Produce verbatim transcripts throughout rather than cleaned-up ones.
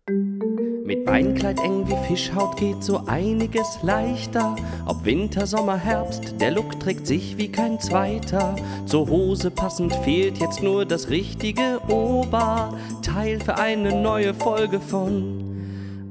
Mit Beinkleid eng wie Fischhaut geht so einiges leichter. Ob Winter, Sommer, Herbst, der Look trägt sich wie kein zweiter. Zur Hose passend fehlt jetzt nur das richtige Oberteil für eine neue Folge von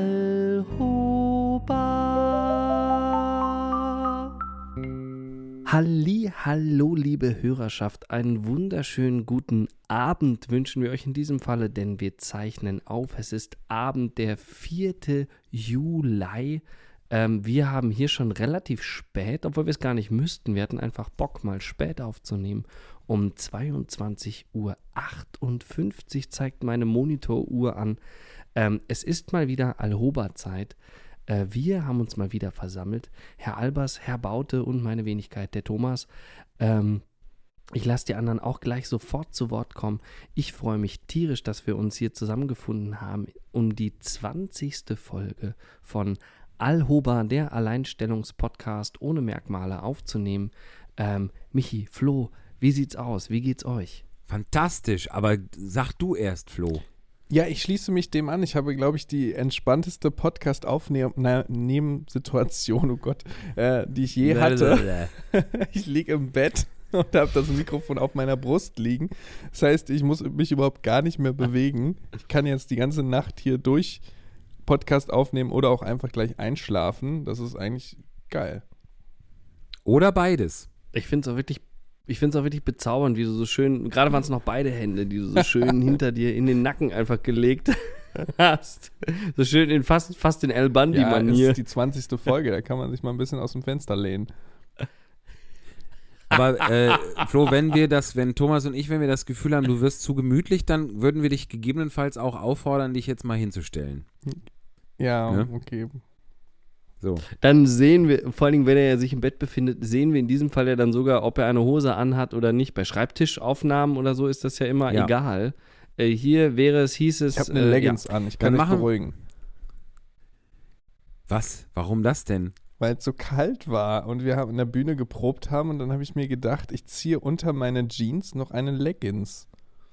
Alhoba. Halli, hallo liebe Hörerschaft, einen wunderschönen guten Abend wünschen wir euch in diesem Falle, denn wir zeichnen auf. Es ist Abend, der vierte Juli. Ähm, wir haben hier schon relativ spät, obwohl wir es gar nicht müssten. Wir hatten einfach Bock, mal spät aufzunehmen. Um zweiundzwanzig Uhr achtundfünfzig zeigt meine Monitoruhr an. Ähm, es ist mal wieder Alhoba-Zeit. Äh, wir haben uns mal wieder versammelt. Herr Albers, Herr Baute und meine Wenigkeit, der Thomas. Ähm, Ich lasse die anderen auch gleich sofort zu Wort kommen. Ich freue mich tierisch, dass wir uns hier zusammengefunden haben, um die zwanzigste Folge von Alhoba, der Alleinstellungspodcast ohne Merkmale, aufzunehmen. Ähm, Michi, Flo, wie sieht's aus? Wie geht's euch? Fantastisch, aber sag du erst, Flo. Ja, ich schließe mich dem an. Ich habe, glaube ich, die entspannteste Podcast-Aufnehmen-Situation, oh Gott, äh, die ich je hatte. Ich liege im Bett und habe das Mikrofon auf meiner Brust liegen. Das heißt, ich muss mich überhaupt gar nicht mehr bewegen. Ich kann jetzt die ganze Nacht hier durch Podcast aufnehmen oder auch einfach gleich einschlafen. Das ist eigentlich geil. Oder beides. Ich finde es auch wirklich Ich finde es auch wirklich bezaubernd, wie du so schön, gerade waren es noch beide Hände, die du so schön hinter dir in den Nacken einfach gelegt hast. So schön in fast, fast in El Bandi-Manier. Ja, das ist die zwanzigste Folge, da kann man sich mal ein bisschen aus dem Fenster lehnen. Aber äh, Flo, wenn wir das, wenn Thomas und ich, wenn wir das Gefühl haben, du wirst zu gemütlich, dann würden wir dich gegebenenfalls auch auffordern, dich jetzt mal hinzustellen. Ja, ja? okay. So. Dann sehen wir, vor allen Dingen, wenn er sich im Bett befindet, sehen wir in diesem Fall ja dann sogar, ob er eine Hose anhat oder nicht. Bei Schreibtischaufnahmen oder so ist das ja immer ja. egal. Äh, hier wäre es, hieß es... Ich habe eine Leggings äh, ja. an, ich kann dann dich machen, beruhigen. Was? Warum das denn? Weil es so kalt war und wir haben in der Bühne geprobt haben und dann habe ich mir gedacht, ich ziehe unter meine Jeans noch eine Leggings.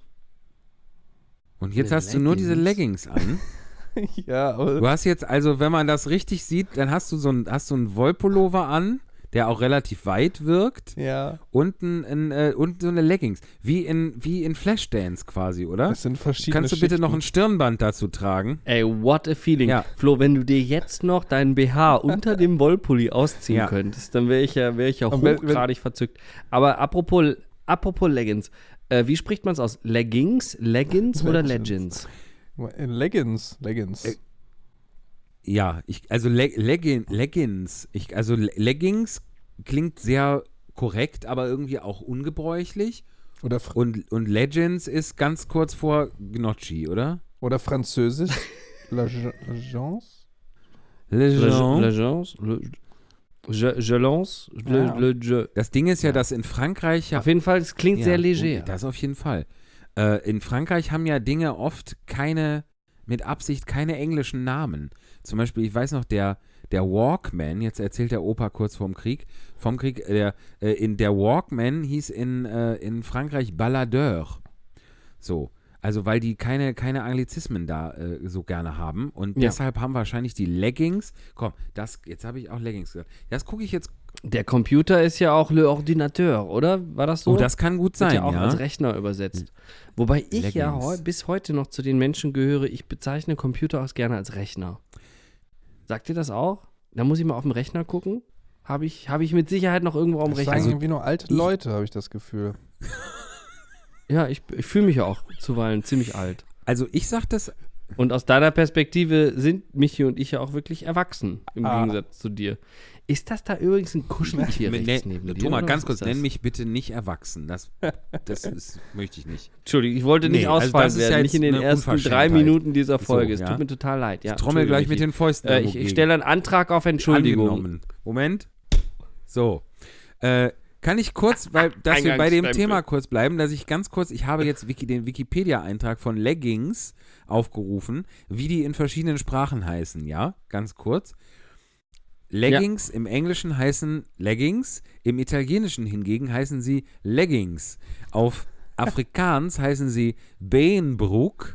Und jetzt eine hast Leggings? du nur diese Leggings an? Ja, aber Du hast jetzt, also wenn man das richtig sieht, dann hast du so ein, hast du einen Wollpullover an, der auch relativ weit wirkt. Ja. Und, ein, ein, äh, und so eine Leggings. Wie in, wie in Flashdance quasi, oder? Das sind verschiedene Kannst du bitte Schichten. noch ein Stirnband dazu tragen? Ey, what a feeling. Ja. Flo, wenn du dir jetzt noch deinen B H unter dem Wollpulli ausziehen Ja. könntest, dann wäre ich ja, wär ich ja Und wenn- hochgradig verzückt. Aber apropos, apropos Leggings, äh, wie spricht man es aus? Leggings, Leggings oder Legends. Legends? Leggings, Leggings. Äh, Ja, ich, also Le- Leggin, Leggings, ich, also Le- Leggings klingt sehr korrekt, aber irgendwie auch ungebräuchlich. Oder, Fr Und, und Legends ist ganz kurz vor Gnocchi, oder? oder Französisch. L'agence? Legend. Legends? Le, je, je lance? Le, Ja. le, je. Das Ding ist ja, dass in Frankreich ja Auf jeden Fall, es klingt Ja, sehr leger. Das auf jeden Fall. Äh, in Frankreich haben ja Dinge oft keine, mit Absicht keine englischen Namen. Zum Beispiel, ich weiß noch, der, der Walkman, jetzt erzählt der Opa kurz vorm Krieg, vom Krieg, der, äh, in der Walkman hieß in, äh, in Frankreich Baladeur. So. Also, weil die keine, keine Anglizismen da äh, so gerne haben. Und Ja. deshalb haben wahrscheinlich die Leggings, komm, das, jetzt habe ich auch Leggings gesagt. Das gucke ich jetzt, Der Computer ist ja auch Le Ordinateur, oder? War das so? oh, das kann gut Wird sein, ja auch ja. als Rechner übersetzt. Wobei ich ja Leggings. heu, bis heute noch zu den Menschen gehöre, ich bezeichne Computer auch gerne als Rechner. Sagt ihr das auch? Da muss ich mal auf dem Rechner gucken. Habe ich, hab ich mit Sicherheit noch irgendwo am Das Rechner. sagen Also, irgendwie nur alte ich- Leute, habe ich das Gefühl. Ja, ich, ich fühle mich ja auch zuweilen ziemlich alt. Also, ich sag das. Und aus deiner Perspektive sind Michi und ich ja auch wirklich erwachsen, im Ah. Gegensatz zu dir. Ist das da übrigens ein Kuscheltier Ne, rechts neben dir? Thomas, oder ganz was kurz, ist das? nenn mich bitte nicht erwachsen. Das, das ist, möchte ich nicht. Entschuldigung, ich wollte nicht Nee, also ausfallen das ist werden, ja nicht jetzt in den eine ersten drei Unverschämtheit. Minuten dieser Folge. So, es ja. tut mir total leid. Ja, Ich trommel gleich mit Entschuldigung, den Fäusten. Michi. äh, irgendwo ich, ich gegen. stelle einen Antrag auf Entschuldigung. Angenommen. Moment. So. Äh, kann ich kurz, weil, dass wir bei dem Eingangsstempel. Thema kurz bleiben, dass ich ganz kurz, ich habe jetzt Wiki, den Wikipedia-Eintrag von Leggings aufgerufen, wie die in verschiedenen Sprachen heißen, ja? Ganz kurz. Leggings im Englischen heißen Leggings, im Italienischen hingegen heißen sie Leggings. Auf Afrikaans heißen sie Beenbroek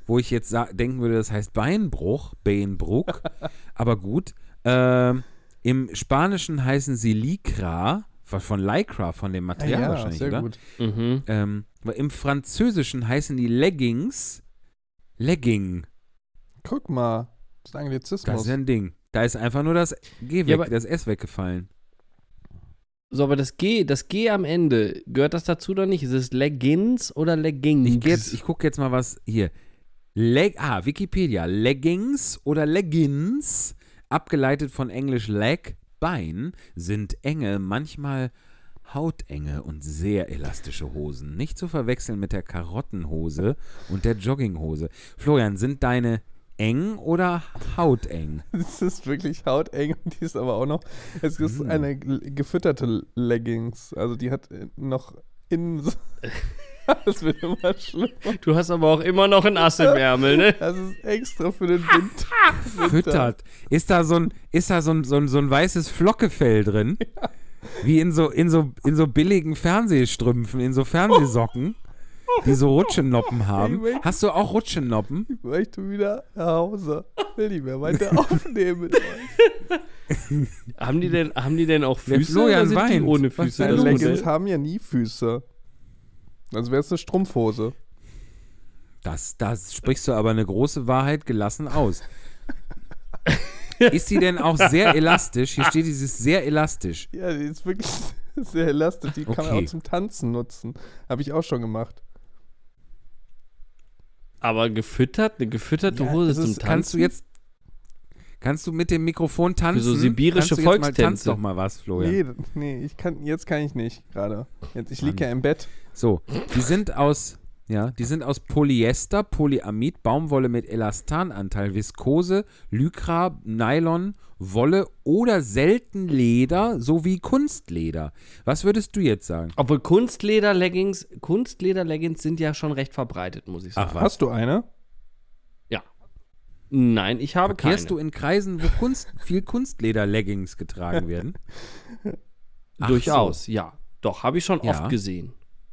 wo ich jetzt sa- denken würde, das heißt Beinbruch, Beinbruch, aber gut. Ähm, im Spanischen heißen sie Lycra, von Lycra, von dem Material ja, wahrscheinlich, sehr oder? gut. Mhm. Ähm, aber im Französischen heißen die Leggings Legging. Guck mal, das ist ein Das Anglizismus. ist ja ein Ding. Da ist einfach nur das G weg, Ja, aber- das S weggefallen. So, aber das G, das G am Ende, gehört das dazu oder nicht? Ist es Leggings oder Leggings? Ich, geh jetzt- ich gucke jetzt mal was hier. Leg, ah, Wikipedia. Leggings oder Leggings, abgeleitet von Englisch Leg, Bein, sind enge, manchmal hautenge und sehr elastische Hosen. Nicht zu verwechseln mit der Karottenhose und der Jogginghose. Florian, sind deine eng oder hauteng? Das ist wirklich hauteng und die ist aber auch noch, es ist Mm. eine g- gefütterte Leggings, also die hat äh, noch innen so, das wird immer schlimmer. Du hast aber auch immer noch ein Ass im Ärmel, ne? Das ist extra für den Winter. Füttert. Ist da so ein, ist da so ein, so ein, so ein weißes Flockefell drin? Wie in so, in, so, in so billigen Fernsehstrümpfen, in so Fernsehsocken, die so Rutschennoppen haben. Ich möchte- Hast du auch Rutschennoppen? Ich möchte wieder nach Hause. Will nicht mehr weiter aufnehmen mit euch. Haben die denn, haben die denn auch Der Füße Florian oder sind die weint. ohne Was Füße? denn Deine Das los? Leggings Modell? haben ja nie Füße. Also wäre es eine Strumpfhose. Das, das sprichst du aber eine große Wahrheit gelassen aus. Ist sie denn auch sehr elastisch? Hier steht dieses sehr elastisch. Ja, die ist wirklich sehr elastisch. Die kann man Okay. auch zum Tanzen nutzen. Habe ich auch schon gemacht. Aber gefüttert? Eine gefütterte Ja, Hose das zum ist- Tanzen? Kannst du jetzt, kannst du mit dem Mikrofon tanzen? Für so sibirische kannst du jetzt mal, tanz Volkstänze. doch mal was, Florian. Nee, nee, ich kann, jetzt kann ich nicht gerade. Jetzt, ich liege Mann. ja im Bett. So, die sind aus, ja, die sind aus Polyester, Polyamid, Baumwolle mit Elastananteil, Viskose, Lycra, Nylon, Wolle oder selten Leder sowie Kunstleder. Was würdest du jetzt sagen? Obwohl Kunstleder-Leggings, Kunstleder-Leggings sind ja schon recht verbreitet, muss ich sagen. Ach, was? Hast du eine? Ja. Nein, ich habe keine. Verkehrst du in Kreisen, wo Kunst, viel Kunstleder-Leggings getragen werden? Ach Durchaus, so. ja. Doch, habe ich schon Ja. oft gesehen.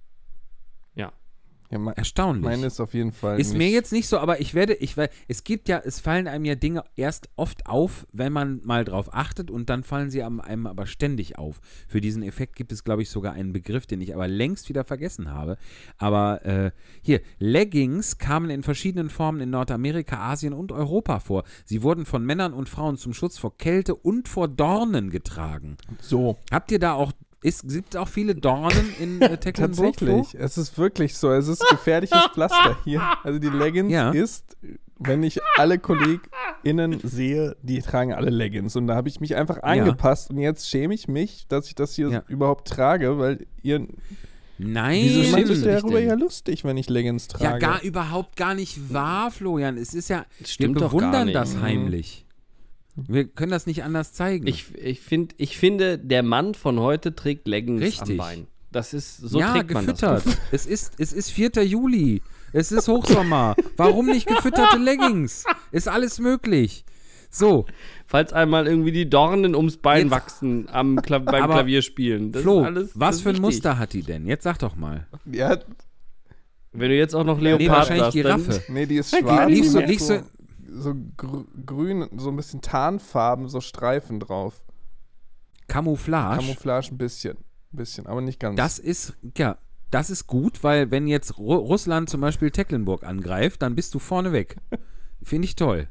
Ja, me Erstaunlich. meine ist auf jeden Fall Ist nicht. mir jetzt nicht so, aber ich werde, ich werde, es gibt ja, es fallen einem ja Dinge erst oft auf, wenn man mal drauf achtet und dann fallen sie einem, einem aber ständig auf. Für diesen Effekt gibt es, glaube ich, sogar einen Begriff, den ich aber längst wieder vergessen habe. Aber äh, hier, Leggings kamen in verschiedenen Formen in Nordamerika, Asien und Europa vor. Sie wurden von Männern und Frauen zum Schutz vor Kälte und vor Dornen getragen. so. Habt ihr da auch, ist, gibt es auch viele Dornen in äh, Tecklenburg? Flo? Tatsächlich, es ist wirklich so. Es ist gefährliches Pflaster hier. Also die Leggings Ja. ist, wenn ich alle KollegInnen sehe, die tragen alle Leggings. Und da habe ich mich einfach angepasst. Und jetzt schäme ich mich, dass ich das hier Ja. überhaupt trage, weil ihr Nein, Wieso ihr schämst macht du es dich darüber denn? ja lustig, wenn ich Leggings trage. Ja, gar überhaupt gar nicht wahr, Florian. Es ist ja, Das wir stimmt doch gar bewundern nicht. das heimlich. Wir können das nicht anders zeigen. Ich, ich, find, ich finde, der Mann von heute trägt Leggings Richtig. am Bein. Das ist, so ja, trägt man gefüttert. das. Es ist, es ist vierter Juli. Es ist Hochsommer. Warum nicht gefütterte Leggings? Ist alles möglich. So, Falls einmal irgendwie die Dornen ums Bein Jetzt- wachsen am Kla beim Aber, Klavierspielen. Das Flo, ist alles, das was ist für ein wichtig. Muster hat die denn? Jetzt sag doch mal. Ja, Wenn du jetzt auch noch Nee, Leopard wahrscheinlich sagst, Giraffe. nee, die ist Ja, schwarz. lief die so- hat lief so, so- so grü grün, so ein bisschen Tarnfarben, so Streifen drauf. Camouflage. Camouflage ein bisschen. Ein bisschen, aber nicht ganz. Das ist, ja, das ist gut, weil wenn jetzt Ru Russland zum Beispiel Tecklenburg angreift, dann bist du vorne weg. Finde ich toll.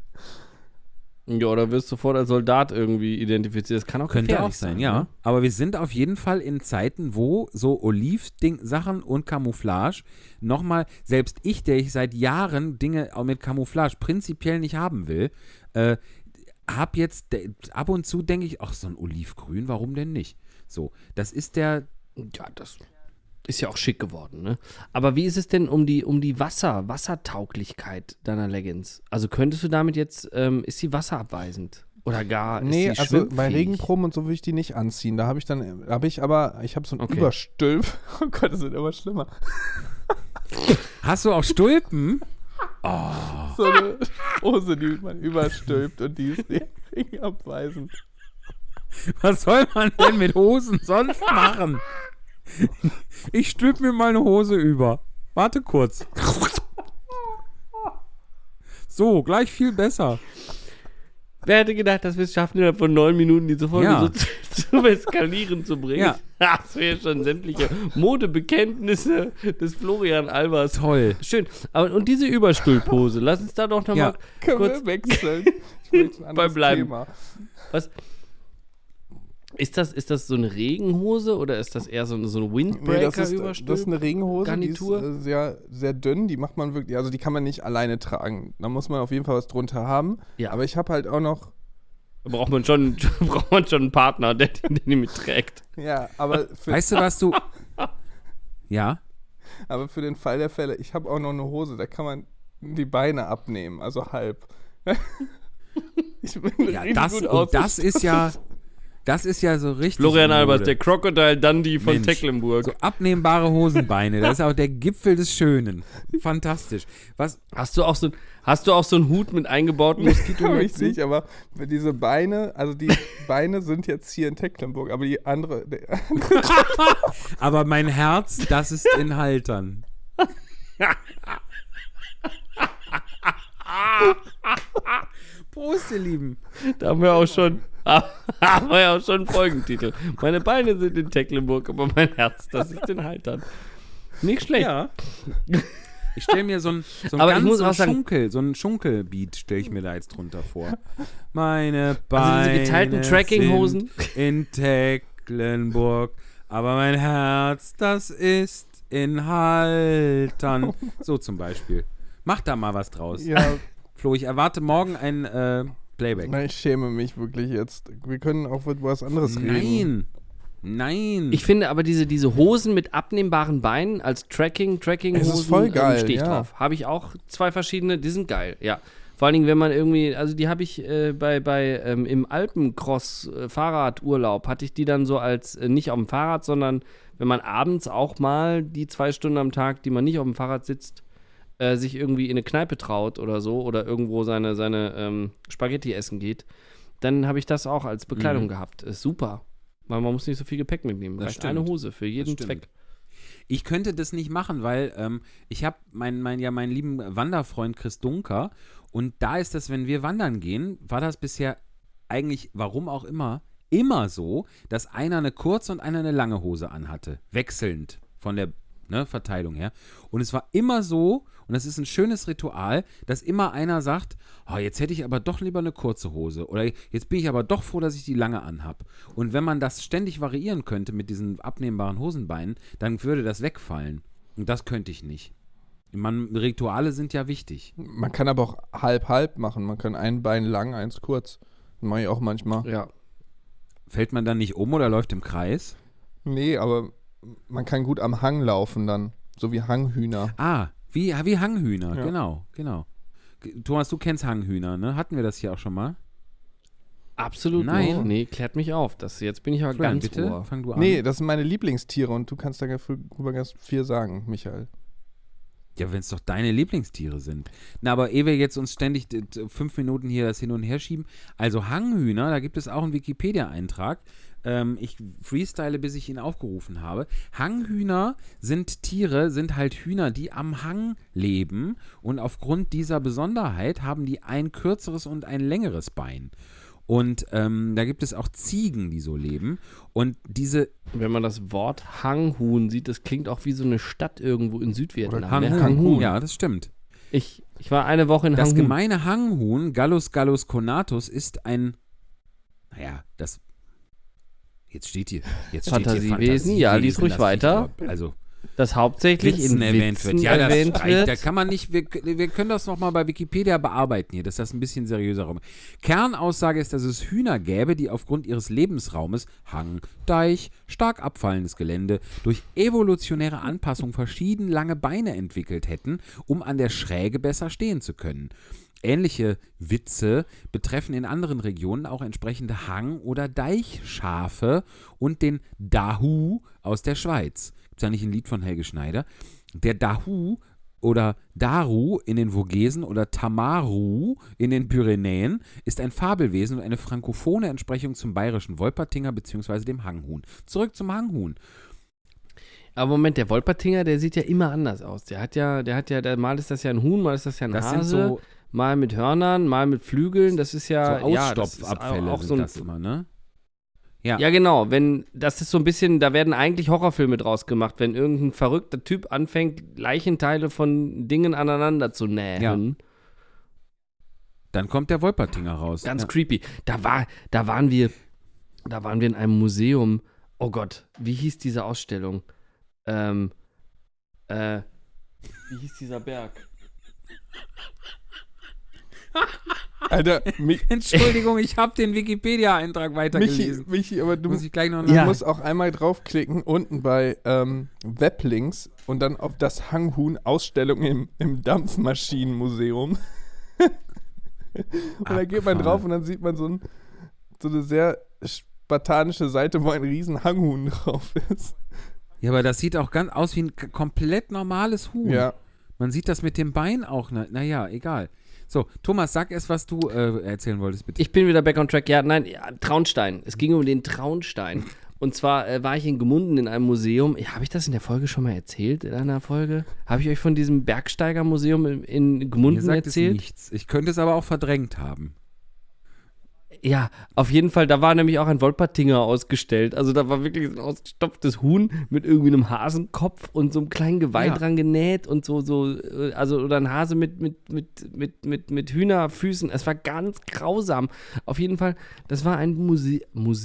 Ja, oder wirst du sofort als Soldat irgendwie identifiziert. Das kann auch Könnte gefährlich auch sein, sein, ja. ne? Aber wir sind auf jeden Fall in Zeiten, wo so Oliv-Sachen und Camouflage nochmal, selbst ich, der ich seit Jahren Dinge auch mit Camouflage prinzipiell nicht haben will, äh, hab jetzt, de- ab und zu denke ich, ach, so ein Olivgrün, warum denn nicht? So, das ist der, Ja, das ist ja auch schick geworden, ne? Aber wie ist es denn um die, um die Wasser, Wassertauglichkeit deiner Leggings? Also könntest du damit jetzt, ähm, ist sie wasserabweisend? Oder gar, ist Nee, sie also bei schwimmfähig? Regenproben und so würde ich die nicht anziehen. Da habe ich dann, habe ich aber, ich habe so ein Okay. Überstülp. Oh Gott, das wird immer schlimmer. hast du auch Stulpen? So eine Hose, die man überstülpt und die ist regenabweisend. Was soll man denn mit Hosen sonst machen? Ich stülp mir mal eine Hose über. Warte kurz. So, gleich viel besser. Wer hätte gedacht, dass wir es schaffen, innerhalb von neun Minuten diese Folge Ja. so zu, zu eskalieren zu bringen? Ja. Das wäre schon sämtliche Modebekenntnisse des Florian Albers. Toll. Schön. Aber, und diese Überstuhlpose, lass uns da doch nochmal Ja. Können kurz wir wechseln? Ich möchte ein anderes Bleiben. Thema. Was? Ist das, ist das so eine Regenhose oder ist das eher so eine, so eine Nee, das, ist, Windbreaker-Überstuhl? das ist eine Regenhose, Garnitur? die ist äh, sehr, sehr dünn, die macht man wirklich, also die kann man nicht alleine tragen. Da muss man auf jeden Fall was drunter haben. Ja. Aber ich habe halt auch noch, Da braucht man schon, braucht man schon einen Partner, der, die- der die mitträgt. ja, aber für, Weißt du, was du. Ja? aber für den Fall der Fälle, ich habe auch noch eine Hose, da kann man die Beine abnehmen, also halb. Ich bin Ja, richtig das, gut und das ausgestattet. ist ja. Das ist ja so richtig. Florian in Albers, Mode. der Crocodile Dundee von Mensch. Tecklenburg. So abnehmbare Hosenbeine. Das ist auch der Gipfel des Schönen. Fantastisch. Was. Hast du auch so, hast du auch so einen Hut mit eingebauten Habe ich Moskitomützen? nicht, aber diese Beine, also die Beine sind jetzt hier in Tecklenburg, aber die andere, der, Aber mein Herz, das ist in Haltern. Prost, ihr Lieben. Da haben wir auch schon, haben wir ja auch schon einen Folgentitel. Meine Beine sind in Tecklenburg, aber mein Herz, das ist in Haltern. Nicht schlecht. Ja. Ich stelle mir so ein, so ein Aber ich ganz muss so auch ein sagen- Schunkel, so ein Schunkelbeat stelle ich mir da jetzt drunter vor. Meine Beine Also diese geteilten Trackinghosen. sind in Tecklenburg, aber mein Herz, das ist in Haltern. So zum Beispiel. Mach da mal was draus. ja, Flo, ich erwarte morgen ein äh, Playback. nein, ich schäme mich wirklich jetzt. Wir können auch über was anderes reden. Nein. Nein. Ich finde aber diese, diese Hosen mit abnehmbaren Beinen als Tracking, Tracking-Hosen, Es ist voll geil, stehe ich ja. drauf. Habe ich auch zwei verschiedene, die sind geil, ja. Vor allen Dingen, wenn man irgendwie, also die habe ich äh, bei, bei ähm, im Alpencross-Fahrradurlaub, hatte ich die dann so als, äh, nicht auf dem Fahrrad, sondern wenn man abends auch mal die zwei Stunden am Tag, die man nicht auf dem Fahrrad sitzt, äh, sich irgendwie in eine Kneipe traut oder so oder irgendwo seine, seine ähm, Spaghetti essen geht, dann habe ich das auch als Bekleidung Mhm. gehabt. Ist super. Weil man muss nicht so viel Gepäck mitnehmen. Das Reicht stimmt. eine Hose für jeden Das stimmt. Zweck. Ich könnte das nicht machen, weil ähm, ich habe mein, mein, ja, meinen lieben Wanderfreund Chris Dunker und da ist das, wenn wir wandern gehen, war das bisher eigentlich, warum auch immer, immer so, dass einer eine kurze und einer eine lange Hose anhatte. Wechselnd von der ne, Verteilung her. Und es war immer so, und das ist ein schönes Ritual, dass immer einer sagt, oh, jetzt hätte ich aber doch lieber eine kurze Hose oder jetzt bin ich aber doch froh, dass ich die lange anhab. Und wenn man das ständig variieren könnte mit diesen abnehmbaren Hosenbeinen, dann würde das wegfallen. Und das könnte ich nicht. Man, Rituale sind ja wichtig. Man kann aber auch halb-halb machen. Man kann ein Bein lang, eins kurz. Das mache ich auch manchmal. Ja. Fällt man dann nicht um oder läuft im Kreis? Nee, aber man kann gut am Hang laufen dann. So wie Hanghühner. Ah, wie, wie Hanghühner, Ja. genau, genau. G- Thomas, du kennst Hanghühner, ne? Hatten wir das hier auch schon mal? Absolut Nein. nicht. Nee, klärt mich auf. Das, jetzt bin ich aber Florian, ganz bitte, ohr. fang du an. Nee, das sind meine Lieblingstiere und du kannst darüber ganz viel sagen, Michael. Ja, wenn es doch deine Lieblingstiere sind. Na, aber ehe wir jetzt uns ständig d- d- fünf Minuten hier das hin und her schieben. Also Hanghühner, da gibt es auch einen Wikipedia-Eintrag. Ähm, ich freestyle, bis ich ihn aufgerufen habe. Hanghühner sind Tiere, sind halt Hühner, die am Hang leben. Und aufgrund dieser Besonderheit haben die ein kürzeres und ein längeres Bein. Und ähm, da gibt es auch Ziegen, die so leben. Und diese Wenn man das Wort Hanghuhn sieht, das klingt auch wie so eine Stadt irgendwo in Südvietnam. Oder ne? Hanghuhn. ja, das stimmt. Ich, ich war eine Woche in Das Hanghuhn. gemeine Hanghuhn, Gallus gallus cornatus, ist ein, naja, das, jetzt steht hier, jetzt steht hier Fantasiewesen, ja, lies ruhig das weiter. nicht, aber- Also, Das hauptsächlich Witzen in erwähnt Witzen wird. Ja, das erwähnt reicht. wird. Da kann man nicht, wir, wir können das nochmal bei Wikipedia bearbeiten hier, dass das ein bisschen seriöser rum. Kernaussage ist, dass es Hühner gäbe, die aufgrund ihres Lebensraumes, Hang, Deich, stark abfallendes Gelände, durch evolutionäre Anpassung verschieden lange Beine entwickelt hätten, um an der Schräge besser stehen zu können. Ähnliche Witze betreffen in anderen Regionen auch entsprechende Hang- oder Deichschafe und den Dahu aus der Schweiz. Gibt es ja nicht ein Lied von Helge Schneider? Der Dahu oder Daru in den Vogesen oder Tamaru in den Pyrenäen ist ein Fabelwesen und eine frankophone Entsprechung zum bayerischen Wolpertinger bzw. dem Hanghuhn. Zurück zum Hanghuhn. Aber Moment, der Wolpertinger, der sieht ja immer anders aus. Der hat ja, der hat ja, der, mal ist das ja ein Huhn, mal ist das ja ein Das Hase, sind so mal mit Hörnern, mal mit Flügeln. Das ist ja So ja, das ist Ausstopfabfälle auch sind so ein, das immer, ne? Ja. Ja, genau. Wenn, das ist so ein bisschen, da werden eigentlich Horrorfilme draus gemacht, wenn irgendein verrückter Typ anfängt, Leichenteile von Dingen aneinander zu nähen. Ja. Dann kommt der Wolpertinger raus. Ganz ja. creepy. Da war, da waren wir, da waren wir in einem Museum. Oh Gott, wie hieß diese Ausstellung? Ähm, äh, wie hieß dieser Berg? Alter, mich, Entschuldigung, ich habe den Wikipedia-Eintrag Michi, weitergelesen. Michi, aber du, Muss ich gleich noch du Ja. musst auch einmal draufklicken, unten bei ähm, Weblinks und dann auf das Hanghuhn Ausstellung im, im Dampfmaschinenmuseum. Und da geht man Abgefahren. drauf und dann sieht man so, ein, so eine sehr spartanische Seite, wo ein riesen Hanghuhn drauf ist. Ja, aber das sieht auch ganz aus wie ein k- komplett normales Huhn. Ja. Man sieht das mit dem Bein auch. Na, naja, egal. So, Thomas, sag erst, was du äh, erzählen wolltest, bitte. Ich bin wieder back on track. Ja, nein, ja, Traunstein. Es ging um den Traunstein. Und zwar äh, war ich in Gmunden in einem Museum. Ja, habe ich das in der Folge schon mal erzählt? In einer Folge? Habe ich euch von diesem Bergsteigermuseum in, in Mir Gmunden sagt erzählt? es nichts. Ich könnte es aber auch verdrängt haben. Ja, auf jeden Fall, da war nämlich auch ein Wolpertinger ausgestellt. Also da war wirklich so ein ausgestopftes Huhn mit irgendwie einem Hasenkopf und so einem kleinen Geweih Ja. dran genäht und so, so, äh, also oder ein Hase mit, mit, mit, mit, mit, mit Hühnerfüßen. Es war ganz grausam. Auf jeden Fall, das war ein Muse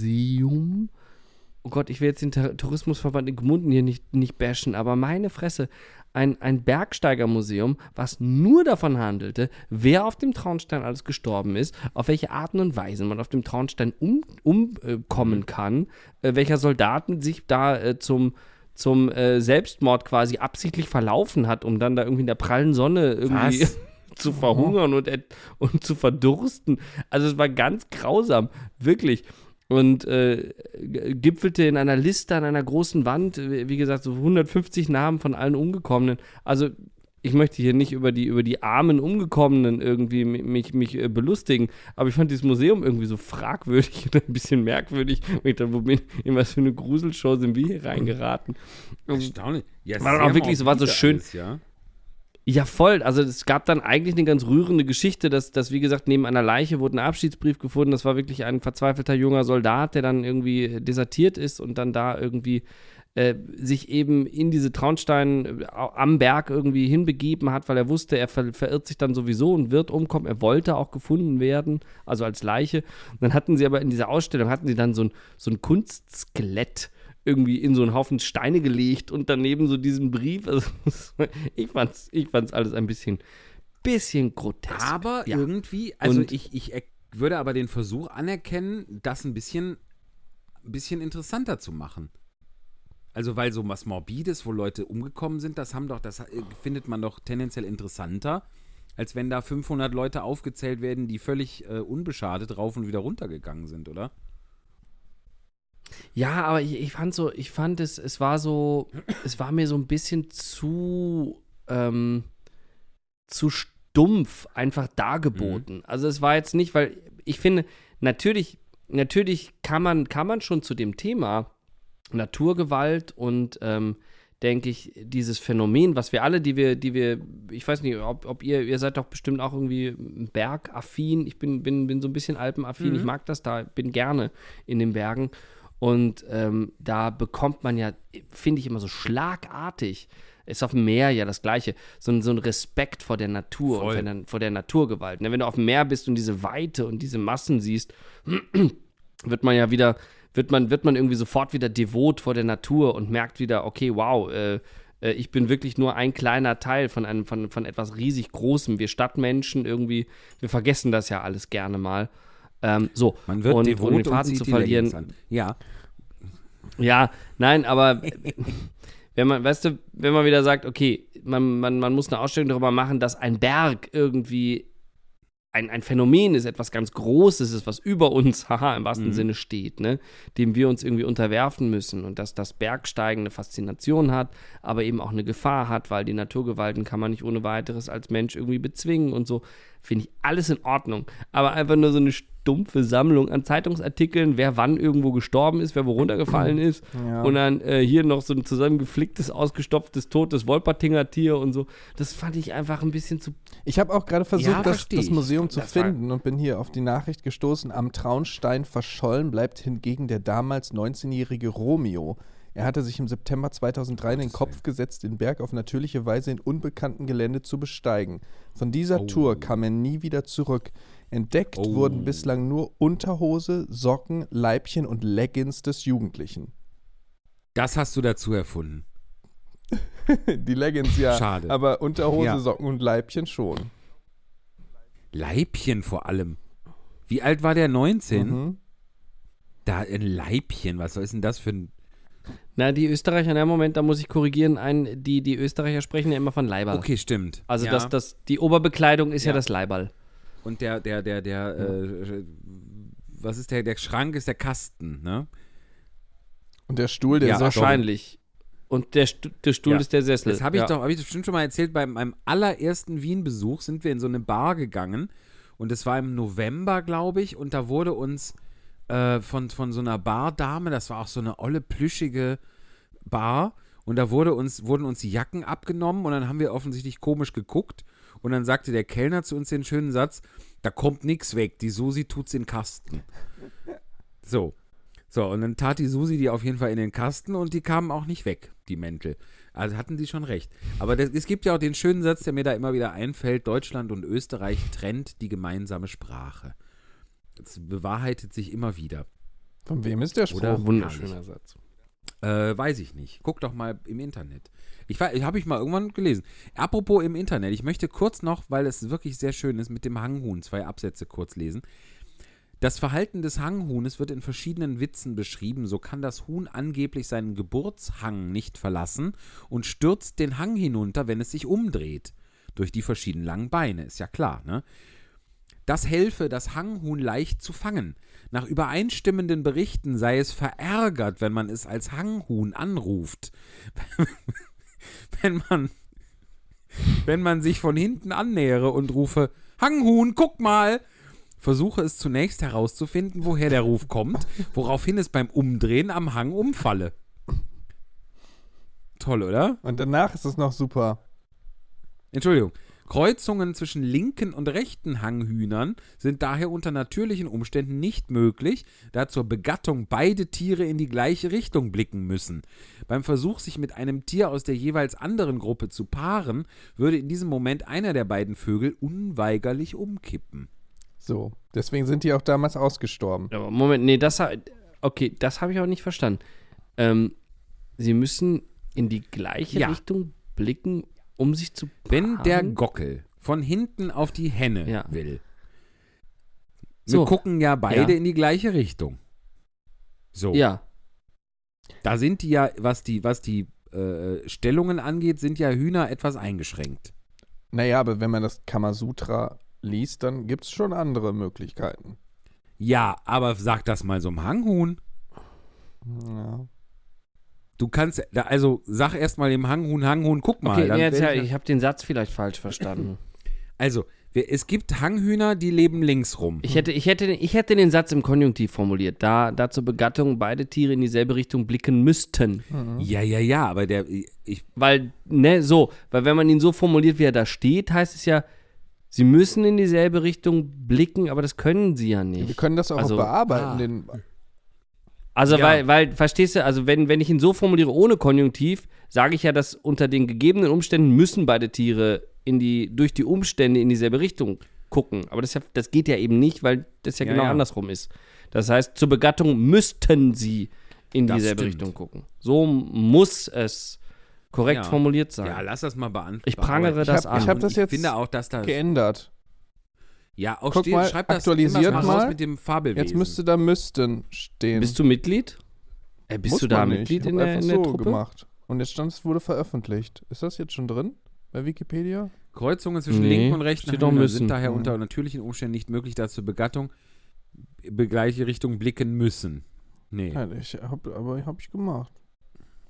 Museum. Oh Gott, ich will jetzt den Ter- Tourismusverband in Gmunden hier nicht, nicht bashen, aber meine Fresse, ein, ein Bergsteigermuseum, was nur davon handelte, wer auf dem Traunstein alles gestorben ist, auf welche Arten und Weisen man auf dem Traunstein umkommen um, äh, kommen kann, äh, welcher Soldaten sich da äh, zum, zum äh, Selbstmord quasi absichtlich verlaufen hat, um dann da irgendwie in der prallen Sonne irgendwie Was? zu verhungern und, et- und zu verdursten. Also es war ganz grausam, wirklich. Und äh, g- gipfelte in einer Liste an einer großen Wand, äh, wie gesagt, so hundertfünfzig Namen von allen Umgekommenen. Also ich möchte hier nicht über die, über die armen Umgekommenen irgendwie mi- mich, mich äh, belustigen, aber ich fand dieses Museum irgendwie so fragwürdig und ein bisschen merkwürdig. Und ich dachte, wo bin, in was für eine Gruselshow sind wir hier reingeraten? Und Erstaunlich. Ja, War dann auch wirklich so- war so morbide schön- Alles, ja? ja, voll. Also es gab dann eigentlich eine ganz rührende Geschichte, dass, dass, wie gesagt, neben einer Leiche wurde ein Abschiedsbrief gefunden. Das war wirklich ein verzweifelter junger Soldat, der dann irgendwie desertiert ist und dann da irgendwie äh, sich eben in diese Traunstein äh, am Berg irgendwie hinbegeben hat, weil er wusste, er ver verirrt sich dann sowieso und wird umkommen. Er wollte auch gefunden werden, also als Leiche. Und dann hatten sie aber in dieser Ausstellung, hatten sie dann so ein, so ein Kunstskelett irgendwie in so einen Haufen Steine gelegt und daneben so diesen Brief. Also, ich fand's, ich fand's alles ein bisschen, bisschen grotesk. Aber ja. irgendwie, also Und- ich, ich er- würde aber den Versuch anerkennen, das ein bisschen, ein bisschen interessanter zu machen. Also weil so was Morbides, wo Leute umgekommen sind, das haben doch, das äh, findet man doch tendenziell interessanter, als wenn da fünfhundert Leute aufgezählt werden, die völlig äh, unbeschadet rauf und wieder runtergegangen sind, oder? Ja, aber ich, ich fand so, ich fand es, es war so, es war mir so ein bisschen zu, ähm, zu stumpf einfach dargeboten. Also es war jetzt nicht, weil ich finde, natürlich, natürlich kann man, kann man schon zu dem Thema Naturgewalt und ähm, denke ich, dieses Phänomen, was wir alle, die wir, die wir, ich weiß nicht, ob, ob ihr, ihr seid doch bestimmt auch irgendwie bergaffin. Ich bin, bin, bin so ein bisschen alpenaffin, Mhm. ich mag das da, bin gerne in den Bergen. Und ähm, da bekommt man ja, finde ich immer so schlagartig, ist auf dem Meer ja das Gleiche, so, ein- so ein Respekt vor der Natur Voll. und wenn dann, vor der Naturgewalt. Ne? Wenn du auf dem Meer bist und diese Weite und diese Massen siehst, wird man ja wieder, wird man, wird man irgendwie sofort wieder devot vor der Natur und merkt wieder, okay, wow, äh, äh, ich bin wirklich nur ein kleiner Teil von einem, von, von etwas riesig Großem. Wir Stadtmenschen irgendwie, wir vergessen das ja alles gerne mal. Ähm, so, Man wird und, devot um und, den Faden zieht zu die verlieren. Leggings an. Ja, Ja, nein, aber wenn man, weißt du, wenn man wieder sagt, okay, man, man, man muss eine Ausstellung darüber machen, dass ein Berg irgendwie ein, ein Phänomen ist, etwas ganz Großes ist, was über uns, haha, im wahrsten Mhm. Sinne steht, ne, dem wir uns irgendwie unterwerfen müssen und dass das Bergsteigen eine Faszination hat, aber eben auch eine Gefahr hat, weil die Naturgewalten kann man nicht ohne weiteres als Mensch irgendwie bezwingen und so, finde ich alles in Ordnung. Aber einfach nur so eine stumpfe Sammlung an Zeitungsartikeln, wer wann irgendwo gestorben ist, wer wo runtergefallen ist. Ja. Und dann äh, hier noch so ein zusammengeflicktes, ausgestopftes, totes Wolpertinger Tier und so. Das fand ich einfach ein bisschen zu. Ich habe auch gerade versucht, Ja, das, versteh das ich. Museum zu Das war- finden und bin hier auf die Nachricht gestoßen. Am Traunstein verschollen bleibt hingegen der damals neunzehnjährige Romeo. Er hatte sich im September zweitausenddrei in den Kopf gesetzt, den Berg auf natürliche Weise in unbekanntem Gelände zu besteigen. Von dieser Oh. Tour kam er nie wieder zurück. Entdeckt Oh. wurden bislang nur Unterhose, Socken, Leibchen und Leggings des Jugendlichen. Das hast du dazu erfunden. Die Leggings ja, Schade. aber Unterhose, Ja. Socken und Leibchen schon. Leibchen vor allem. Wie alt war der? neunzehn? Mhm. Da ein Leibchen, was ist denn das für ein... Na, die Österreicher, na Moment, da muss ich korrigieren, ein, die, die Österreicher sprechen ja immer von Leiberl. Okay, stimmt. Also ja. das, das, die Oberbekleidung ist ja, Ja. das Leiberl. Und der, der, der, der, äh, was ist der, der Schrank ist der Kasten, ne? Und der Stuhl, der Ja, ist auch Wahrscheinlich. Und der, Stu der Stuhl Ja. ist der Sessel. Das habe ich ja. doch, habe ich bestimmt schon mal erzählt, bei meinem allerersten Wien-Besuch sind wir in so eine Bar gegangen und es war im November, glaube ich, und da wurde uns äh, von, von so einer Bardame, das war auch so eine olle, plüschige Bar, und da wurde uns, wurden uns die Jacken abgenommen und dann haben wir offensichtlich komisch geguckt und dann sagte der Kellner zu uns den schönen Satz, da kommt nichts weg, die Susi tut's in den Kasten. So. So, und dann tat die Susi die auf jeden Fall in den Kasten und die kamen auch nicht weg, die Mäntel. Also hatten sie schon recht. Aber das, es gibt ja auch den schönen Satz, der mir da immer wieder einfällt, Deutschland und Österreich trennt die gemeinsame Sprache. Das bewahrheitet sich immer wieder. Von wem ist der Spruch? Oder? Wunderschöner Satz. Äh, weiß ich nicht. Guck doch mal im Internet. Ich, ich habe ich mal irgendwann gelesen. Apropos im Internet, ich möchte kurz noch, weil es wirklich sehr schön ist, mit dem Hanghuhn zwei Absätze kurz lesen. Das Verhalten des Hanghuhnes wird in verschiedenen Witzen beschrieben. So kann das Huhn angeblich seinen Geburtshang nicht verlassen und stürzt den Hang hinunter, wenn es sich umdreht. Durch die verschiedenen langen Beine, ist ja klar, ne? Das helfe, das Hanghuhn leicht zu fangen. Nach übereinstimmenden Berichten sei es verärgert, wenn man es als Hanghuhn anruft. wenn man, wenn man sich von hinten annähere und rufe, Hanghuhn, guck mal! Versuche es zunächst herauszufinden, woher der Ruf kommt, woraufhin es beim Umdrehen am Hang umfalle. Toll, oder? Und danach ist es noch super. Entschuldigung. Kreuzungen zwischen linken und rechten Hanghühnern sind daher unter natürlichen Umständen nicht möglich, da zur Begattung beide Tiere in die gleiche Richtung blicken müssen. Beim Versuch, sich mit einem Tier aus der jeweils anderen Gruppe zu paaren, würde in diesem Moment einer der beiden Vögel unweigerlich umkippen. So, deswegen sind die auch damals ausgestorben. Aber Moment, nee, das ha- okay, das habe ich auch nicht verstanden. Ähm, sie müssen in die gleiche Ja. Richtung blicken, um sich zu Wenn paaren? der Gockel von hinten auf die Henne Ja. will, So. wir gucken ja beide Ja. in die gleiche Richtung. So, Ja, da sind die ja, was die, was die äh, Stellungen angeht, sind ja Hühner etwas eingeschränkt. Naja, aber wenn man das Kamasutra liest, dann gibt es schon andere Möglichkeiten. Ja, aber sag das mal so einem Hanghuhn. Ja. Du kannst, da- also sag erst mal dem Hanghuhn, Hanghuhn, guck mal. okay, dann nee, jetzt, ja, werd ich- ich habe den Satz vielleicht falsch verstanden. also, wir, es gibt Hanghühner, die leben links rum. Ich hätte, ich, hätte, ich hätte den Satz im Konjunktiv formuliert, da, da zur Begattung beide Tiere in dieselbe Richtung blicken müssten. Ja, ja, ja, aber der, ich, Weil, ne, so, weil wenn man ihn so formuliert, wie er da steht, heißt es ja, sie müssen in dieselbe Richtung blicken, aber das können sie ja Wir nicht. können das auch Also- bearbeiten. Ah. Den, Also, Ja. weil, weil, verstehst du, also wenn, wenn ich ihn so formuliere ohne Konjunktiv, sage ich ja, dass unter den gegebenen Umständen müssen beide Tiere in die, durch die Umstände in dieselbe Richtung gucken. Aber das, ist ja, das geht ja eben nicht, weil das ja, Ja, genau ja. andersrum ist. Das heißt, zur Begattung müssten sie in Das dieselbe stimmt. Richtung gucken. So muss es korrekt Ja. formuliert sein. ja, lass das mal beantworten. Ich prangere Ich das hab- an. ich hab das ich jetzt finde auch, dass das, geändert. ja, auch Guck steht, mal, schreib das aktualisiert immer raus mal. mit dem Fabelwesen. Jetzt müsste da müssten stehen. Bist du Mitglied? Äh, bist Muss du da man nicht. Mitglied Ich in hab der, einfach in der so Truppe? gemacht. Und jetzt stand es, wurde veröffentlicht. Ist das jetzt schon drin bei Wikipedia? Kreuzungen zwischen Nee, linken und rechten steht doch Hühnern müssen. sind daher Mhm. unter natürlichen Umständen nicht möglich, da zur Begattung in gleiche Richtung blicken müssen. Nee. Ja, ich hab, aber habe ich gemacht.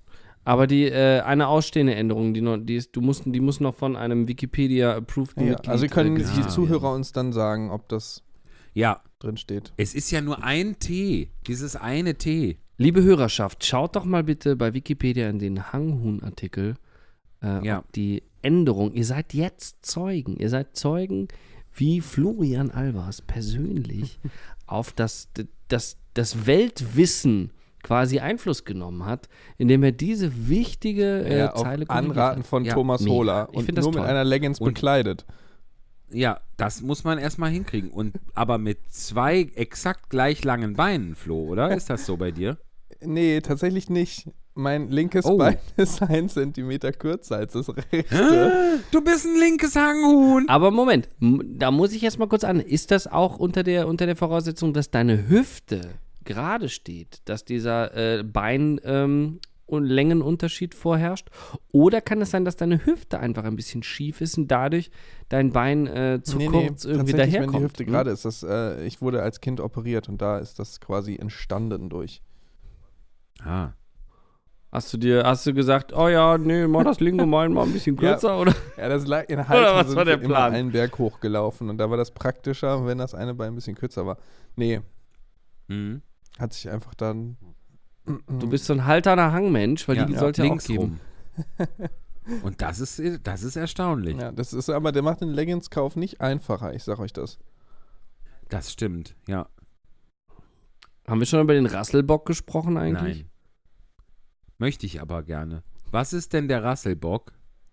Aber die äh, eine ausstehende Änderung, die, noch, die, ist, du musst, die muss noch von einem Wikipedia-approved Ja, Mitglied also können äh, die gesichert Zuhörer werden. uns dann sagen, ob das Ja, drin steht. es ist ja nur ein T. Dieses eine T. Liebe Hörerschaft, schaut doch mal bitte bei Wikipedia in den Hang-Huhn-Artikel, äh, Ja. ob die Änderung, ihr seid jetzt Zeugen, ihr seid Zeugen, wie Florian Albers persönlich auf das, das, das Weltwissen quasi Einfluss genommen hat, indem er diese wichtige äh, Ja, auf Zeile korrigiert Anraten hat. von Ja, Thomas mega. Hohler Ich und find das nur mit toll. einer Leggings Und- bekleidet. Ja, das muss man erstmal hinkriegen. Und aber mit zwei exakt gleich langen Beinen, Flo, oder? Ist das so bei dir? Nee, tatsächlich nicht. Mein linkes Oh. Bein ist ein Zentimeter kürzer als das rechte. Du bist ein linkes Hanghuhn. Aber Moment, m- da muss ich jetzt mal kurz an. Ist das auch unter der, unter der Voraussetzung, dass deine Hüfte gerade steht, dass dieser äh, Bein ähm, und Längenunterschied vorherrscht? Oder kann es sein, dass deine Hüfte einfach ein bisschen schief ist und dadurch dein Bein äh, zu nee, kurz nee, irgendwie tatsächlich, daherkommt? wenn die Hüfte Hm? gerade ist. Das, äh, ich wurde als Kind operiert und da ist das quasi entstanden durch. Ah. Hast du dir, hast du gesagt, oh ja, nee, mach das linke Bein mal ein bisschen Ja. kürzer, oder? Ja, das lag in Oder Haltung, was sind war der wir immer Plan? einen Berg hochgelaufen und da war das praktischer, wenn das eine Bein ein bisschen kürzer war. Nee, Mhm. hat sich einfach dann. Du bist so ein halterner Hangmensch, weil Ja, die ja, sollte ja auch links geben. rum. Und das ist, das ist erstaunlich. Ja, das ist aber, der macht den Leggings-Kauf nicht einfacher, ich sag euch das. Das stimmt, ja. Haben wir schon über den Rasselbock gesprochen eigentlich? Nein. Möchte ich aber gerne. Was ist denn der Rasselbock?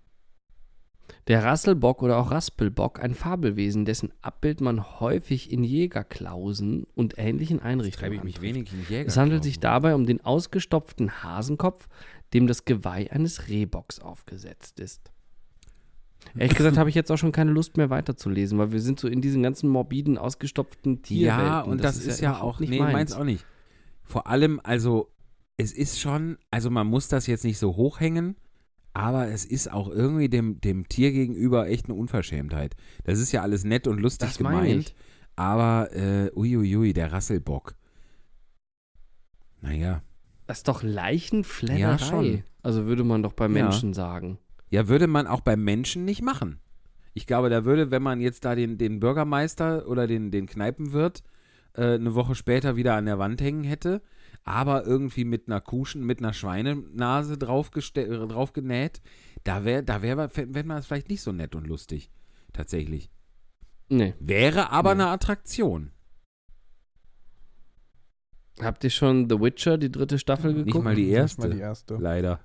Der Rasselbock oder auch Raspelbock, ein Fabelwesen, dessen Abbild man häufig in Jägerklausen und ähnlichen Einrichtungen Treibe ich mich antrifft. wenig in Jäger. Es handelt sich dabei um den ausgestopften Hasenkopf, dem das Geweih eines Rehbocks aufgesetzt ist. Ehrlich gesagt habe ich jetzt auch schon keine Lust mehr weiterzulesen, weil wir sind so in diesen ganzen morbiden, ausgestopften Tierwelten. Ja, und das, ist ja, echt auch, nicht nee, meins. meins auch nicht. Vor allem, also, es ist schon, also man muss das jetzt nicht so hochhängen, aber es ist auch irgendwie dem, dem Tier gegenüber echt eine Unverschämtheit. Das ist ja alles nett und lustig Das meine gemeint, ich. aber äh, uiuiui, der Rasselbock. Naja. Das ist doch Leichenfledderei. Ja, schon. Also würde man doch bei Ja. Menschen sagen. Ja, würde man auch beim Menschen nicht machen. Ich glaube, da würde, wenn man jetzt da den, den Bürgermeister oder den, den Kneipenwirt äh, eine Woche später wieder an der Wand hängen hätte, aber irgendwie mit einer Kuschen, mit einer Schweinenase drauf, drauf genäht, da wäre da wär, wär man das vielleicht nicht so nett und lustig. Tatsächlich. Nee. Wäre aber Nee. eine Attraktion. Habt ihr schon The Witcher, die dritte Staffel geguckt? Nicht mal die Nicht erste. mal die erste. Leider.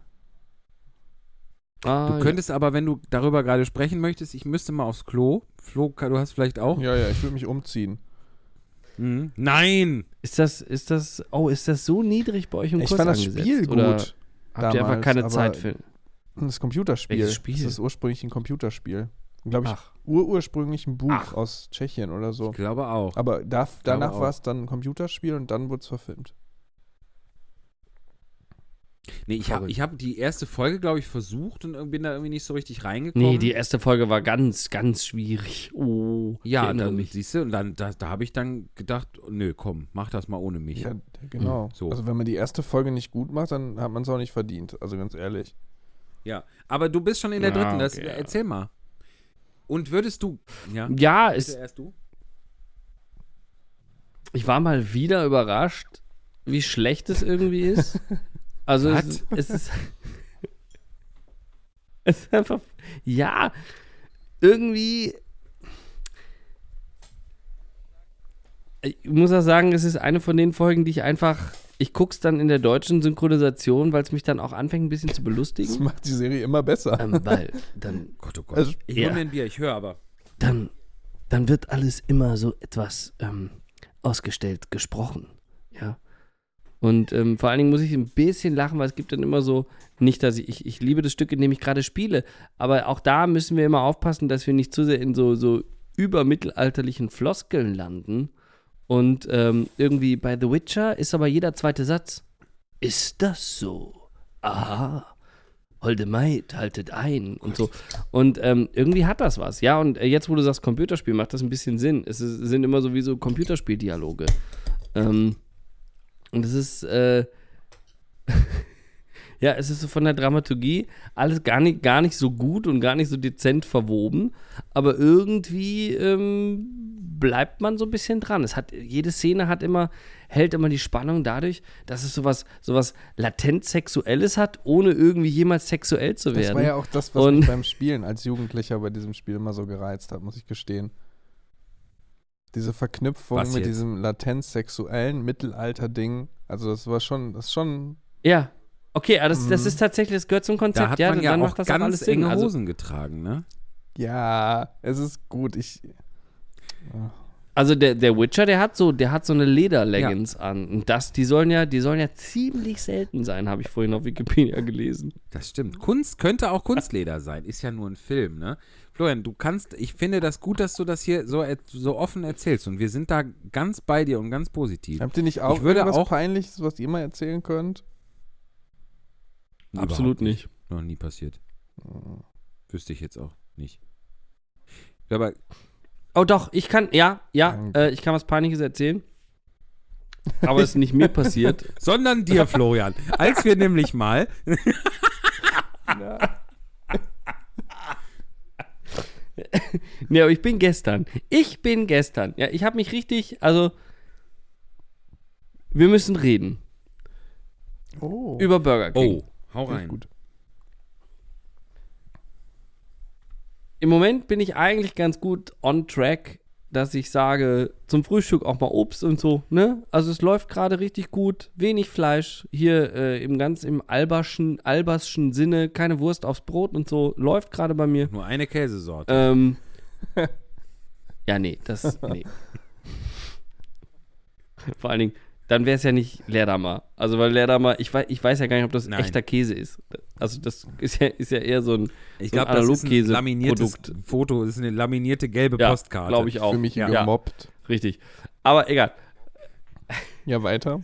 Ah, Du könntest aber, wenn du darüber gerade sprechen möchtest, ich müsste mal aufs Klo. Flo, du hast vielleicht auch? Ja, ja, ich will mich umziehen. Mhm. Nein! Ist das, ist das, oh, ist das so niedrig bei euch im Ich Kurs fand das angesetzt? Spiel Oder gut. habt ihr einfach damals, keine aber- Zeit für? Das Computerspiel. Welches Spiel? Das ist ursprünglich ein Computerspiel. Glaube ich, Ach. ur ursprünglich ein Buch Ach. aus Tschechien oder so. Ich glaube auch. Aber da, danach auch. war es dann ein Computerspiel und dann wurde es verfilmt. Nee, ich habe Verrückt. ich hab die erste Folge, glaube ich, versucht und bin da irgendwie nicht so richtig reingekommen. Nee, die erste Folge war ganz, ganz schwierig. Oh, ich Ja, erinnere dann, mich. siehst du, und dann, da, da habe ich dann gedacht, nö, komm, mach das mal ohne mich. Ja, genau. So. Also wenn man die erste Folge nicht gut macht, dann hat man es auch nicht verdient. Also ganz ehrlich. Ja, aber du bist schon in der Ja, dritten, das, okay, ja. erzähl mal. Und würdest du, ja, Ja, bitte es, erst du? ich war mal wieder überrascht, wie schlecht es irgendwie ist. Also es, es ist es ist einfach, ja, irgendwie, ich muss auch sagen, es ist eine von den Folgen, die ich einfach, ich guck's dann in der deutschen Synchronisation, weil es mich dann auch anfängt, ein bisschen zu Das belustigen. macht die Serie immer besser. Ähm, weil dann Gott, oh Gott. Also, ich ja. hol mir ein Bier, ich höre aber. dann, dann wird alles immer so etwas ähm, ausgestellt gesprochen. Ja. Und ähm, vor allen Dingen muss ich ein bisschen lachen, weil es gibt dann immer so, nicht, dass ich, ich, ich liebe das Stück, in dem ich gerade spiele, aber auch da müssen wir immer aufpassen, dass wir nicht zu sehr in so, so übermittelalterlichen Floskeln landen. Und ähm, irgendwie bei The Witcher ist aber jeder zweite Satz, ist das so? Aha. Holde Maid, haltet ein und so. Und ähm, irgendwie hat das was. Ja, und äh, jetzt, wo du sagst Computerspiel, macht das ein bisschen Sinn. Es ist, sind immer sowieso Computerspieldialoge. Ähm, und es ist, äh, Ja, es ist so von der Dramaturgie alles gar nicht, gar nicht so gut und gar nicht so dezent verwoben, aber irgendwie ähm, bleibt man so ein bisschen dran. Es hat, jede Szene hat immer, hält immer die Spannung dadurch, dass es sowas, sowas latent Sexuelles hat, ohne irgendwie jemals sexuell zu werden. Das war ja auch das, was Und mich beim Spielen als Jugendlicher bei diesem Spiel immer so gereizt hat, muss ich gestehen. Diese Verknüpfung Was mit jetzt? diesem latent sexuellen Mittelalter-Ding, also das war schon, das ist schon, ja, okay, aber das, das Mhm. ist tatsächlich, das gehört zum Konzept. Da hat ja, man ja dann auch macht das auch ganz alles Sinn. enge Also, Hosen getragen, ne? ja, es ist gut, ich, also der, der Witcher, der hat so, der hat so eine Lederleggings an. Und das, die sollen ja, die sollen ja ziemlich selten sein, habe ich vorhin auf Wikipedia gelesen. Das stimmt. Kunst könnte auch Kunstleder sein. Ist ja nur ein Film, ne? Florian, du kannst, ich finde das gut, dass du das hier so, er- so offen erzählst. Und wir sind da ganz bei dir und ganz positiv. habt ihr nicht auch Ich würde irgendwas auch- Peinliches, was ihr mal erzählen könnt? Absolut Überhaupt nicht. Noch nie passiert. Wüsste ich jetzt auch nicht. Aber Oh doch, ich kann, ja, ja, Danke. äh, ich kann was Peinliches erzählen. Aber es ist nicht mir passiert. sondern dir, Florian. Als wir nämlich mal Nee, aber ich bin gestern. Ich bin gestern. Ja, ich habe mich richtig, also wir müssen reden Oh, über Burger King. Oh, hau finde ich rein. gut. Im Moment bin ich eigentlich ganz gut on track, dass ich sage, zum Frühstück auch mal Obst und so, ne? Also es läuft gerade richtig gut, wenig Fleisch, hier äh, im ganz im alberschen, alberschen Sinne, keine Wurst aufs Brot und so, läuft gerade bei mir. Nur eine Käsesorte. Ähm, ja, nee, das, nee. Vor allen Dingen, dann wäre es ja nicht Leerdammer. Also, weil Leerdammer, ich weiß, ich weiß ja gar nicht, ob das Nein. echter Käse ist. Also, das ist ja, ist ja eher so ein, ich so ein glaube, das ist ein Analogkäse- laminiertes Produkt. Foto. Das ist eine laminierte gelbe ja, Postkarte. glaube ich auch. Für mich ja, gemobbt. richtig. Aber egal. Ja, weiter.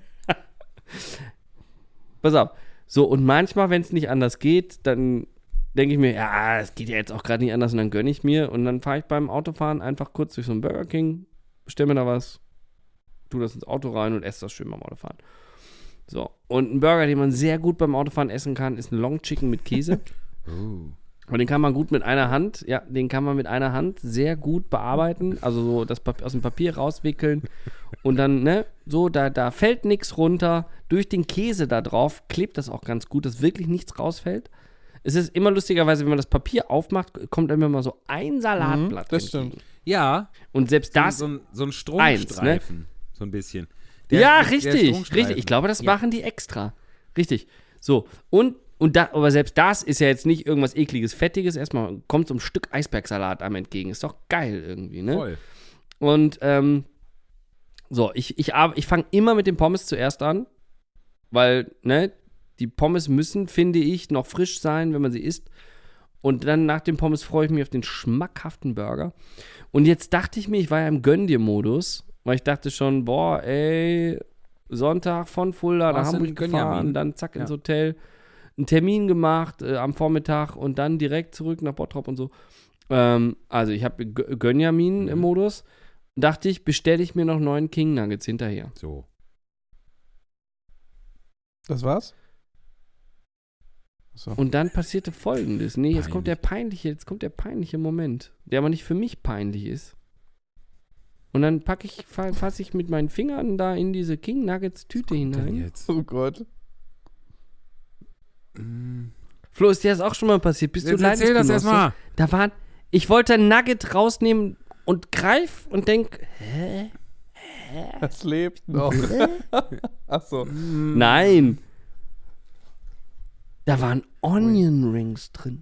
Pass auf. So, und manchmal, wenn es nicht anders geht, dann denke ich mir, ja, es geht ja jetzt auch gerade nicht anders und dann gönne ich mir. Und dann fahre ich beim Autofahren einfach kurz durch so einen Burger King, bestelle mir da was, tu das ins Auto rein und esse das schön beim Autofahren. So, und ein Burger, den man sehr gut beim Autofahren essen kann, ist ein Long Chicken mit Käse. Oh. Und den kann man gut mit einer Hand, ja, den kann man mit einer Hand sehr gut bearbeiten. Also so das Papier, aus dem Papier rauswickeln und dann, ne, so, da, da fällt nichts runter. Durch den Käse da drauf klebt das auch ganz gut, dass wirklich nichts rausfällt. Es ist immer lustigerweise, wenn man das Papier aufmacht, kommt immer mal so ein Salatblatt. Mhm, das entgegen. stimmt. Ja, Und selbst so, das. so, ein, so ein Eins, Stromstreifen. So ein bisschen. Der- ja, der richtig, Stromstreifen. richtig. Ich glaube, das Ja. machen die extra. Richtig. So, und, und da, aber selbst das ist ja jetzt nicht irgendwas ekliges, fettiges. Erstmal kommt so ein Stück Eisbergsalat einem entgegen. Ist doch geil irgendwie, ne? Voll. Und, ähm, so, ich, ich, ar- ich fange immer mit den Pommes zuerst an, weil, ne, die Pommes müssen, finde ich, noch frisch sein, wenn man sie isst. Und dann nach den Pommes freue ich mich auf den schmackhaften Burger. Und jetzt dachte ich mir, ich war ja im Gönn-dir-Modus, weil ich dachte schon, boah, ey, Sonntag von Fulda nach Warst du in Hamburg Gönjamin? gefahren, dann zack ins Ja. Hotel, einen Termin gemacht äh, am Vormittag und dann direkt zurück nach Bottrop und so. Ähm, also ich habe Gö- Gönjamin Mhm. im Modus. Dachte ich, bestelle ich mir noch neun King Nuggets hinterher. So. Das war's? So. Und dann passierte Folgendes. Nee, jetzt kommt der Peinlich. peinliche, jetzt kommt der peinliche Moment, der aber nicht für mich peinlich ist. Und dann packe ich, fa- fasse ich mit meinen Fingern da in diese King Nuggets Tüte Denn hinein. jetzt. Oh Gott. Mm. Flo, ist dir das auch schon mal passiert? Bist Jetzt du erzähl das Leidensgenosse? erstmal. Da waren, ich wollte ein Nugget rausnehmen und greif und denk, hä? Das lebt noch. Achso. Mm. Nein. Da waren Onion Rings drin.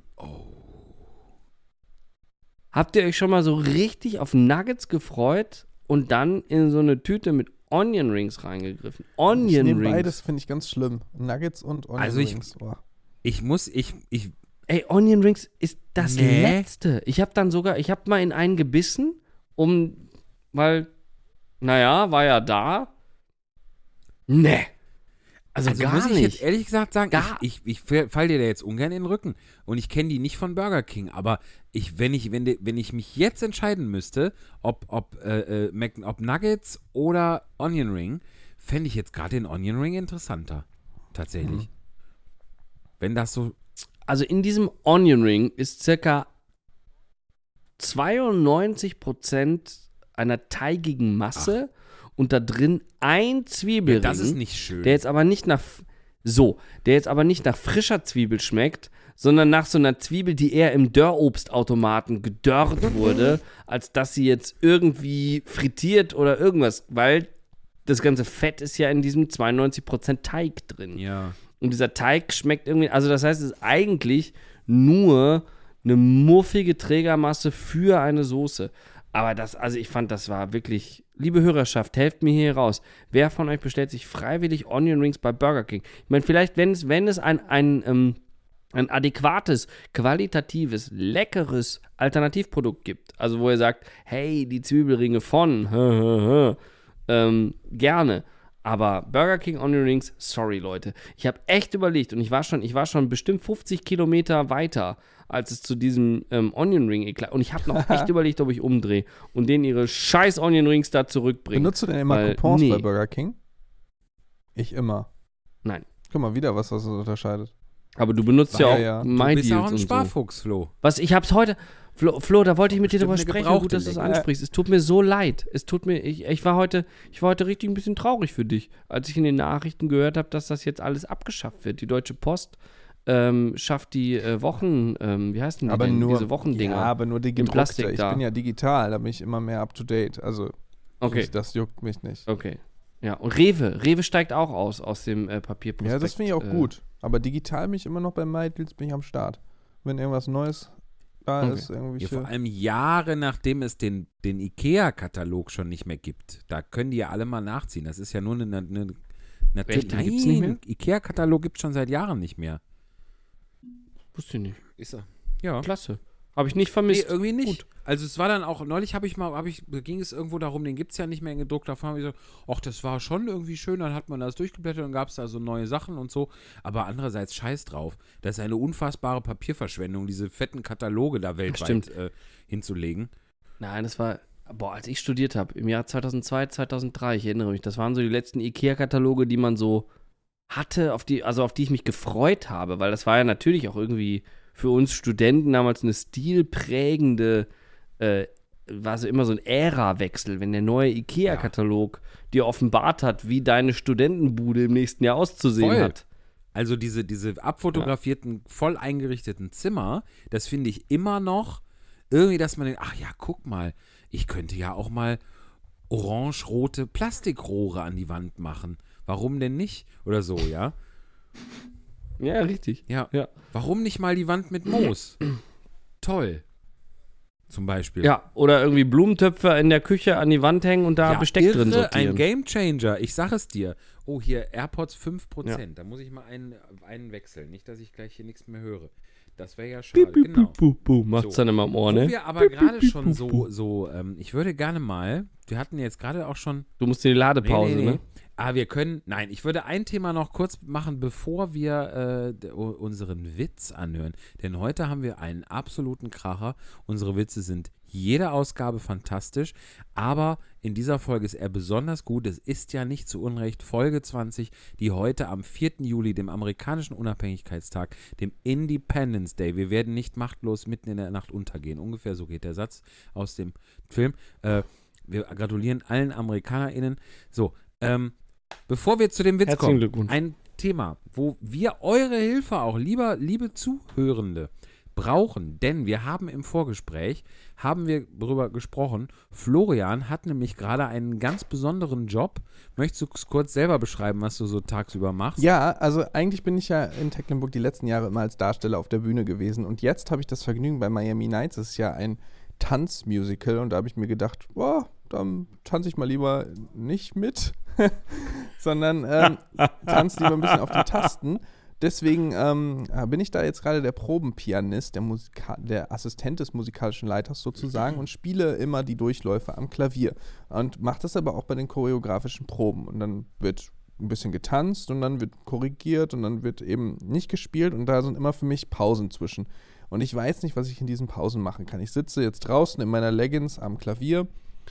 Habt ihr euch schon mal so richtig auf Nuggets gefreut und dann in so eine Tüte mit Onion Rings reingegriffen? Ich Onion nehme Rings. beides, finde ich ganz schlimm. Nuggets und Onion Also ich- Rings. Boah. Ich muss, ich, ich, Ey, Onion Rings ist das Nee. Letzte. Ich habe dann sogar, ich habe mal in einen gebissen, um, weil, naja, war ja da. Nee. Also, also gar muss ich nicht. jetzt ehrlich gesagt sagen, Gar- ich, ich, ich fall fall dir da jetzt ungern in den Rücken. Und ich kenne die nicht von Burger King, aber ich, wenn ich, wenn, die- wenn ich mich jetzt entscheiden müsste, ob, ob, äh, äh, Mac, ob Nuggets oder Onion Ring, fände ich jetzt gerade den Onion Ring interessanter. Tatsächlich. Wenn das so. Also in diesem Onion Ring ist circa zweiundneunzig Prozent einer teigigen Masse Ach. und da drin ein Zwiebelring. Ja, das ist nicht schön. Der jetzt aber nicht nach so, der jetzt aber nicht nach frischer Zwiebel schmeckt, sondern nach so einer Zwiebel, die eher im Dörrobstautomaten gedörrt wurde, als dass sie jetzt irgendwie frittiert oder irgendwas, weil das ganze Fett ist ja in diesem zweiundneunzig Prozent Teig drin. Ja. Und dieser Teig schmeckt irgendwie, also das heißt, es ist eigentlich nur eine muffige Trägermasse für eine Soße. Aber das, also ich fand, das war wirklich, liebe Hörerschaft, helft mir hier raus. Wer von euch bestellt sich freiwillig Onion Rings bei Burger King? Ich meine, vielleicht, wenn es, wenn es ein, ein, ähm, ein adäquates, qualitatives, leckeres Alternativprodukt gibt, also wo ihr sagt, hey, die Zwiebelringe von, hä, hä, hä, ähm, gerne. Aber Burger King Onion Rings, sorry Leute. Ich habe echt überlegt und ich war schon, ich war schon bestimmt fünfzig Kilometer weiter, als es zu diesem ähm, Onion Ring eklat. Und ich habe noch echt überlegt, ob ich umdrehe und denen ihre scheiß Onion Rings da zurückbringe. Benutzt du denn immer Weil, Coupons nee. bei Burger King? Ich immer. Nein. Guck mal, wieder was, was das unterscheidet. Aber du benutzt ja, Ja, auch ja. My Du bist ja Deals auch ein und so. Sparfuchs, Flo. Was, ich hab's heute, Flo, Flo da wollte ich mit dir Bestimmt drüber eine sprechen, gebrauchte gut, dass du es Länge. ansprichst. Es tut mir so leid. Es tut mir, ich, ich war heute, ich war heute richtig ein bisschen traurig für dich, als ich in den Nachrichten gehört habe, dass das jetzt alles abgeschafft wird. Die Deutsche Post ähm, schafft die äh, Wochen, ähm, wie heißen die Aber denn? nur, Diese Wochendinger. Ja, aber nur die im gedruckte. Plastik Ich da. bin ja digital, da bin ich immer mehr up to date. Also, Okay, ich, das juckt mich nicht. okay. Ja, und Rewe, Rewe steigt auch aus, aus dem äh, Papierprospekt. Ja, das finde ich auch äh, gut. Aber digital bin ich immer noch bei MyDeals, bin ich am Start. Wenn irgendwas Neues da Okay. ist, irgendwie. Ja, vor allem Jahre nachdem es den, den IKEA-Katalog schon nicht mehr gibt. Da können die ja alle mal nachziehen. Das ist ja nur eine. eine, eine Echt? Den Nein, gibt's nicht mehr? IKEA-Katalog gibt es schon seit Jahren nicht mehr. Wusste ich nicht. Ist er? Ja. Klasse. Habe ich nicht Nee, vermisst. irgendwie nicht. Gut. Also es war dann auch, neulich habe ich mal, habe ich, ging es irgendwo darum, den gibt es ja nicht mehr in gedruckter Form. Ich so, ach, das war schon irgendwie schön, dann hat man das durchgeblättert und gab es da so neue Sachen und so. Aber andererseits scheiß drauf. Das ist eine unfassbare Papierverschwendung, diese fetten Kataloge da weltweit äh, hinzulegen. Nein, das war, boah, als ich studiert habe, im Jahr zweitausendzwei, zweitausenddrei, ich erinnere mich, das waren so die letzten IKEA-Kataloge, die man so hatte, auf die, also auf die ich mich gefreut habe, weil das war ja natürlich auch irgendwie für uns Studenten damals eine stilprägende, äh, war so immer so ein Ära-Wechsel, wenn der neue IKEA-Katalog dir offenbart hat, wie deine Studentenbude im nächsten Jahr auszusehen Voll. hat. Also diese, diese abfotografierten, voll eingerichteten Zimmer, das finde ich immer noch irgendwie, dass man denkt, ach ja, guck mal, ich könnte ja auch mal orange-rote Plastikrohre an die Wand machen. Warum denn nicht? Oder so, ja? Ja, richtig. Ja. Ja. Warum nicht mal die Wand mit Moos? Toll. Zum Beispiel. Ja, oder irgendwie Blumentöpfe in der Küche an die Wand hängen und da Ja, Besteck irre, drin sortieren. ein Gamechanger, ich sag es dir. Oh, hier AirPods fünf Prozent. Da muss ich mal einen, einen wechseln. Nicht, dass ich gleich hier nichts mehr höre. Das wäre ja schade. Piep, piep, Genau. piep, piep, piep, macht's So. dann immer im Ohr, Wo ne? wir aber gerade schon so, so ähm, ich würde gerne mal, wir hatten jetzt gerade auch schon, Du musst in die Ladepause, Nee, nee, nee. ne? Ah, wir können, nein, ich würde ein Thema noch kurz machen, bevor wir äh, d- u- unseren Witz anhören. Denn heute haben wir einen absoluten Kracher. Unsere Witze sind jede Ausgabe fantastisch, aber in dieser Folge ist er besonders gut. Es ist ja nicht zu Unrecht Folge zwanzig, die heute am vierten Juli, dem amerikanischen Unabhängigkeitstag, dem Independence Day, wir werden nicht machtlos mitten in der Nacht untergehen. Ungefähr so geht der Satz aus dem Film. Äh, wir gratulieren allen AmerikanerInnen. So, ähm, bevor wir zu dem Witz Herzlichen kommen, Glückwunsch. ein Thema, wo wir eure Hilfe auch, lieber, liebe Zuhörende, brauchen, denn wir haben im Vorgespräch, haben wir darüber gesprochen, Florian hat nämlich gerade einen ganz besonderen Job. Möchtest du kurz selber beschreiben, was du so tagsüber machst? Ja, also eigentlich bin ich ja in Tecklenburg die letzten Jahre immer als Darsteller auf der Bühne gewesen und jetzt habe ich das Vergnügen bei Miami Nights, das ist ja ein Tanzmusical und da habe ich mir gedacht, boah, dann tanze ich mal lieber nicht mit, sondern ähm, tanze lieber ein bisschen auf die Tasten. Deswegen ähm, bin ich da jetzt gerade der Probenpianist, der, Musika- der Assistent des musikalischen Leiters sozusagen und spiele immer die Durchläufe am Klavier und mache das aber auch bei den choreografischen Proben und dann wird ein bisschen getanzt und dann wird korrigiert und dann wird eben nicht gespielt und da sind immer für mich Pausen zwischen. Und ich weiß nicht, was ich in diesen Pausen machen kann. Ich sitze jetzt draußen in meiner Leggings am Klavier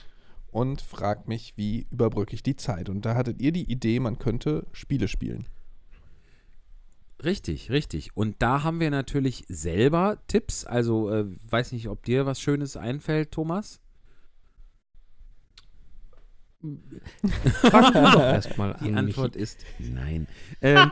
und frage mich, wie überbrücke ich die Zeit. Und da hattet ihr die Idee, man könnte Spiele spielen. Richtig, richtig. Und da haben wir natürlich selber Tipps. Also, äh, weiß nicht, ob dir was Schönes einfällt, Thomas? Frag du doch erstmal Die an Antwort Michi. ist nein. ähm,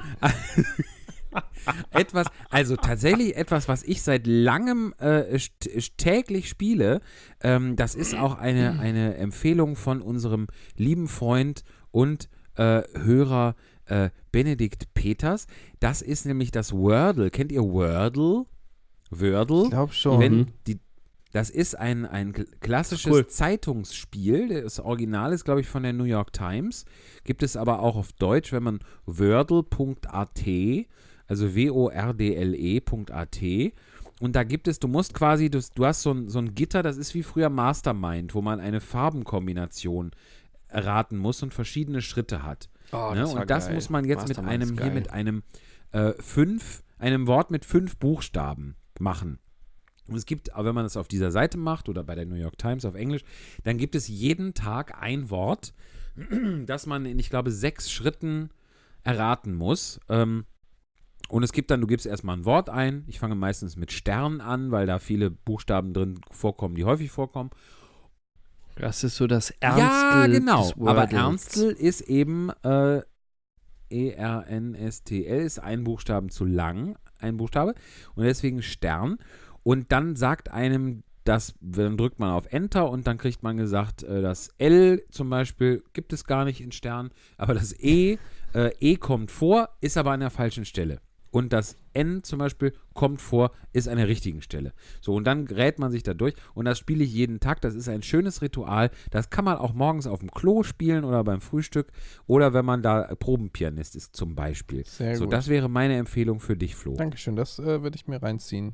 etwas, also tatsächlich etwas, was ich seit langem äh, st- täglich spiele. Ähm, das ist auch eine, eine Empfehlung von unserem lieben Freund und äh, Hörer äh, Benedikt Peters. Das ist nämlich das Wordle. Kennt ihr Wordle? Wordle? Ich glaube schon. Wenn die, das ist ein, ein klassisches Cool. Zeitungsspiel. Das Original ist, glaube ich, von der New York Times. Gibt es aber auch auf Deutsch, wenn man wordle punkt a t, also W O R D L E Punkt A T. Und da gibt es, du musst quasi, du, du hast so ein, so ein Gitter, das ist wie früher Mastermind, wo man eine Farbenkombination erraten muss und verschiedene Schritte hat. Oh, Ne? das war Und das geil. muss man jetzt mit Mastermind ist einem, hier geil. mit einem äh, fünf, einem Wort mit fünf Buchstaben machen. Und es gibt, aber wenn man das auf dieser Seite macht oder bei der New York Times auf Englisch, dann gibt es jeden Tag ein Wort, das man in, ich glaube, sechs Schritten erraten muss. Ähm, und es gibt dann, du gibst erstmal ein Wort ein. Ich fange meistens mit Stern an, weil da viele Buchstaben drin vorkommen, die häufig vorkommen. Das ist so das Ernstel Ja, genau. des Aber Wordles. Ernstel ist eben äh, E R N S T L, ist ein Buchstaben zu lang, ein Buchstabe. Und deswegen Stern. Und dann sagt einem das, dann drückt man auf Enter und dann kriegt man gesagt, äh, das L zum Beispiel gibt es gar nicht in Stern, aber das E, äh, E kommt vor, ist aber an der falschen Stelle. Und das N zum Beispiel kommt vor, ist an der richtigen Stelle. So, und dann rät man sich da durch. Und das spiele ich jeden Tag. Das ist ein schönes Ritual. Das kann man auch morgens auf dem Klo spielen oder beim Frühstück. Oder wenn man da Probenpianist ist zum Beispiel. Sehr so, gut. das wäre meine Empfehlung für dich, Flo. Dankeschön, das äh, würde ich mir reinziehen.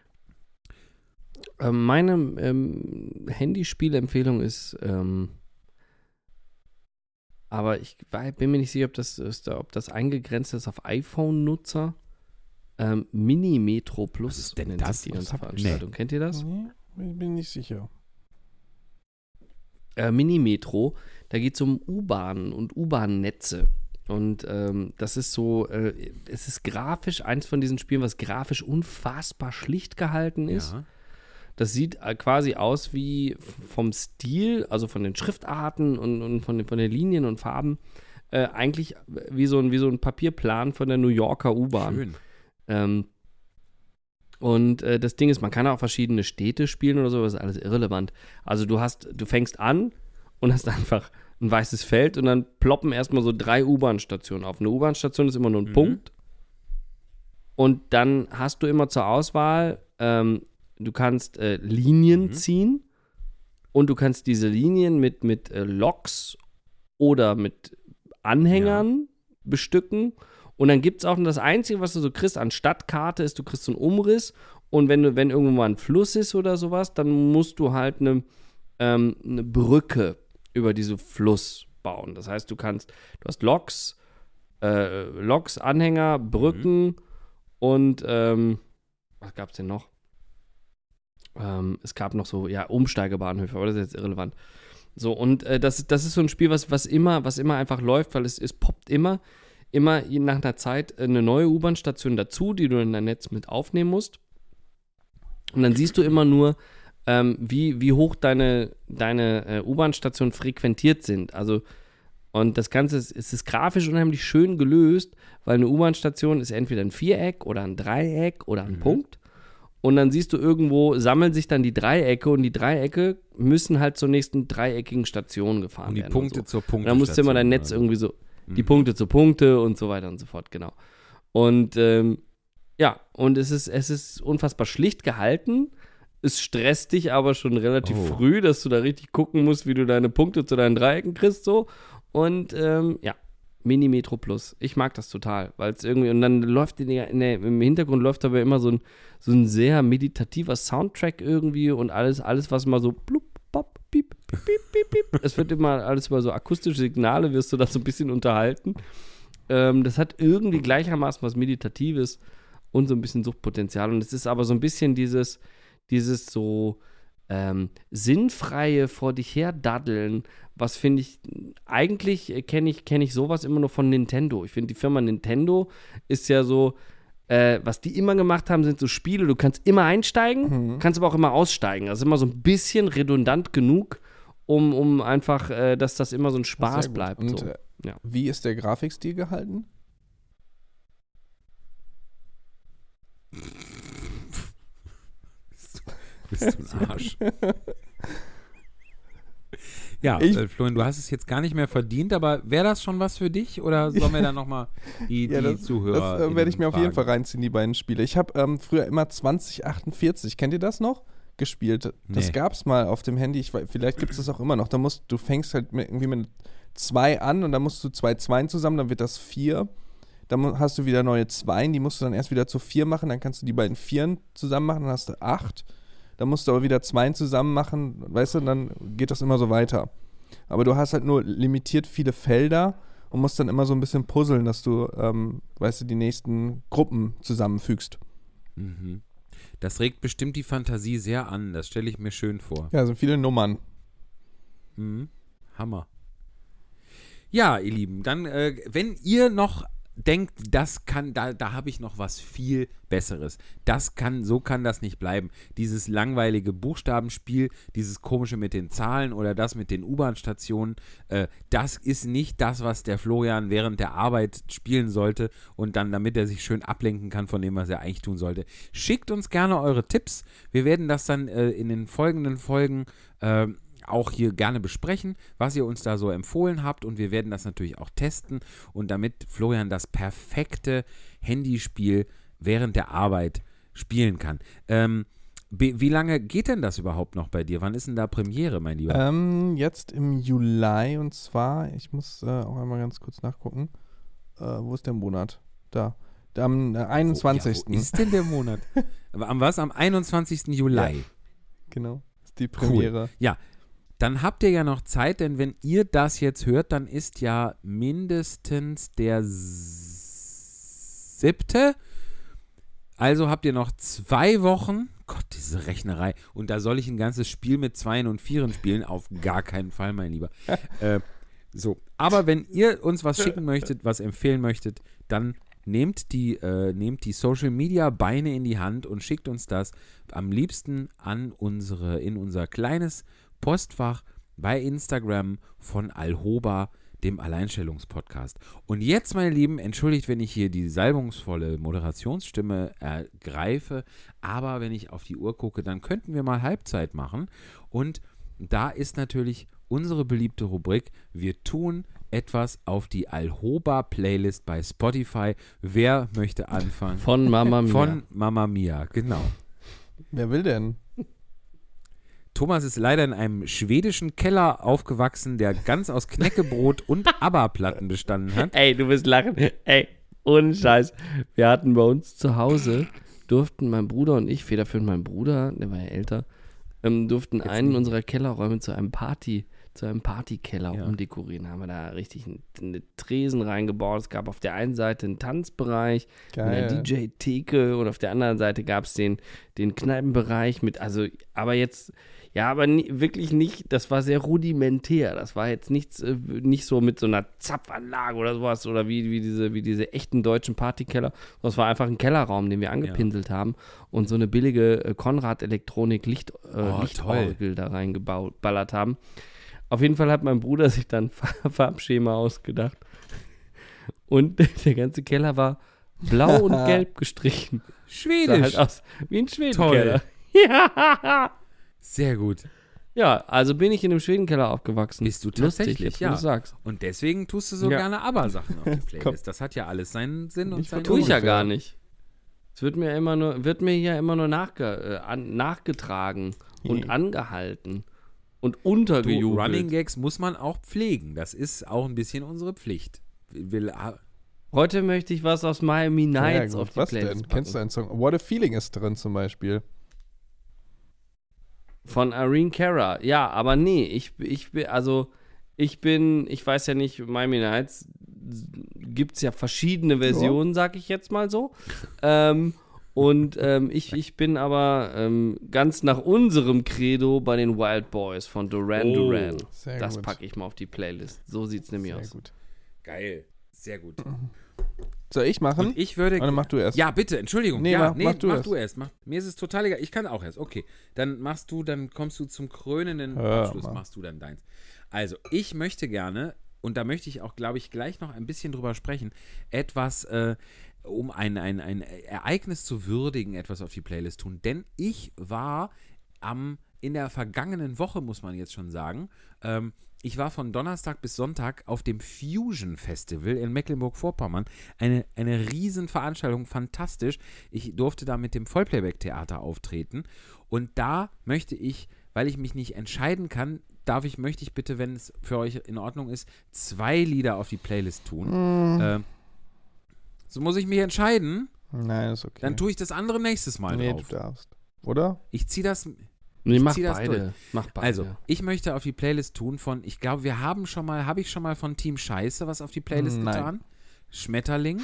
Ähm, meine ähm, Handyspielempfehlung ist, ähm, aber ich war, bin mir nicht sicher, ob das, ist, ob das eingegrenzt ist auf iPhone-Nutzer. Ähm, Mini-Metro Plus Was ist denn nennt das? sich die Was ganze hab- Veranstaltung. Kennt ihr das? Nee, ich bin nicht sicher. Äh, Mini-Metro, da geht es um U-Bahnen und U-Bahn-Netze. Und ähm, das ist so, äh, es ist grafisch eins von diesen Spielen, was grafisch unfassbar schlicht gehalten ist. Ja. Das sieht äh, quasi aus wie f- vom Stil, also von den Schriftarten und, und von, den, von den Linien und Farben, äh, eigentlich wie so, ein, wie so ein Papierplan von der New Yorker U-Bahn. Schön. Ähm, und äh, das Ding ist, man kann auch verschiedene Städte spielen oder so, das ist alles irrelevant. Also du hast, du fängst an und hast einfach ein weißes Feld und dann ploppen erstmal so drei U-Bahn-Stationen auf. Eine U-Bahn-Station ist immer nur ein Mhm. Punkt. Und dann hast du immer zur Auswahl, ähm, du kannst äh, Linien Mhm. ziehen und du kannst diese Linien mit, mit äh, Loks oder mit Anhängern bestücken. Und dann gibt es auch das Einzige, was du so kriegst an Stadtkarte, ist, du kriegst so einen Umriss. Und wenn du, wenn irgendwo mal ein Fluss ist oder sowas, dann musst du halt eine, ähm, eine Brücke über diesen Fluss bauen. Das heißt, du kannst, du hast Loks, äh, Loks, Anhänger, Brücken und ähm, was gab es denn noch? Ähm, es gab noch so, ja, Umsteigebahnhöfe, aber das ist jetzt irrelevant. So, und äh, das, das ist so ein Spiel, was, was, immer, was immer einfach läuft, weil es, es poppt immer, immer je nach einer Zeit eine neue U-Bahn-Station dazu, die du in dein Netz mit aufnehmen musst. Und dann siehst du immer nur, ähm, wie, wie hoch deine, deine äh, U-Bahn-Stationen frequentiert sind. Also, und das Ganze ist, es ist grafisch unheimlich schön gelöst, weil eine U-Bahn-Station ist entweder ein Viereck oder ein Dreieck oder ein Mhm. Punkt. Und dann siehst du irgendwo, sammeln sich dann die Dreiecke und die Dreiecke müssen halt zur nächsten dreieckigen Station gefahren Und die werden. Punkte und so. zur Punkte. Und dann musst du immer dein Netz irgendwie so, die Mhm. Punkte zu Punkte und so weiter und so fort, genau. Und ähm, ja, und es ist, es ist unfassbar schlicht gehalten. Es stresst dich aber schon relativ Oh. früh, dass du da richtig gucken musst, wie du deine Punkte zu deinen Dreiecken kriegst, so. Und ähm, ja, Mini Metro Plus. Ich mag das total, weil es irgendwie, und dann läuft in der, in der, im Hintergrund läuft aber immer so ein, so ein sehr meditativer Soundtrack irgendwie und alles, alles, was mal so blub, bop, piep, piep, piep, piep, piep. Es wird immer alles über so akustische Signale, wirst du da so ein bisschen unterhalten. Ähm, das hat irgendwie gleichermaßen was Meditatives und so ein bisschen Suchtpotenzial. Und es ist aber so ein bisschen dieses, dieses so ähm, sinnfreie vor dich her daddeln, was finde ich, eigentlich kenne ich, kenn ich sowas immer nur von Nintendo. Ich finde, die Firma Nintendo ist ja so, Äh, was die immer gemacht haben, sind so Spiele, du kannst immer einsteigen, Mhm. kannst aber auch immer aussteigen. Also immer so ein bisschen redundant genug, um, um einfach, äh, dass das immer so ein Spaß Sehr gut. bleibt. Und So. äh, Ja. wie ist der Grafikstil gehalten? Bist du ein Arsch. Ja, Ich- äh, Florian, du hast es jetzt gar nicht mehr verdient, aber wäre das schon was für dich oder sollen wir da nochmal die, Ja, die das, Zuhörer das äh, werde ich mir auf jeden Fall reinziehen, die beiden Spiele. Ich habe ähm, früher immer zwanzig achtundvierzig, kennt ihr das noch? Gespielt. Das Nee. gab es mal auf dem Handy, ich, wei- vielleicht gibt es das auch immer noch. Da musst, du fängst halt mit, irgendwie mit zwei an und dann musst du zwei Zweien zusammen, dann wird das vier. Dann mu- hast du wieder neue Zweien, die musst du dann erst wieder zu vier machen, dann kannst du die beiden Vieren zusammen machen, dann hast du acht. Dann musst du aber wieder Zweien zusammen machen, weißt du, und dann geht das immer so weiter. Aber du hast halt nur limitiert viele Felder und musst dann immer so ein bisschen puzzeln, dass du, ähm, weißt du, die nächsten Gruppen zusammenfügst. Mhm. Das regt bestimmt die Fantasie sehr an, das stelle ich mir schön vor. Ja, sind viele Nummern. Mhm. Hammer. Ja, ihr Lieben, dann, äh, wenn ihr noch denkt, das kann, da, da habe ich noch was viel Besseres. Das kann, so kann das nicht bleiben. Dieses langweilige Buchstabenspiel, dieses komische mit den Zahlen oder das mit den U-Bahn-Stationen, äh, das ist nicht das, was der Florian während der Arbeit spielen sollte und dann, damit er sich schön ablenken kann von dem, was er eigentlich tun sollte. Schickt uns gerne eure Tipps. Wir werden das dann äh, in den folgenden Folgen äh, auch hier gerne besprechen, was ihr uns da so empfohlen habt und wir werden das natürlich auch testen und damit Florian das perfekte Handyspiel während der Arbeit spielen kann. Ähm, be- wie lange geht denn das überhaupt noch bei dir? Wann ist denn da Premiere, mein Lieber? Ähm, jetzt im Juli und zwar, ich muss äh, auch einmal ganz kurz nachgucken, äh, wo ist der Monat? Da. Da am äh, einundzwanzigsten Wo, ja, wo ist denn der Monat? Aber am was? Am einundzwanzigsten Juli. Ja. Genau, ist die Premiere. Ja, dann habt ihr ja noch Zeit, denn wenn ihr das jetzt hört, dann ist ja mindestens der siebte. Also habt ihr noch zwei Wochen. Gott, diese Rechnerei. Und da soll ich ein ganzes Spiel mit Zweien und Vieren spielen? Auf gar keinen Fall, mein Lieber. äh, so, aber wenn ihr uns was schicken möchtet, was empfehlen möchtet, dann nehmt die, äh, nehmt die Social Media Beine in die Hand und schickt uns das am liebsten an unsere, in unser kleines Postfach bei Instagram von Alhoba, dem Alleinstellungspodcast. Und jetzt, meine Lieben, entschuldigt, wenn ich hier die salbungsvolle Moderationsstimme ergreife, aber wenn ich auf die Uhr gucke, dann könnten wir mal Halbzeit machen. Und da ist natürlich unsere beliebte Rubrik, wir tun etwas auf die Alhoba-Playlist bei Spotify. Wer möchte anfangen? Von Mama Mia. Von Mama Mia, genau. Wer will denn? Thomas ist leider in einem schwedischen Keller aufgewachsen, der ganz aus Knäckebrot und ABBA-Platten bestanden hat. Ey, du wirst lachen. Ey, ohne Scheiß. Wir hatten bei uns zu Hause, durften mein Bruder und ich, federführend mein Bruder, der war ja älter, ähm, durften Jetzt einen nicht. unserer Kellerräume zu einem Party, zu einem Partykeller Ja. umdekorieren. Haben wir da richtig einen, eine Tresen reingebaut. Es gab auf der einen Seite einen Tanzbereich, eine Geil. D J-Theke und auf der anderen Seite gab es den, den Kneipenbereich mit, also, aber jetzt, ja, aber nie, wirklich nicht, das war sehr rudimentär. Das war jetzt nichts, äh, nicht so mit so einer Zapfanlage oder sowas oder wie, wie, diese, wie diese echten deutschen Partykeller. Das war einfach ein Kellerraum, den wir angepinselt haben und so eine billige äh, Konrad-Elektronik-Licht, äh, Oh, Lichtorgel da reingeballert haben. Auf jeden Fall hat mein Bruder sich dann ein Farbschema ausgedacht. Und der ganze Keller war blau und gelb gestrichen. Sah Schwedisch. halt aus wie ein Schwedenkeller. Ja. Sehr gut. Ja, also bin ich in einem Schwedenkeller aufgewachsen. Bist du Lustig, tatsächlich, jetzt, wo ja. du sagst. Und deswegen tust du so Ja. gerne ABBA-Sachen auf die Komm. Playlist. Das hat ja alles seinen Sinn und Ich seinen Tue ich ja ungefähr. gar nicht. Es wird mir immer nur, wird mir ja immer nur nachge, äh, an, nachgetragen und Hm. angehalten und Du, untergejubelt. Running Gags muss man auch pflegen. Das ist auch ein bisschen unsere Pflicht. Will, ah, Heute möchte ich was aus Miami Nights Ja, auf gut. die Was Playlist denn? packen. Kennst du einen Song? What a Feeling ist drin zum Beispiel. Von Irene Cara. Ja, aber nee, ich, ich bin, also ich bin, ich weiß ja nicht, Miami Nights gibt es ja verschiedene Versionen, sag ich jetzt mal so. ähm, und ähm, ich, ich bin aber ähm, ganz nach unserem Credo bei den Wild Boys von Duran Oh, Duran. Sehr Das gut. packe ich mal auf die Playlist. So sieht's nämlich Sehr aus. gut. geil. Sehr gut. Soll ich machen? Und ich würde. Oder mach du erst. Ja, bitte, Entschuldigung. Nee, ja, mach, nee, mach du mach erst. du erst. Mach, mir ist es total egal. Ich kann auch erst. Okay. Dann machst du, dann kommst du zum krönenden Hör Abschluss, mal. machst du dann deins. Also, ich möchte gerne, und da möchte ich auch, glaube ich, gleich noch ein bisschen drüber sprechen, etwas, äh, um ein, ein, ein Ereignis zu würdigen, etwas auf die Playlist tun. Denn ich war am, in der vergangenen Woche, muss man jetzt schon sagen, ähm, ich war von Donnerstag bis Sonntag auf dem Fusion Festival in Mecklenburg-Vorpommern. Eine, eine Riesenveranstaltung, fantastisch. Ich durfte da mit dem Vollplayback-Theater auftreten. Und da möchte ich, weil ich mich nicht entscheiden kann, darf ich, möchte ich bitte, wenn es für euch in Ordnung ist, zwei Lieder auf die Playlist tun. Mm. Äh, so muss ich mich entscheiden. Nein, ist okay. Dann tue ich das andere nächstes Mal nee, drauf. du darfst. Oder? Ich ziehe das... Nee, Ich mach zieh das beide. durch. Mach beide. Also, ich möchte auf die Playlist tun von, ich glaube, wir haben schon mal, habe ich schon mal von Team Scheiße was auf die Playlist Nein. getan? Schmetterling?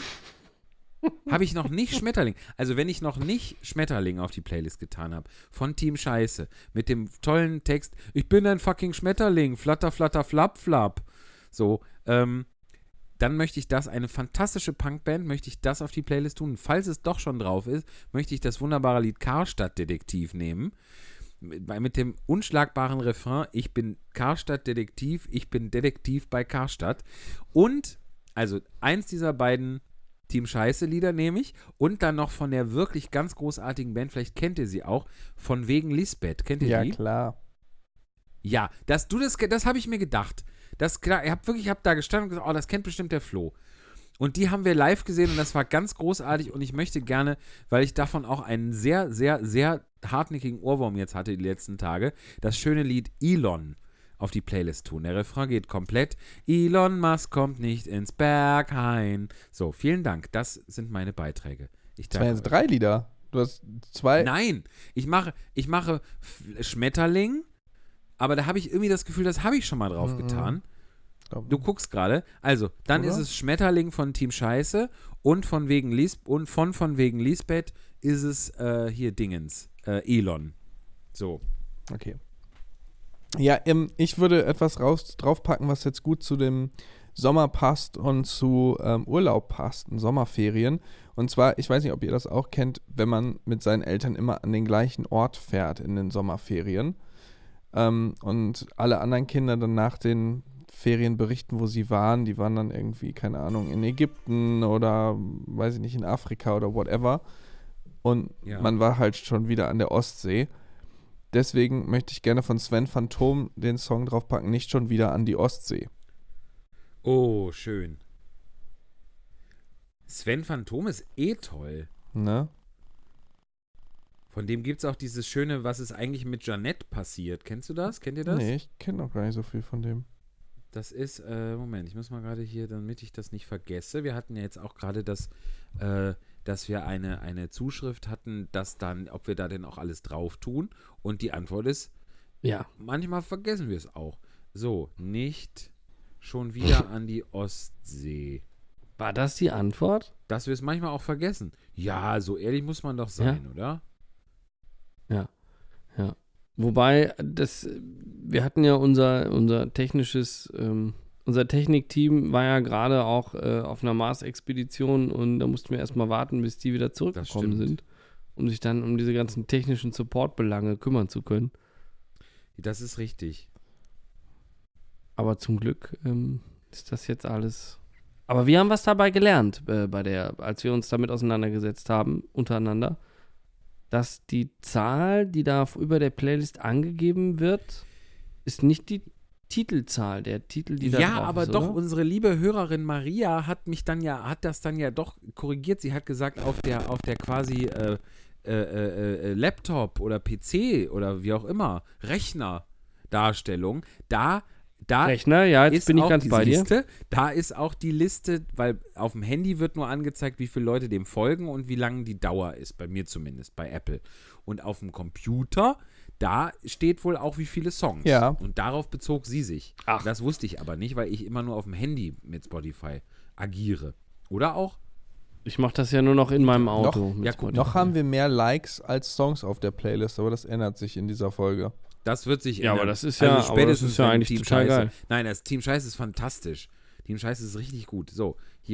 Habe ich noch nicht Schmetterling. Also, wenn ich noch nicht Schmetterling auf die Playlist getan habe, von Team Scheiße, mit dem tollen Text, ich bin ein fucking Schmetterling, flatter, flatter, flap, flap. So, ähm, dann möchte ich das, eine fantastische Punkband, möchte ich das auf die Playlist tun. Und falls es doch schon drauf ist, möchte ich das wunderbare Lied Karstadt-Detektiv nehmen. Mit, mit dem unschlagbaren Refrain, ich bin Karstadt-Detektiv, ich bin Detektiv bei Karstadt. Und, also eins dieser beiden Team Scheiße-Lieder nehme ich und dann noch von der wirklich ganz großartigen Band, vielleicht kennt ihr sie auch, von wegen Lisbeth. Kennt ihr Ja, die? klar. Ja, dass du das, das habe ich mir gedacht. Das, klar, ich habe wirklich, ich habe da gestanden und gesagt, oh, das kennt bestimmt der Flo. Und die haben wir live gesehen und das war ganz großartig und ich möchte gerne, weil ich davon auch einen sehr, sehr, sehr hartnäckigen Ohrwurm jetzt hatte die letzten Tage, das schöne Lied Elon auf die Playlist tun. Der Refrain geht komplett, Elon Musk kommt nicht ins Berghain. So, vielen Dank, das sind meine Beiträge. Ich Das waren danke jetzt euch. drei Lieder. Du hast zwei. Nein, ich mache, ich mache F- Schmetterling, aber da habe ich irgendwie das Gefühl, das habe ich schon mal drauf Mhm. getan. Du guckst gerade. Also, dann Oder? ist es Schmetterling von Team Scheiße und von wegen Lies und von von wegen Lisbeth ist es äh, hier Dingens, äh, Elon. So. Okay. Ja, ähm, ich würde etwas raus, draufpacken, was jetzt gut zu dem Sommer passt und zu ähm, Urlaub passt, in Sommerferien. Und zwar, ich weiß nicht, ob ihr das auch kennt, wenn man mit seinen Eltern immer an den gleichen Ort fährt in den Sommerferien. Ähm, und alle anderen Kinder dann nach den Ferien berichten, wo sie waren. Die waren dann irgendwie, keine Ahnung, in Ägypten oder, weiß ich nicht, in Afrika oder whatever. Und Ja. man war halt schon wieder an der Ostsee. Deswegen möchte ich gerne von Sven Phantom den Song draufpacken, nicht schon wieder an die Ostsee. Oh, schön. Sven Phantom ist eh toll. Ne? Von dem gibt es auch dieses schöne, was ist eigentlich mit Jeanette passiert. Kennst du das? Kennt ihr das? Nee, ich kenne noch gar nicht so viel von dem. Das ist, äh, Moment, ich muss mal gerade hier, damit ich das nicht vergesse. Wir hatten ja jetzt auch gerade das, äh, dass wir eine, eine Zuschrift hatten, dass dann, ob wir da denn auch alles drauf tun. Und die Antwort ist, Ja. manchmal vergessen wir es auch. So, nicht schon wieder an die Ostsee. War das die Antwort? Dass wir es manchmal auch vergessen. Ja, so ehrlich muss man doch sein, oder? Ja. Ja. Wobei, das, wir hatten ja unser, unser technisches, ähm, unser Technikteam war ja gerade auch äh, auf einer Mars-Expedition und da mussten wir erstmal warten, bis die wieder zurückgekommen stimmt. sind, um sich dann um diese ganzen technischen Support-Belange kümmern zu können. Das ist richtig. Aber zum Glück ähm, ist das jetzt alles. Aber wir haben was dabei gelernt, äh, bei der, als wir uns damit auseinandergesetzt haben, untereinander, dass die Zahl, die da f- über der Playlist angegeben wird, ist nicht die Titelzahl, der Titel, die da Ja, drauf aber ist, doch, oder? unsere liebe Hörerin Maria hat mich dann ja, hat das dann ja doch korrigiert. Sie hat gesagt, auf der, auf der quasi äh, äh, äh, äh, Laptop oder P C oder wie auch immer, Rechner-Darstellung, da, da Rechner, ja, jetzt ist bin ich auch ganz diese bei dir. Liste, da ist auch die Liste, weil auf dem Handy wird nur angezeigt, wie viele Leute dem folgen und wie lange die Dauer ist, bei mir zumindest, bei Apple. Und auf dem Computer, da steht wohl auch, wie viele Songs. Ja. Und darauf bezog sie sich. Ach. Das wusste ich aber nicht, weil ich immer nur auf dem Handy mit Spotify agiere. Oder auch? Ich mache das ja nur noch in meinem Auto. Noch- mit ja, guck, Spotify. Noch haben wir mehr Likes als Songs auf der Playlist, aber das ändert sich in dieser Folge. Das wird sich Ja, aber ändern. das ist ja- aber das spätestens ist ja wenn eigentlich Team total Scheiße. geil. Nein, das Team Scheiße ist fantastisch. Team Scheiße ist richtig gut. So, hier.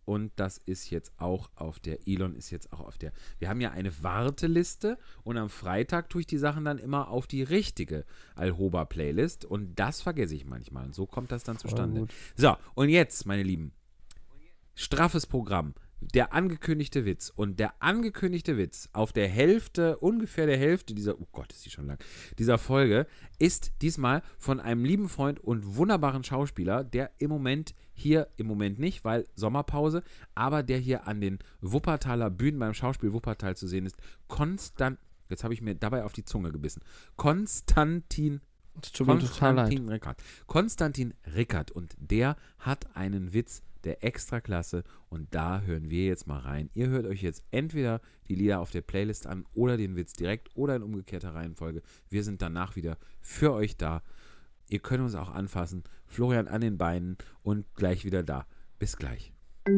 und das ist jetzt auch auf der, Elon ist jetzt auch auf der, wir haben ja eine Warteliste und am Freitag tue ich die Sachen dann immer auf die richtige Alhoba-Playlist und das vergesse ich manchmal und so kommt das dann zustande. So, und jetzt, meine Lieben, straffes Programm. Der angekündigte Witz. Und der angekündigte Witz auf der Hälfte, ungefähr der Hälfte dieser, oh Gott, ist die schon lang, dieser Folge, ist diesmal von einem lieben Freund und wunderbaren Schauspieler, der im Moment hier, im Moment nicht, weil Sommerpause, aber der hier an den Wuppertaler Bühnen beim Schauspiel Wuppertal zu sehen ist, Konstant, jetzt habe ich mir dabei auf die Zunge gebissen, Konstantin Konstantin Rickert. Konstantin Rickert und der hat einen Witz der Extraklasse und da hören wir jetzt mal rein. Ihr hört euch jetzt entweder die Lieder auf der Playlist an oder den Witz direkt oder in umgekehrter Reihenfolge. Wir sind danach wieder für euch da. Ihr könnt uns auch anfassen. Florian an den Beinen und gleich wieder da. Bis gleich.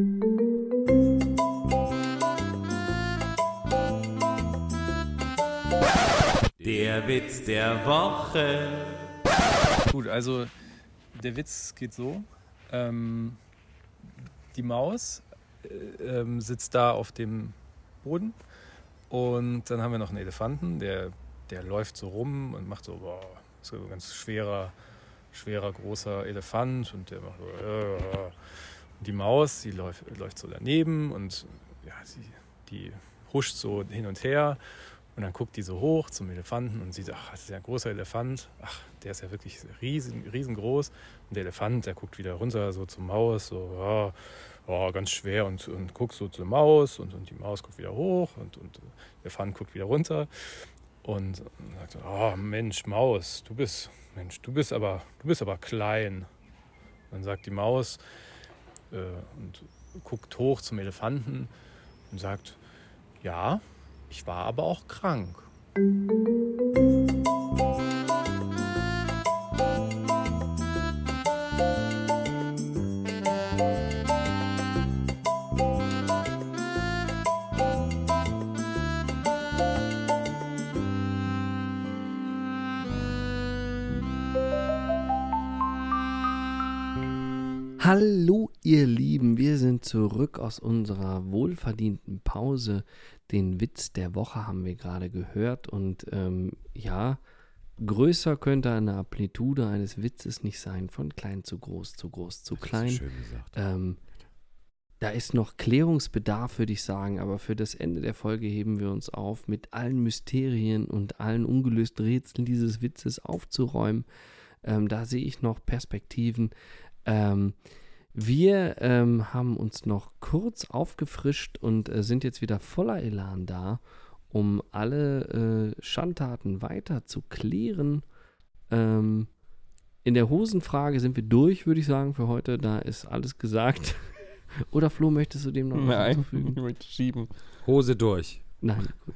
Der Witz der Woche. Gut, also der Witz geht so. Ähm, die Maus äh, ähm, sitzt da auf dem Boden und dann haben wir noch einen Elefanten, der, der läuft so rum und macht so, boah, so ein ganz schwerer, schwerer, großer Elefant und der macht so, äh, und die Maus, die läuft, läuft so daneben und ja, sie, die huscht so hin und her. Und dann guckt die so hoch zum Elefanten und sieht, ach, das ist ja ein großer Elefant. Ach, der ist ja wirklich riesen, riesengroß. Und der Elefant, der guckt wieder runter so zur Maus, so, ja, oh, ganz schwer und, und guckt so zur Maus und, und die Maus guckt wieder hoch und, und der Elefant guckt wieder runter und, und sagt so, oh Mensch, Maus, du bist, Mensch, du bist aber, du bist aber klein. Dann sagt die Maus äh, und guckt hoch zum Elefanten und sagt, ja, ich war aber auch krank. Hallo ihr Lieben, wir sind zurück aus unserer wohlverdienten Pause. Den Witz der Woche haben wir gerade gehört und ähm, ja, größer könnte eine Amplitude eines Witzes nicht sein, von klein zu groß, zu groß zu klein. Schön gesagt. Ähm, da ist noch Klärungsbedarf, würde ich sagen, aber für das Ende der Folge heben wir uns auf, mit allen Mysterien und allen ungelösten Rätseln dieses Witzes aufzuräumen. Ähm, da sehe ich noch Perspektiven. Ähm, Wir ähm, haben uns noch kurz aufgefrischt und äh, sind jetzt wieder voller Elan da, um alle äh, Schandtaten weiter zu klären. Ähm, in der Hosenfrage sind wir durch, würde ich sagen, für heute. Da ist alles gesagt. Oder Flo, möchtest du dem noch was Nein, hinzufügen? ich möchte schieben. Hose durch. Nein, gut.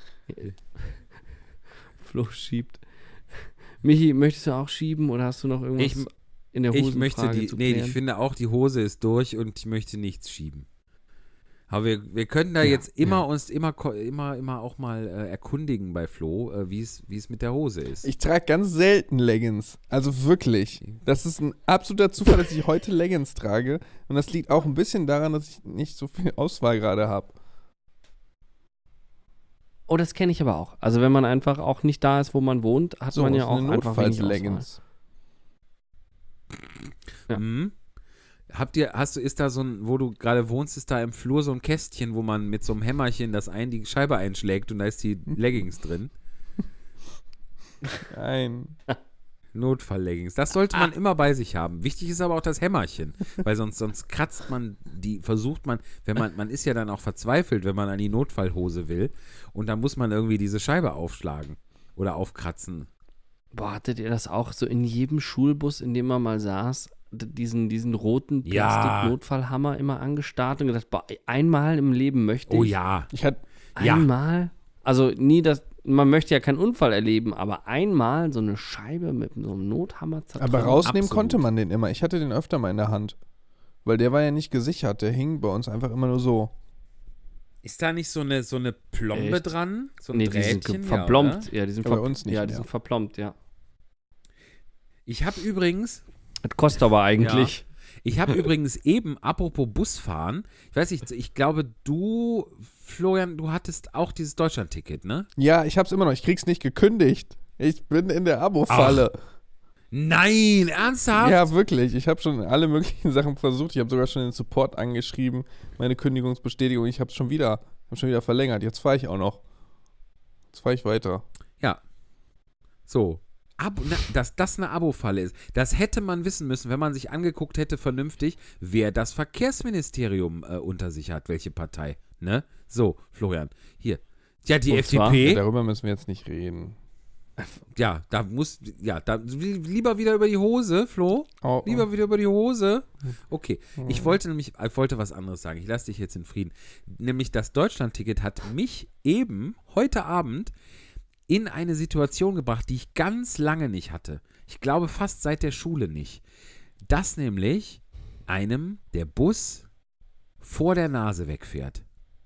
Flo schiebt. Michi, möchtest du auch schieben oder hast du noch irgendwas? Ich, in der ich möchte die, zu nee, klären? ich finde auch, die Hose ist durch und ich möchte nichts schieben. Aber wir, wir können da Ja, jetzt immer ja. uns immer, immer, immer auch mal äh, erkundigen bei Flo, äh, wie es wie es mit der Hose ist. Ich trage ganz selten Leggings. Also wirklich. Das ist ein absoluter Zufall, dass ich heute Leggings trage. Und das liegt auch ein bisschen daran, dass ich nicht so viel Auswahl gerade habe. Oh, das kenne ich aber auch. Also wenn man einfach auch nicht da ist, wo man wohnt, hat So, man ist ja auch eine einfach wenig Auswahl. Notfalls-Leggings. Ja. Mhm. Habt ihr, hast du, ist da so ein, wo du gerade wohnst, ist da im Flur so ein Kästchen, wo man mit so einem Hämmerchen das ein, die Scheibe einschlägt und da ist die Leggings drin? Nein. Notfall-Leggings. Das sollte man immer bei sich haben. Wichtig ist aber auch das Hämmerchen, weil sonst, sonst kratzt man die, versucht man, wenn man, man ist ja dann auch verzweifelt, wenn man an die Notfallhose will und dann muss man irgendwie diese Scheibe aufschlagen oder aufkratzen. Boah, hattet ihr das auch so in jedem Schulbus, in dem man mal saß, d- diesen, diesen roten Ja. Plastik-Notfallhammer immer angestarrt und gedacht, boah, einmal im Leben möchte ich. Oh ja. Ich hatte ja. Einmal? Also nie das, man möchte ja keinen Unfall erleben, aber einmal so eine Scheibe mit so einem Nothammer zertrümmern. Aber rausnehmen absolut. konnte man den immer. Ich hatte den öfter mal in der Hand. Weil der war ja nicht gesichert. Der hing bei uns einfach immer nur so. Ist da nicht so eine, so eine Plombe Echt? dran? So ein Nee, die sind Drähtchen? ge- Ja, verplombt. oder? Ja, die sind, Ja, bei ver- uns nicht ja, die mehr. sind verplombt, ja. Ich habe übrigens, Das kostet aber eigentlich. Ich habe übrigens eben, apropos Busfahren, ich weiß nicht, ich glaube, du, Florian, du hattest auch dieses Deutschland-Ticket, ne? Ja, ich hab's immer noch. Ich krieg's nicht gekündigt. Ich bin in der Abo-Falle. Nein, ernsthaft? Ja, wirklich. Ich habe schon alle möglichen Sachen versucht. Ich habe sogar schon den Support angeschrieben, meine Kündigungsbestätigung. Ich habe es schon wieder, hab schon wieder verlängert. Jetzt fahre ich auch noch. Jetzt fahre ich weiter. Ja. So. Abo, na, dass das eine Abo-Falle ist. Das hätte man wissen müssen, wenn man sich angeguckt hätte, vernünftig, wer das Verkehrsministerium äh, unter sich hat, welche Partei. Ne? So, Florian. Hier. Ja, die Und F D zwar? P. Ja, darüber müssen wir jetzt nicht reden. Ja, da muss, ja, da lieber wieder über die Hose, Flo. Oh, Lieber oh. wieder über die Hose. Okay, ich wollte nämlich, ich wollte was anderes sagen. Ich lasse dich jetzt in Frieden. Nämlich das Deutschland-Ticket hat mich eben heute Abend in eine Situation gebracht, die ich ganz lange nicht hatte. Ich glaube fast seit der Schule nicht. Dass nämlich einem der Bus vor der Nase wegfährt.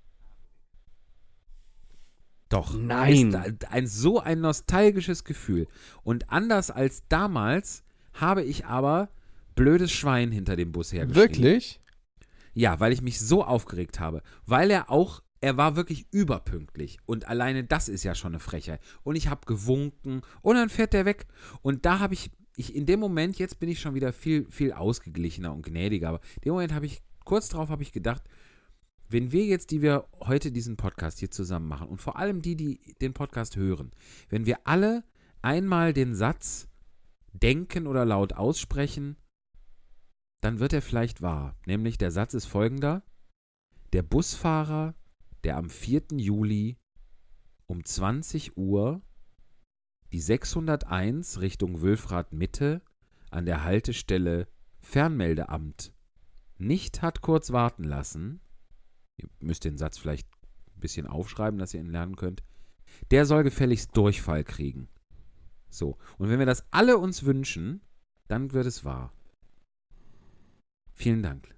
Doch. Nein. Ist ein, so ein nostalgisches Gefühl. Und anders als damals habe ich aber blödes Schwein hinter dem Bus hergeschrieben. Wirklich? Ja, weil ich mich so aufgeregt habe. Weil er auch, er war wirklich überpünktlich. Und alleine das ist ja schon eine Frechheit. Und ich habe gewunken und dann fährt der weg. Und da habe ich, ich, in dem Moment, jetzt bin ich schon wieder viel, viel ausgeglichener und gnädiger. Aber in dem Moment habe ich, kurz drauf habe ich gedacht, wenn wir jetzt, die wir heute diesen Podcast hier zusammen machen und vor allem die, die den Podcast hören, wenn wir alle einmal den Satz denken oder laut aussprechen, dann wird er vielleicht wahr. Nämlich der Satz ist folgender: Der Busfahrer, der am vierten Juli um zwanzig Uhr die sechshunderteins Richtung Wülfrath Mitte an der Haltestelle Fernmeldeamt nicht hat kurz warten lassen, ihr müsst den Satz vielleicht ein bisschen aufschreiben, dass ihr ihn lernen könnt, der soll gefälligst Durchfall kriegen. So, und wenn wir das alle uns wünschen, dann wird es wahr. Vielen Dank.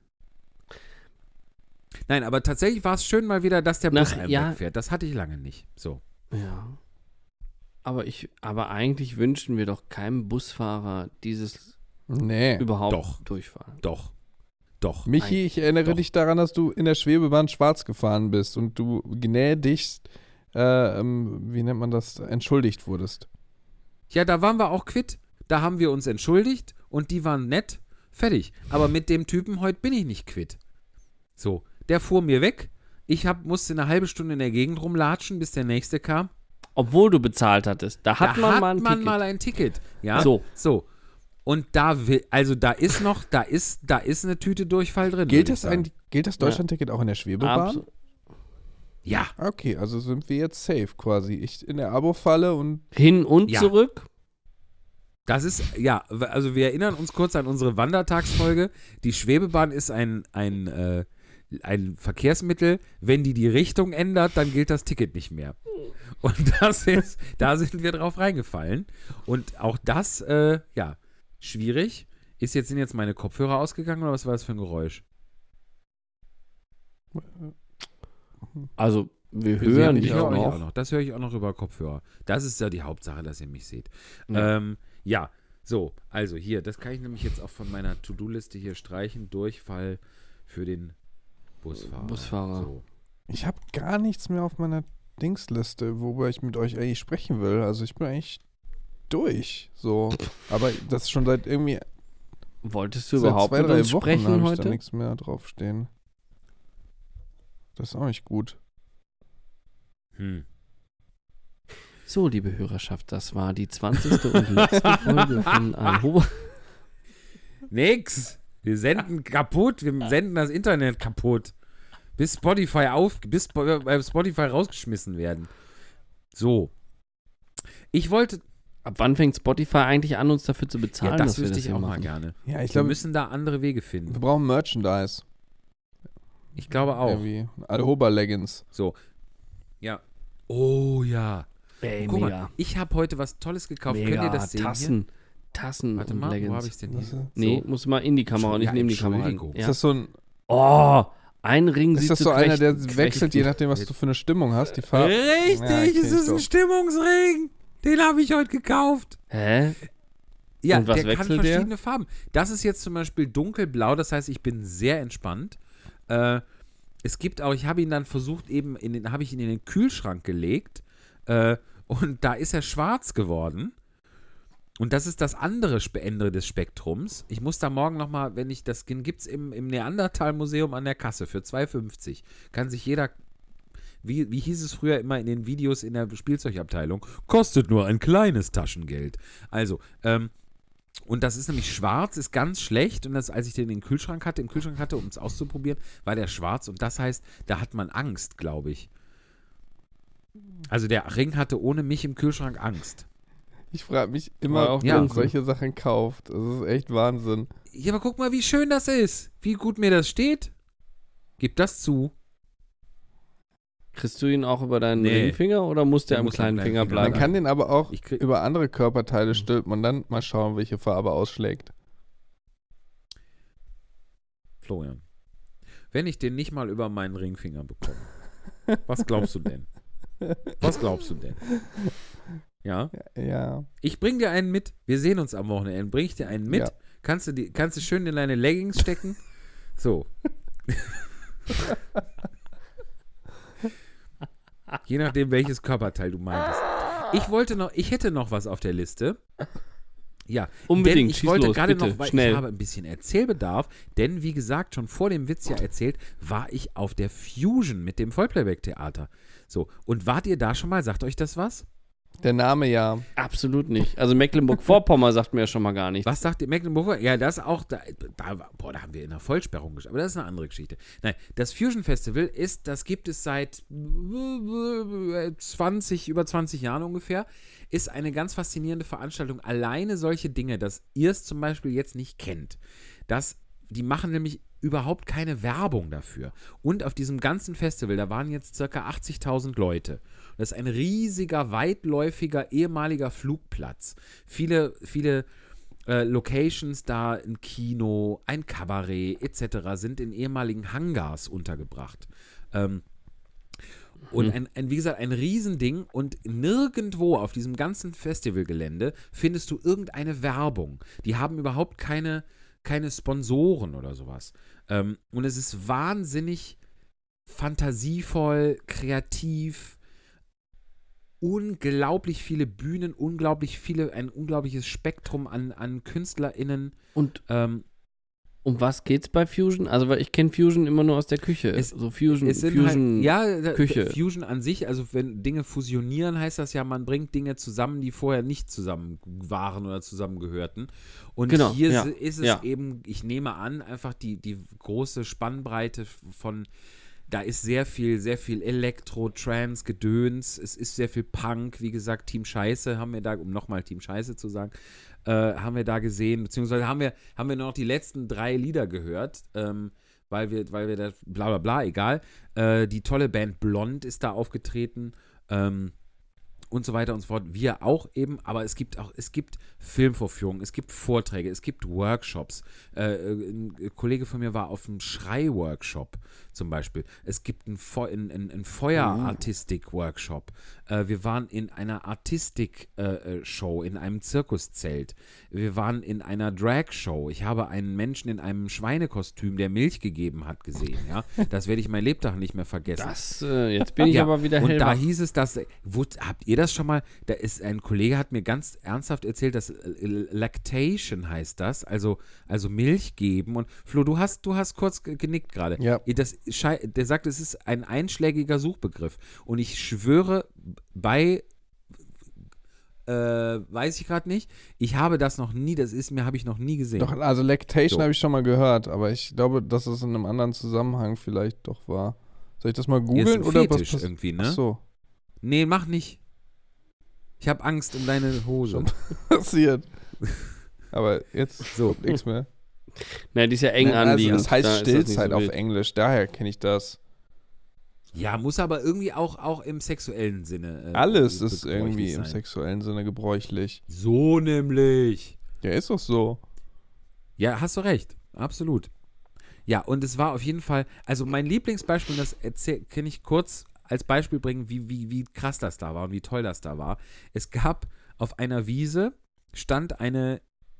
Nein, aber tatsächlich war es schön mal wieder, dass der Bus Nach- einem ja. wegfährt. Das hatte ich lange nicht. So. Ja. Aber ich, aber eigentlich wünschen wir doch keinem Busfahrer dieses Nee. überhaupt Doch. Durchfahren. Doch. Doch. Michi, ich erinnere Doch. dich daran, dass du in der Schwebebahn schwarz gefahren bist und du gnädigst, äh, ähm, wie nennt man das, entschuldigt wurdest. Ja, da waren wir auch quitt. Da haben wir uns entschuldigt und die waren nett. Fertig. Aber mit dem Typen heute bin ich nicht quitt. So, der fuhr mir weg. Ich hab, musste eine halbe Stunde in der Gegend rumlatschen, bis der nächste kam. Obwohl du bezahlt hattest. Da hat da man hat mal ein man Ticket. mal ein Ticket. Ja, So. So. Und da will, also da ist noch, da ist, da ist eine Tüte Durchfall drin. Gilt würd ich das, ein, sagen. gilt das Deutschlandticket auch in der Schwebebahn? Abs- Ja. Okay, also sind wir jetzt safe quasi. Ich in der Abo-Falle und Hin und Ja. zurück. Das ist, ja, also wir erinnern uns kurz an unsere Wandertagsfolge. Die Schwebebahn ist ein, ein, äh, ein Verkehrsmittel. Wenn die die Richtung ändert, dann gilt das Ticket nicht mehr. Und das ist, da sind wir drauf reingefallen. Und auch das, äh, ja, schwierig. Ist jetzt, sind jetzt meine Kopfhörer ausgegangen oder was war das für ein Geräusch? Also, wir Wir hören sehen dich Ich höre auch euch noch. auch noch. Das höre ich auch noch über Kopfhörer. Das ist ja die Hauptsache, dass ihr mich seht. Ja. Ähm, ja, so, also hier, das kann ich nämlich jetzt auch von meiner To-Do-Liste hier streichen. Durchfall für den Busfahrer. Busfahrer. So. ich habe gar nichts mehr auf meiner Dingsliste, worüber ich mit euch eigentlich sprechen will. Also ich bin eigentlich durch. So. Aber das ist schon seit irgendwie Wolltest du seit überhaupt zwei, mit drei uns Wochen sprechen habe ich heute? da nichts mehr draufstehen. Das ist auch nicht gut. Hm. So, liebe Hörerschaft, das war die zwanzigste und letzte Folge von Alhoba. Nix. Wir senden kaputt. Wir senden das Internet kaputt. Bis Spotify auf, bis bei Spotify rausgeschmissen werden. So. Ich wollte, Ab wann fängt Spotify eigentlich an, uns dafür zu bezahlen, ja, das dass wir wüsste das ich hier auch mal machen? gerne. Ja, ich Wir glaube, müssen da andere Wege wir finden. brauchen Merchandise. Ich glaube auch. Irgendwie. Alhoba-Leggings. So. Ja. Oh ja. Ey, Guck mega. mal, ich habe heute was Tolles gekauft. Mega. Könnt ihr das sehen Tassen. Tassen hier? Warte und mal, wo Leggings. habe ich es denn Was hier? ist Nee, muss mal in die Kamera und ich Ja, nehme die Kamera an. Entschuldigung. Ist Ja. das so ein, Oh, ein Ring ist sieht das zu so einer, der krächten- wechselt, je krächten- nachdem, was du für eine Stimmung hast? Die Farbe. Richtig, Ja, kenn es ich ist ein doch. Stimmungsring. Den habe ich heute gekauft. Hä? Ja, Und was der kann wechselt der? verschiedene Farben. Das ist jetzt zum Beispiel dunkelblau, das heißt, ich bin sehr entspannt. Äh, es gibt auch, ich habe ihn dann versucht, eben, in den, habe ich ihn in den Kühlschrank gelegt äh, und da ist er schwarz geworden. Und das ist das andere Spe- Ende des Spektrums. Ich muss da morgen nochmal, wenn ich das gibt es im, im Neandertal-Museum an der Kasse für zwei fünfzig. Kann sich jeder, wie, wie hieß es früher immer in den Videos in der Spielzeugabteilung, kostet nur ein kleines Taschengeld. Also, ähm, und das ist nämlich schwarz, ist ganz schlecht. Und das, als ich den in den Kühlschrank hatte, im Kühlschrank hatte, um es auszuprobieren, war der schwarz. Und das heißt, da hat man Angst, glaube ich. Also der Ring hatte ohne mich im Kühlschrank Angst. Ich frage mich immer, auch ob ja. man solche Sachen kauft. Das ist echt Wahnsinn. Ja, aber guck mal, wie schön das ist. Wie gut mir das steht. Gib das zu. Kriegst du ihn auch über deinen Nee. Ringfinger oder muss der Der am muss am kleinen kleinen Finger Finger bleiben? Man kann den aber auch Ich krieg- über andere Körperteile stülpen und dann mal schauen, welche Farbe ausschlägt. Florian, wenn ich den nicht mal über meinen Ringfinger bekomme, was glaubst du denn? Was glaubst du denn? Ja? Ja. Ich bring dir einen mit. Wir sehen uns am Wochenende. Bring ich dir einen mit? Ja. Kannst du die, kannst du schön in deine Leggings stecken? So. Je nachdem, welches Körperteil du meintest. Ich wollte noch, ich hätte noch was auf der Liste. Ja, Unbedingt, denn ich schieß wollte los, gerade bitte, noch, weil schnell. ich habe ein bisschen Erzählbedarf, denn wie gesagt, schon vor dem Witz ja erzählt, war ich auf der Fusion mit dem Vollplayback-Theater. So, und wart ihr da schon mal? Sagt euch das was? Der Name ja. Absolut nicht. Also Mecklenburg-Vorpommern sagt mir ja schon mal gar nichts. Was sagt ihr, Mecklenburg? Ja, das auch, da, da, boah, da haben wir in der Vollsperrung gespielt, aber das ist eine andere Geschichte. Nein, das Fusion Festival ist, das gibt es seit zwanzig, über zwanzig Jahren ungefähr, ist eine ganz faszinierende Veranstaltung. Alleine solche Dinge, dass ihr es zum Beispiel jetzt nicht kennt, dass die machen nämlich überhaupt keine Werbung dafür. Und auf diesem ganzen Festival, da waren jetzt circa achtzigtausend Leute. Das ist ein riesiger, weitläufiger, ehemaliger Flugplatz. Viele, viele äh, Locations da, ein Kino, ein Kabarett et cetera sind in ehemaligen Hangars untergebracht. Ähm, und ein, ein, wie gesagt, ein Riesending und nirgendwo auf diesem ganzen Festivalgelände findest du irgendeine Werbung. Die haben überhaupt keine, keine Sponsoren oder sowas. Ähm, und es ist wahnsinnig fantasievoll, kreativ, unglaublich viele Bühnen, unglaublich viele, ein unglaubliches Spektrum an, an KünstlerInnen. Und Ähm, um was geht's bei Fusion? Also, weil ich kenne Fusion immer nur aus der Küche. Es- so Fusion, es sind Fusion. halt, ja, da- Küche. Fusion an sich, also wenn Dinge fusionieren, heißt das ja, man bringt Dinge zusammen, die vorher nicht zusammen waren oder zusammengehörten. Und Genau, hier ja, ist es ja. eben, ich nehme an, einfach die, die große Spannbreite von, da ist sehr viel, sehr viel Elektro, Trance, Gedöns, es ist sehr viel Punk, wie gesagt, Team Scheiße haben wir da, um nochmal Team Scheiße zu sagen, äh, haben wir da gesehen, beziehungsweise haben wir, haben wir nur noch die letzten drei Lieder gehört, ähm, weil wir, weil wir da, bla bla bla, egal. Äh, die tolle Band Blond ist da aufgetreten, ähm, und so weiter und so fort. Wir auch eben, aber es gibt auch, es gibt Filmvorführungen, es gibt Vorträge, es gibt Workshops. Äh, ein Kollege von mir war auf einem Schrei-Workshop zum Beispiel. Es gibt einen, Fe ein, ein, ein Feuerartistik-Workshop. Äh, wir waren in einer Artistik-Show, äh, in einem Zirkuszelt. Wir waren in einer Drag-Show. Ich habe einen Menschen in einem Schweinekostüm, der Milch gegeben hat, gesehen. Ja? Das werde ich mein Lebtag nicht mehr vergessen. Das, äh, jetzt bin ich Ja, aber wieder und da hellwach. hieß es, dass, wo, habt ihr das schon mal, da ist ein Kollege hat mir ganz ernsthaft erzählt, dass äh, Lactation heißt das, also, also Milch geben und Flo, du hast, du hast kurz ge- genickt gerade. Ja. Das schei- der sagt, es ist ein einschlägiger Suchbegriff und ich schwöre bei äh, weiß ich gerade nicht, ich habe das noch nie, das ist mir, habe ich noch nie gesehen. Doch, also Lactation So. habe ich schon mal gehört, aber ich glaube, dass es in einem anderen Zusammenhang vielleicht doch war. Soll ich das mal Hier ist googeln ein oder Fetisch was pass- irgendwie, ne? Ach so, Nee, mach nicht. Ich habe Angst um deine Hose. passiert. Aber jetzt So. kommt nichts mehr. Na, die ist ja eng Nein, also anliegend. das heißt Da ist das nicht Stillzeit so auf wild. Englisch, daher kenne ich das. Ja, muss aber irgendwie auch, auch im sexuellen Sinne. Äh, Alles äh, ist gebräuchlich irgendwie im sein. sexuellen Sinne gebräuchlich. So nämlich. Ja, ist doch so. Ja, hast du recht. Absolut. Ja, und es war auf jeden Fall, also mein Lieblingsbeispiel, das erzähl- kann ich kurz als Beispiel bringen, wie, wie, wie krass das da war und wie toll das da war. Es gab auf einer Wiese, stand eine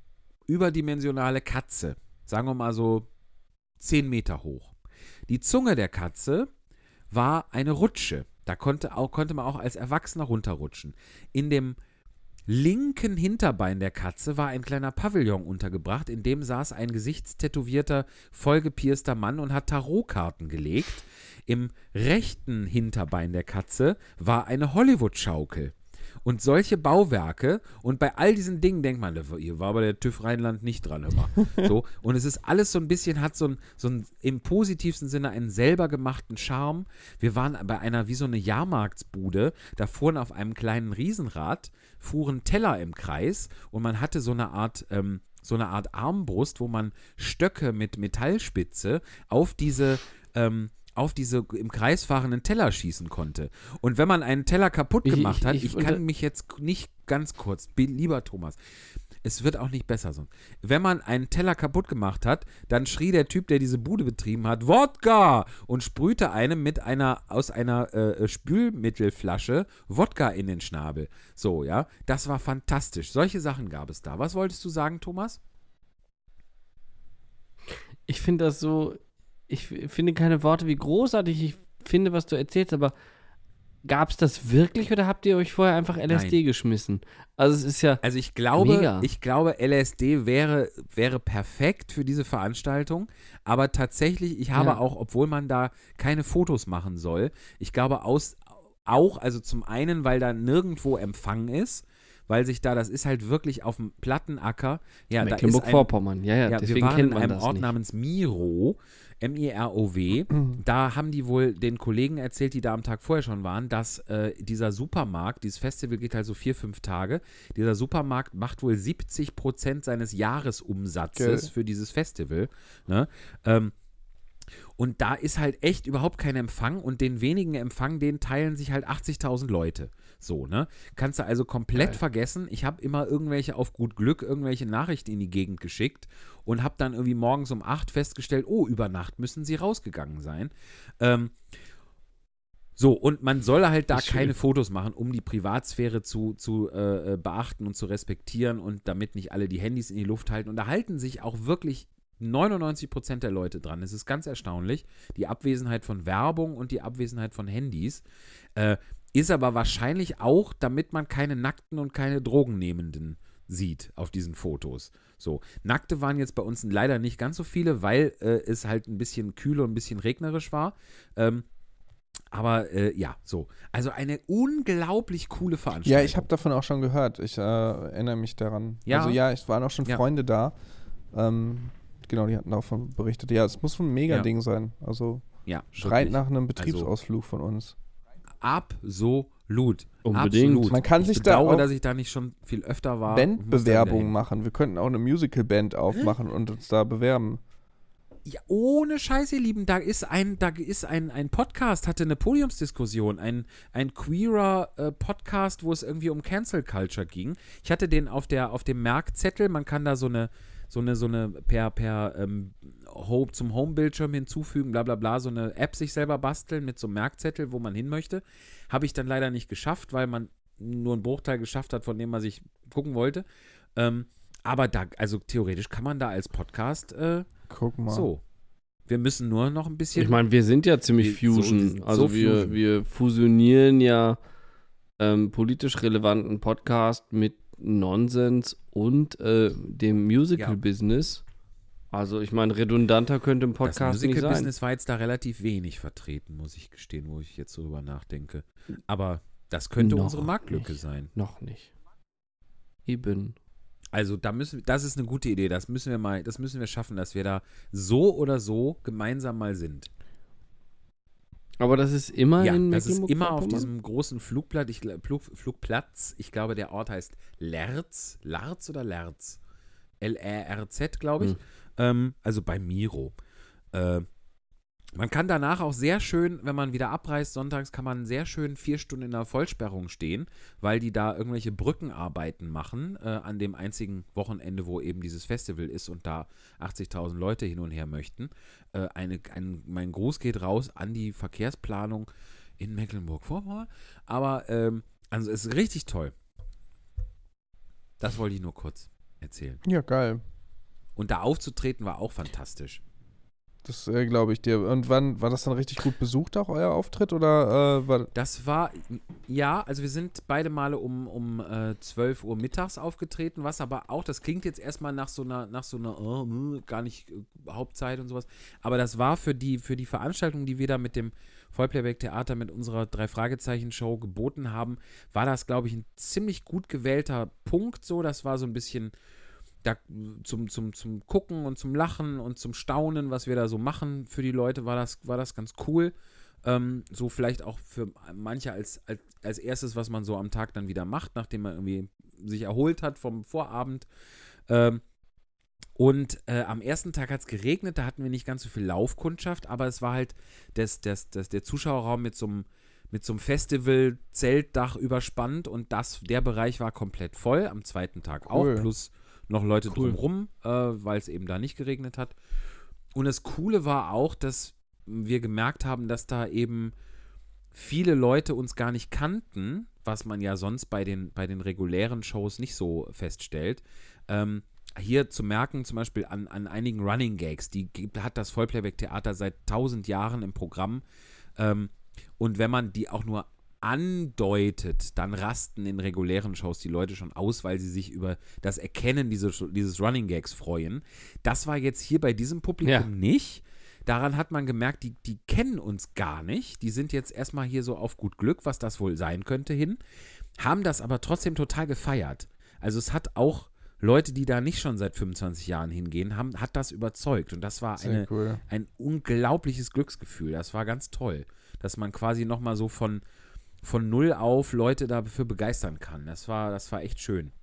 überdimensionale Katze, sagen wir mal so zehn Meter hoch. Die Zunge der Katze war eine Rutsche. Da konnte, auch, konnte man auch als Erwachsener runterrutschen. In dem linken Hinterbein der Katze war ein kleiner Pavillon untergebracht, in dem saß ein gesichtstätowierter, vollgepierster Mann und hat Tarotkarten gelegt. Im rechten Hinterbein der Katze war eine Hollywood-Schaukel. Und solche Bauwerke, und bei all diesen Dingen denkt man, hier war aber der TÜV Rheinland nicht dran, hör mal. So, und es ist alles so ein bisschen, hat so ein, so ein im positivsten Sinne einen selber gemachten Charme. Wir waren bei einer, wie so eine Jahrmarktsbude, da fuhren auf einem kleinen Riesenrad, fuhren Teller im Kreis und man hatte so eine Art, ähm, so eine Art Armbrust, wo man Stöcke mit Metallspitze auf diese, ähm, auf diese im Kreis fahrenden Teller schießen konnte. Und wenn man einen Teller kaputt Ich- gemacht ich- hat, ich ich, unter- kann mich jetzt nicht ganz kurz, be- lieber Thomas, es wird auch nicht besser sonst. Wenn man einen Teller kaputt gemacht hat, dann schrie der Typ, der diese Bude betrieben hat, Wodka! Und sprühte einem mit einer, aus einer äh, Spülmittelflasche Wodka in den Schnabel. So, ja, das war fantastisch. Solche Sachen gab es da. Was wolltest du sagen, Thomas? Ich finde das so, ich f- finde keine Worte, wie großartig ich finde, was du erzählst, aber gab es das wirklich oder habt ihr euch vorher einfach L S D Nein. geschmissen? Also es ist ja, Also ich glaube, Mega. ich glaube, L S D wäre, wäre perfekt für diese Veranstaltung, aber tatsächlich, ich habe Ja. auch, obwohl man da keine Fotos machen soll, ich glaube aus, auch, also zum einen, weil da nirgendwo Empfang ist, weil sich da, das ist halt wirklich auf dem Plattenacker, ja, da ist ein, Mecklenburg-Vorpommern, ja, ja, ja, wir deswegen waren kennt in man einem das Ort nicht. namens Miro, M I R O W. Da haben die wohl den Kollegen erzählt, die da am Tag vorher schon waren, dass äh, dieser Supermarkt, dieses Festival geht halt so vier, fünf Tage, dieser Supermarkt macht wohl siebzig Prozent seines Jahresumsatzes Geil. für dieses Festival. Ne? Ähm, und da ist halt echt überhaupt kein Empfang und den wenigen Empfang, den teilen sich halt achtzigtausend Leute. So, ne? Kannst du also komplett Geil. vergessen. Ich habe immer irgendwelche, auf gut Glück, irgendwelche Nachrichten in die Gegend geschickt und habe dann irgendwie morgens um acht festgestellt, oh, über Nacht müssen sie rausgegangen sein. Ähm, so, und man soll halt da Ist schön. keine Fotos machen, um die Privatsphäre zu, zu äh, äh, beachten und zu respektieren und damit nicht alle die Handys in die Luft halten. Und da halten sich auch wirklich neunundneunzig Prozent der Leute dran. Es ist ganz erstaunlich, die Abwesenheit von Werbung und die Abwesenheit von Handys. Äh, ist aber wahrscheinlich auch, damit man keine Nackten und keine Drogennehmenden sieht auf diesen Fotos. So, Nackte waren jetzt bei uns leider nicht ganz so viele, weil äh, es halt ein bisschen kühl und ein bisschen regnerisch war. Ähm, aber äh, ja, so. Also eine unglaublich coole Veranstaltung. Ja, ich habe davon auch schon gehört. Ich äh, erinnere mich daran. Ja? Also ja, es waren auch schon Ja. Freunde da. Ähm, genau, die hatten davon berichtet. Ja, es muss ein Mega-Ding sein. Also ja, schreit wirklich. nach einem Betriebsausflug von uns. Absolut. Unbedingt. Absolut. Man kann ich sich da bedauere, auch dass ich da nicht schon viel öfter war. und muss da wieder Bandbewerbungen hin. machen. Wir könnten auch eine Musical-Band aufmachen und uns da bewerben. Ja, ohne Scheiß, ihr Lieben, da ist ein, da ist ein, ein Podcast, hatte eine Podiumsdiskussion, ein, ein queerer äh, Podcast, wo es irgendwie um Cancel Culture ging. Ich hatte den auf der, auf dem Merkzettel, man kann da so eine, so eine, so eine per, per ähm, Home, zum Homebildschirm hinzufügen, bla bla bla, so eine App sich selber basteln mit so einem Merkzettel, wo man hin möchte. Habe ich dann leider nicht geschafft, weil man nur einen Bruchteil geschafft hat, von dem man sich gucken wollte. Ähm, aber da, also theoretisch kann man da als Podcast äh, Guck mal. so. Wir müssen nur noch ein bisschen. Ich meine, wir sind ja ziemlich Wir- so, wir Fusion. sind also so wir, Fusion. wir fusionieren ja ähm, politisch relevanten Podcast mit Nonsens und äh, dem Musical-Business. Also ich meine, redundanter könnte ein das Podcast nicht sein. Musical-Business war jetzt da relativ wenig vertreten, muss ich gestehen, wo ich jetzt so drüber nachdenke. Aber das könnte Noch unsere Marktlücke nicht. sein. Noch nicht. Eben. Also da müssen, das ist eine gute Idee. Das müssen wir mal, das müssen wir schaffen, dass wir da so oder so gemeinsam mal sind. Aber das ist immer Ja, in das ist immer auf Mecklenburg-Vorpommern? diesem großen Flugplatz. Ich, gl- Flug, Flugplatz. Ich glaube, der Ort heißt Lerz. Larz oder Lerz? L R R Z, glaube ich. Hm. Ähm, also bei Miro. Äh, man kann danach auch sehr schön, wenn man wieder abreist, sonntags kann man sehr schön vier Stunden in der Vollsperrung stehen, weil die da irgendwelche Brückenarbeiten machen äh, an dem einzigen Wochenende, wo eben dieses Festival ist und da achtzigtausend Leute hin und her möchten. Äh, eine, ein, mein Gruß geht raus an die Verkehrsplanung in Mecklenburg-Vorpommern. Aber ähm, also es ist richtig toll. Das wollte ich nur kurz erzählen. Ja, geil. Und da aufzutreten war auch fantastisch. Das äh, glaube ich dir. Und wann war das dann richtig gut besucht, auch euer Auftritt? Oder äh, war Das war, ja, also wir sind beide Male um, um äh, zwölf Uhr mittags aufgetreten, was aber auch, das klingt jetzt erstmal nach so einer, nach so einer, oh, mh, gar nicht äh, Hauptzeit und sowas, aber das war für die, für die Veranstaltung, die wir da mit dem Vollplayback-Theater mit unserer Drei-Fragezeichen-Show geboten haben, war das, glaube ich, ein ziemlich gut gewählter Punkt so, das war so ein bisschen da, zum, zum, zum Gucken und zum Lachen und zum Staunen, was wir da so machen für die Leute, war das, war das ganz cool. Ähm, so vielleicht auch für manche als, als, als erstes, was man so am Tag dann wieder macht, nachdem man irgendwie sich erholt hat vom Vorabend. Ähm, und äh, am ersten Tag hat es geregnet, da hatten wir nicht ganz so viel Laufkundschaft, aber es war halt das, das, das, der Zuschauerraum mit so einem mit so einem Festival-Zeltdach überspannt und das, der Bereich war komplett voll, am zweiten Tag Cool. auch, plus noch Leute Cool. drumrum, äh, weil es eben da nicht geregnet hat. Und das Coole war auch, dass wir gemerkt haben, dass da eben viele Leute uns gar nicht kannten, was man ja sonst bei den, bei den regulären Shows nicht so feststellt. Ähm, hier zu merken, zum Beispiel an, an einigen Running Gags, die gibt, hat das Vollplayback-Theater seit tausend Jahren im Programm. Ähm, und wenn man die auch nur andeutet, dann rasten in regulären Shows die Leute schon aus, weil sie sich über das Erkennen dieses, dieses Running Gags freuen. Das war jetzt hier bei diesem Publikum Ja. nicht. Daran hat man gemerkt, die, die kennen uns gar nicht. Die sind jetzt erstmal hier so auf gut Glück, was das wohl sein könnte, hin. Haben das aber trotzdem total gefeiert. Also es hat auch Leute, die da nicht schon seit fünfundzwanzig Jahren hingehen, haben, hat das überzeugt. Und das war Sehr eine, cool. ein unglaubliches Glücksgefühl. Das war ganz toll, dass man quasi nochmal so von von null auf Leute dafür begeistern kann. Das war, das war echt schön.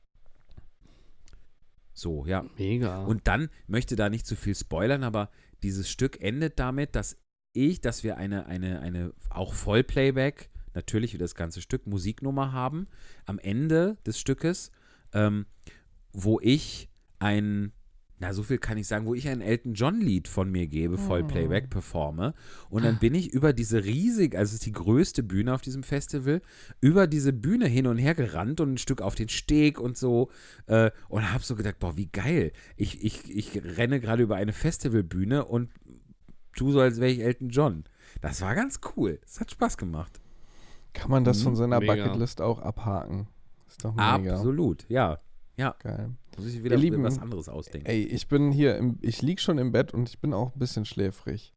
So, ja. Mega. Und dann möchte da nicht zu viel spoilern, aber dieses Stück endet damit, dass ich, dass wir eine, eine, eine auch Vollplayback, natürlich wie das ganze Stück, Musiknummer haben, am Ende des Stückes, ähm, wo ich ein, na so viel kann ich sagen, wo ich ein Elton John Lied von mir gebe, Vollplayback performe und dann bin ich über diese riesig, also es ist die größte Bühne auf diesem Festival, über diese Bühne hin und her gerannt und ein Stück auf den Steg und so äh, und habe so gedacht, boah, wie geil, ich, ich, ich renne gerade über eine Festivalbühne und tu so, als wäre ich Elton John. Das war ganz cool, es hat Spaß gemacht. Kann man das von seiner Mega. Bucketlist auch abhaken? Ist doch mega. Absolut, ja. Ja, Geil. muss ich wieder Ihr Lieben, was anderes ausdenken. Ey, ich bin hier, im, ich lieg schon im Bett und ich bin auch ein bisschen schläfrig.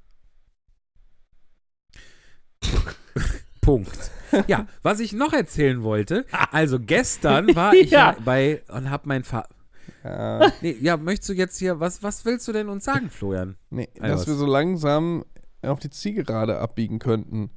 Punkt. Ja, was ich noch erzählen wollte, also gestern war ich ja, Ja. bei und hab mein Fa Ja, nee, ja, möchtest du jetzt hier, was, was willst du denn uns sagen, Florian? nee, Also dass was? wir so langsam auf die Zielgerade abbiegen könnten.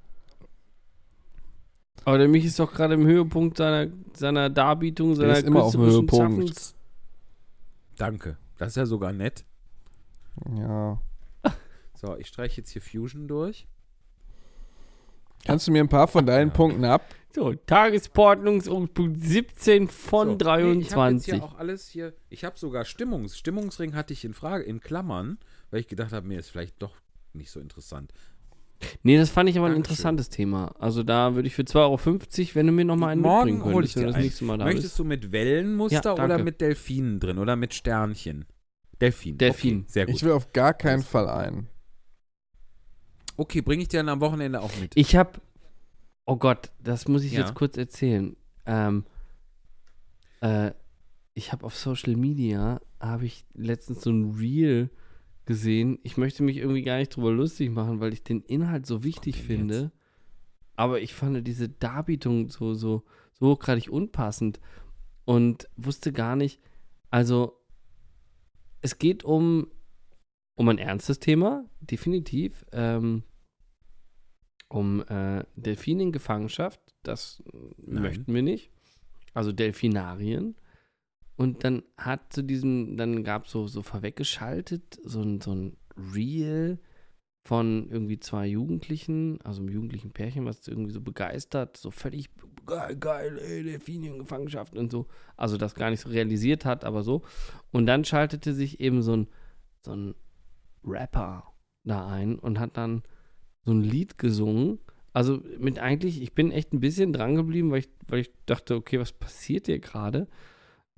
Aber der Mich ist doch gerade im Höhepunkt seiner, seiner Darbietung, seiner ist immer auf dem künstlerischen Höhepunkt. Schaffens. Danke. Das ist ja sogar nett. Ja. So, ich streiche jetzt hier Fusion durch. Kannst du mir ein paar von deinen Ja. Punkten ab? So, Tagesordnungspunkt siebzehn von so, dreiundzwanzig. Nee, ich habe jetzt hier auch alles hier, ich habe sogar Stimmungs, Stimmungsring hatte ich in Frage, in Klammern, weil ich gedacht habe, mir ist vielleicht doch nicht so interessant. Nee, das fand ich aber ein Dankeschön. interessantes Thema. Also da würde ich für zwei Euro fünfzig, wenn du mir nochmal einen Morgen mitbringen hol ich könntest, wenn dir du das einen. nächste Mal da Möchtest bist. du mit Wellenmuster Ja, oder danke. mit Delfinen drin oder mit Sternchen? Delfin. Delfin. Okay, sehr gut. Ich will auf gar keinen Fall ein. Okay, bringe ich dir dann am Wochenende auch mit. Ich habe, oh Gott, das muss ich Ja. jetzt kurz erzählen. Ähm, äh, ich habe auf Social Media, habe ich letztens so ein Reel gesehen. Ich möchte mich irgendwie gar nicht drüber lustig machen, weil ich den Inhalt so wichtig kommt denn finde. Aber ich fand diese Darbietung so, so, so hochgradig unpassend und wusste gar nicht, also es geht um, um ein ernstes Thema, definitiv, ähm, um äh, Delfine in Gefangenschaft, das Nein. möchten wir nicht, also Delfinarien. Und dann hat zu diesem, dann gab es so, so vorweggeschaltet, so ein, so ein Reel von irgendwie zwei Jugendlichen, also einem jugendlichen Pärchen, was irgendwie so begeistert, so völlig geil, geil, ey, Delfine in Gefangenschaft und so. Also das gar nicht so realisiert hat, aber so. Und dann schaltete sich eben so ein, so ein Rapper da ein und hat dann so ein Lied gesungen. Also mit eigentlich, ich bin echt ein bisschen dran geblieben, weil ich, weil ich dachte, okay, was passiert hier gerade?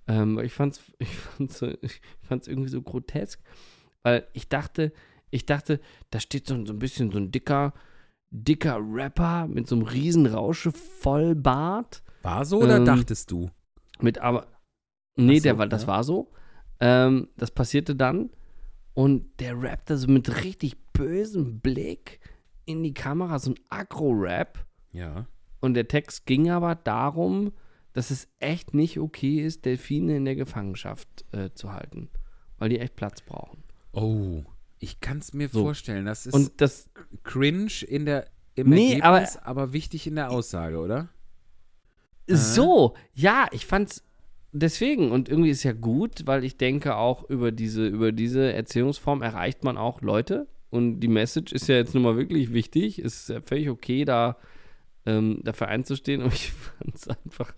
Ähm, ich fand's, ich fand's, so, ich fand's irgendwie so grotesk, weil ich dachte, ich dachte, da steht so, so ein bisschen so ein dicker, dicker Rapper mit so einem riesen Rauschevollbart. War so oder Ähm, dachtest du? Mit aber, nee, Ach so, der war, das ja. war so. Ähm, das passierte dann und der rappte so mit richtig bösem Blick in die Kamera, so ein Agro-Rap. Ja. Und der Text ging aber darum, dass es echt nicht okay ist, Delfine in der Gefangenschaft äh, zu halten, weil die echt Platz brauchen. Oh, ich kann es mir So. vorstellen. Das ist Und das, cringe in der, im Nee, Ergebnis, aber, aber wichtig in der Aussage, oder? so, ja, ich fand's deswegen und irgendwie ist ja gut, weil ich denke auch über diese, über diese Erzählungsform erreicht man auch Leute und die Message ist ja jetzt nun mal wirklich wichtig, ist ja völlig okay, da ähm, dafür einzustehen und ich fand's einfach,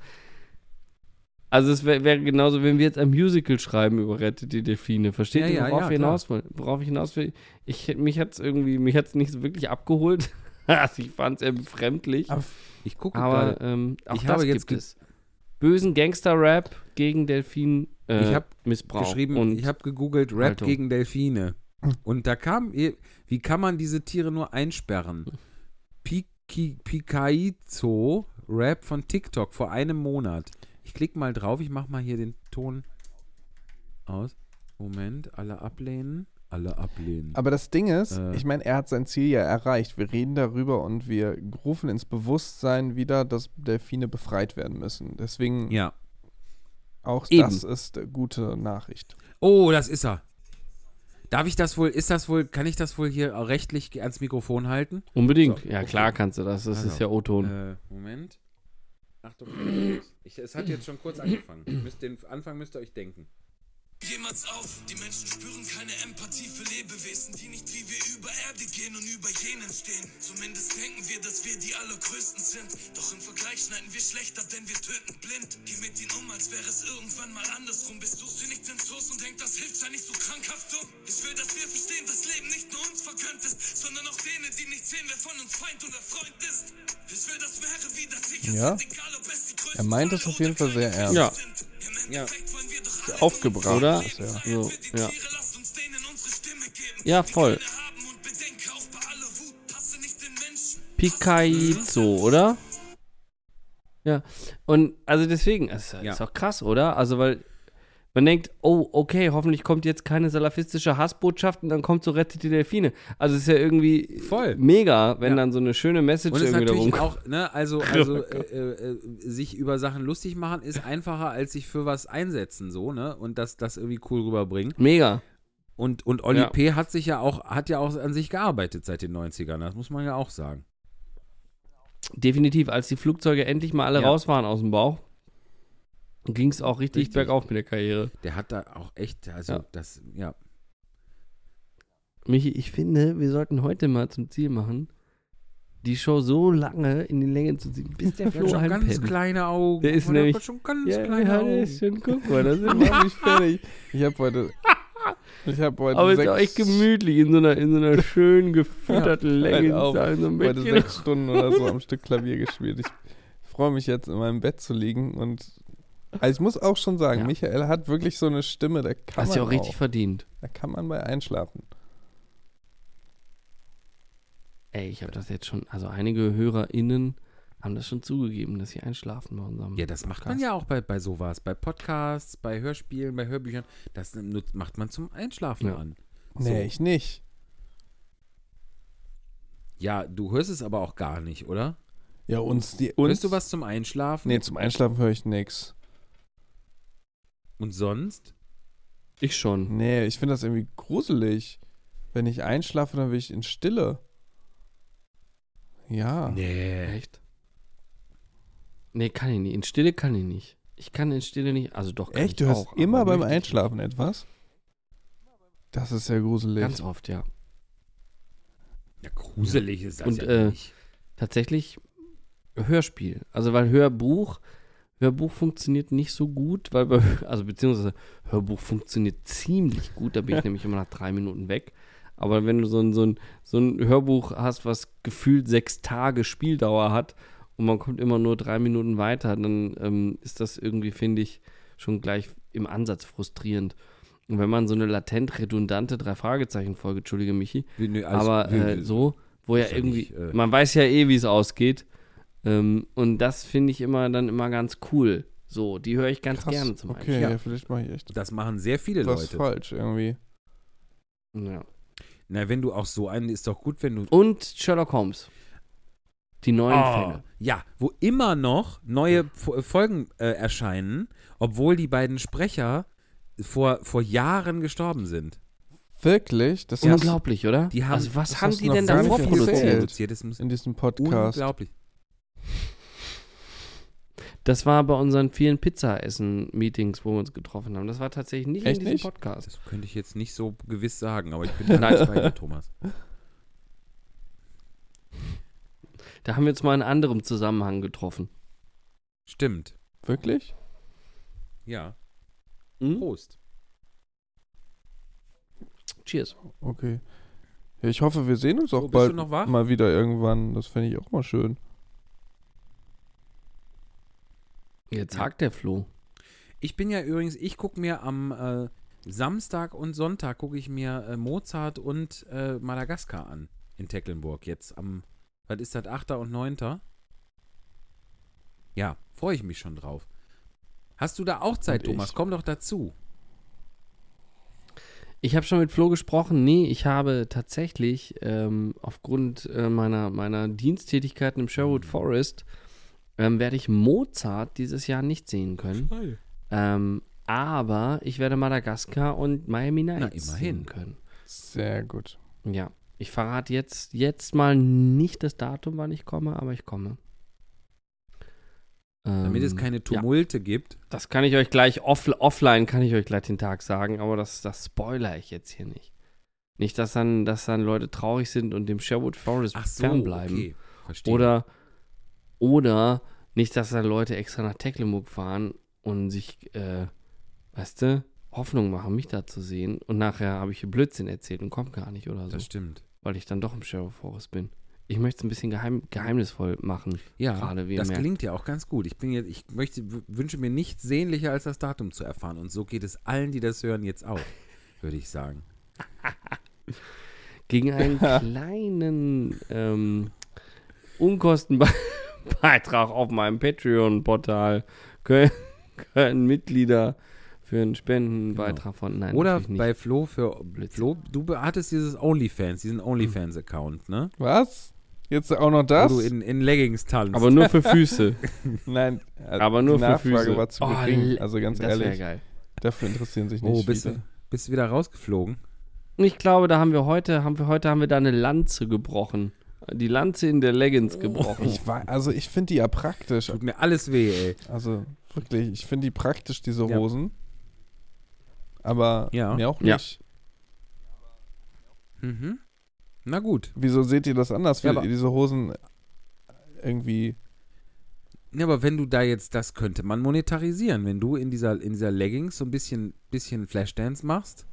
also es wäre wär genauso, wenn wir jetzt ein Musical schreiben über Rettet die Delfine, versteht Ja, ihr, ja, worauf ja, wir hinaus wollen? Worauf ich hinaus will? Ich, mich hat's irgendwie, mich hat's nicht so wirklich abgeholt, also ich fand's eher befremdlich. Aber Ich gucke Aber gerade. ähm, auch Ich das habe jetzt gibt ge- es. Bösen Gangster-Rap gegen Delfin äh, Ich hab Missbrauch. geschrieben, und ich habe gegoogelt Rap Haltung. gegen Delfine. Und da kam, wie kann man diese Tiere nur einsperren? Piki, Pikaizo Rap von TikTok vor einem Monat. Ich klicke mal drauf, ich mache mal hier den Ton aus. Moment, alle ablehnen. Alle ablehnen. Aber das Ding ist, Äh. ich meine, er hat sein Ziel ja erreicht. Wir reden darüber und wir rufen ins Bewusstsein wieder, dass Delfine befreit werden müssen. Deswegen Ja. auch Eben. das ist äh, gute Nachricht. Oh, das ist er. Darf ich das wohl, ist das wohl, kann ich das wohl hier rechtlich ans Mikrofon halten? unbedingt. So, ja, okay. klar kannst du das. Das Also, ist ja O-Ton. Äh, Moment. Achtung, ich, es hat jetzt schon kurz angefangen. Müsst den Anfang müsst ihr euch denken. Jemals auf, die Menschen spüren keine Empathie für Lebewesen, die nicht wie wir über Erde gehen und über jenen stehen. Zumindest denken wir, dass wir die Allergrößten sind. Doch im Vergleich schneiden wir schlechter, denn wir töten blind. Geh mit ihnen um, als wäre es irgendwann mal andersrum. Bist du sie nicht ins Los und denk, das hilft sei nicht so krankhaft dumm. Ich will, dass wir verstehen, dass Leben nicht nur uns vergönnt ist, sondern auch denen, die nicht sehen, wer von uns Feind oder Freund ist. Ich will, dass Meere wieder sicher Ja. sind, egal ob es die größten Er meint es auf jeden Fall sehr ernst. Ja. sind. Im Ja. Endeffekt wollen wir doch alle Aufgebracht. Oder? Ist er. So, ja. Lasst uns denen unsere Stimme geben. Ja, voll. Haben und bedenke auch bei aller Wut, hasse nicht den Menschen. Pikaizo, oder? Ja. Und also deswegen, es ist, Ja. ist auch krass, oder? Also, weil man denkt, oh, okay, hoffentlich kommt jetzt keine salafistische Hassbotschaft und dann kommt so Rettet die Delfine. Also es ist ja irgendwie Voll. mega, wenn Ja. dann so eine schöne Message Und es ist irgendwie natürlich darum kommt. auch, ne, also, also äh, äh, sich über Sachen lustig machen ist einfacher, als sich für was einsetzen, so, ne? Und das, das irgendwie cool rüberbringen. Mega. Und, und Oli Ja. P. hat sich ja auch, hat ja auch an sich gearbeitet seit den neunzigern, das muss man ja auch sagen. Definitiv, als die Flugzeuge endlich mal alle Ja. raus waren aus dem Bauch, ging es auch richtig, Richtig. bergauf mit der Karriere. Der hat da auch echt, also Ja. das, ja. Michi, ich finde, wir sollten heute mal zum Ziel machen, die Show so lange in die Länge zu ziehen, bis der Der hat Flo schon ganz einpennt. kleine Augen. Der ist Guck mal, nämlich- hat schon ganz Ja, kleine ja, Augen. der ist schon, guck mal, da sind Mach mich fertig. Ich habe heute. Ich habe heute. Aber es ist sechs, auch echt gemütlich in so einer, in so einer schön gefütterten Länge. Halt auf. in so einem heute Bettchen. sechs Stunden oder so am Stück Klavier gespielt. Ich freue mich jetzt in meinem Bett zu liegen und. Also ich muss auch schon sagen, Ja. Michael hat wirklich so eine Stimme, da kann Hast man du auch richtig auch, verdient. da kann man bei einschlafen. Ey, ich habe das jetzt schon, also einige HörerInnen haben das schon zugegeben, dass sie einschlafen bei unserem Ja, das macht man Podcast. ja auch bei, bei sowas, bei Podcasts, bei Hörspielen, bei Hörbüchern. Das nutzt- macht man zum Einschlafen Ja. an. Nee, So. ich nicht. Ja, du hörst es aber auch gar nicht, oder? Ja, uns die. Uns, Hörst du was zum Einschlafen? Nee, zum Einschlafen höre ich nix. Und sonst? Ich schon. Nee, ich finde das irgendwie gruselig. Wenn ich einschlafe, dann will ich in Stille. Ja. Nee. Echt? Nee, kann ich nicht. In Stille kann ich nicht. Ich kann in Stille nicht, also doch kann Echt? ich Du hörst auch, immer aber beim möchte ich Einschlafen etwas? Das ist ja nicht. gruselig. Ganz oft, ja. Ja, gruselig ist das Und, ja äh, nicht. Tatsächlich Hörspiel. Also weil Hörbuch, Hörbuch funktioniert nicht so gut, weil bei, also beziehungsweise Hörbuch funktioniert ziemlich gut, da bin ich nämlich immer nach drei Minuten weg. Aber wenn du so ein, so, ein, so ein Hörbuch hast, was gefühlt sechs Tage Spieldauer hat und man kommt immer nur drei Minuten weiter, dann ähm, ist das irgendwie, finde ich, schon gleich im Ansatz frustrierend. Und wenn man so eine latent redundante Drei-Fragezeichen-Folge, entschuldige Michi, Wie, nö, alles- aber wie- äh, so, wo ja ist ja irgendwie, nicht, äh, man weiß ja eh, wie es ausgeht. Ähm, und das finde ich immer dann immer ganz cool. So, die höre ich ganz Krass, gerne zum okay, Ja. ja, vielleicht mache ich echt Das machen sehr viele was Leute. falsch irgendwie. Einschlafen. Ja. Na, wenn du auch so einen, ist doch gut, wenn du. Und Sherlock Holmes. Die neuen Oh, Fälle. ja, wo immer noch neue F- Folgen äh, erscheinen, obwohl die beiden Sprecher vor, vor Jahren gestorben sind. Wirklich? Das Unglaublich, oder? Die haben- also was das haben hast die du noch denn gar da nicht vorproduziert? erzählt. Produziert, das muss in diesem Podcast. unglaublich. Das war bei unseren vielen Pizza-Essen-Meetings, wo wir uns getroffen haben. Das war tatsächlich nicht Echt in diesem nicht? Podcast. Das könnte ich jetzt nicht so gewiss sagen, aber ich bin da nicht bei dir, Thomas. Da haben wir uns mal in anderem Zusammenhang getroffen. Stimmt. Wirklich? Ja. Hm? Prost. Cheers. Okay. Ja, ich hoffe, wir sehen uns auch So, bist bald du noch wach? mal wieder irgendwann. Das fände ich auch mal schön. Jetzt hakt der Flo. Ich bin ja übrigens, ich gucke mir am äh, Samstag und Sonntag gucke ich mir äh, Mozart und äh, Madagaskar an in Tecklenburg. Jetzt am, was ist das, achter und neunter Ja, freue ich mich schon drauf. Hast du da auch Zeit, Und ich. Thomas? Komm doch dazu. Ich habe schon mit Flo gesprochen. Nee, ich habe tatsächlich ähm, aufgrund äh, meiner, meiner Diensttätigkeiten im Sherwood Forest ähm, werde ich Mozart dieses Jahr nicht sehen können. Ähm, aber ich werde Madagaskar und Miami Nights immerhin. sehen können. Sehr gut. Ja, ich verrate jetzt, jetzt mal nicht das Datum, wann ich komme, aber ich komme. Damit es Ähm, keine ja. Tumulte gibt. Das kann ich euch gleich off offline, kann ich euch gleich den Tag sagen, aber das, das spoilere ich jetzt hier nicht. Nicht, dass dann, dass dann Leute traurig sind und dem Sherwood Forest Ach so, fernbleiben. okay. Verstehe. Oder, oder nicht, dass dann Leute extra nach Tecklenburg fahren und sich, äh, weißt du, Hoffnung machen, mich da zu sehen. Und nachher habe ich hier Blödsinn erzählt und komme gar nicht oder so, Das stimmt. weil ich dann doch im Sherwood Forest bin. Ich möchte es ein bisschen geheim, geheimnisvoll machen. Ja, Gerade, wie ihr das merkt. gelingt ja auch ganz gut. Ich bin jetzt, ich möchte, w- wünsche mir nichts sehnlicher, als das Datum zu erfahren. Und so geht es allen, die das hören, jetzt auch, würde ich sagen. Gegen einen kleinen ähm, Unkostenbeitrag auf meinem Patreon-Portal können, können Mitglieder für einen Spendenbeitrag von nein, Oder natürlich nicht. bei Flo für Blödsinn. Flo, du be- hattest dieses OnlyFans, diesen OnlyFans-Account, ne? Was? Jetzt auch noch das? Wo du in, in Leggings tanzt. aber nur für Füße. Nein, äh, Aber nur die für Nachfrage Füße. war zu Oh, gering. l- Also ganz das wäre ehrlich, geil. dafür interessieren sich nicht oh, bist viele. du, bist du wieder rausgeflogen? Ich glaube, da haben wir heute, haben wir heute haben wir da eine Lanze gebrochen. Die Lanze in der Leggings gebrochen. Ich war, also ich finde die ja praktisch. Tut mir alles weh, ey. Also wirklich, ich finde die praktisch, diese Ja. Hosen. Aber Ja. mir auch Ja. nicht. Mhm. Na gut. Wieso seht ihr das anders? Ja, Findet aber- ihr diese Hosen irgendwie... Ja, aber wenn du da jetzt, das könnte man monetarisieren, wenn du in dieser, in dieser Leggings so ein bisschen, bisschen Flashdance machst.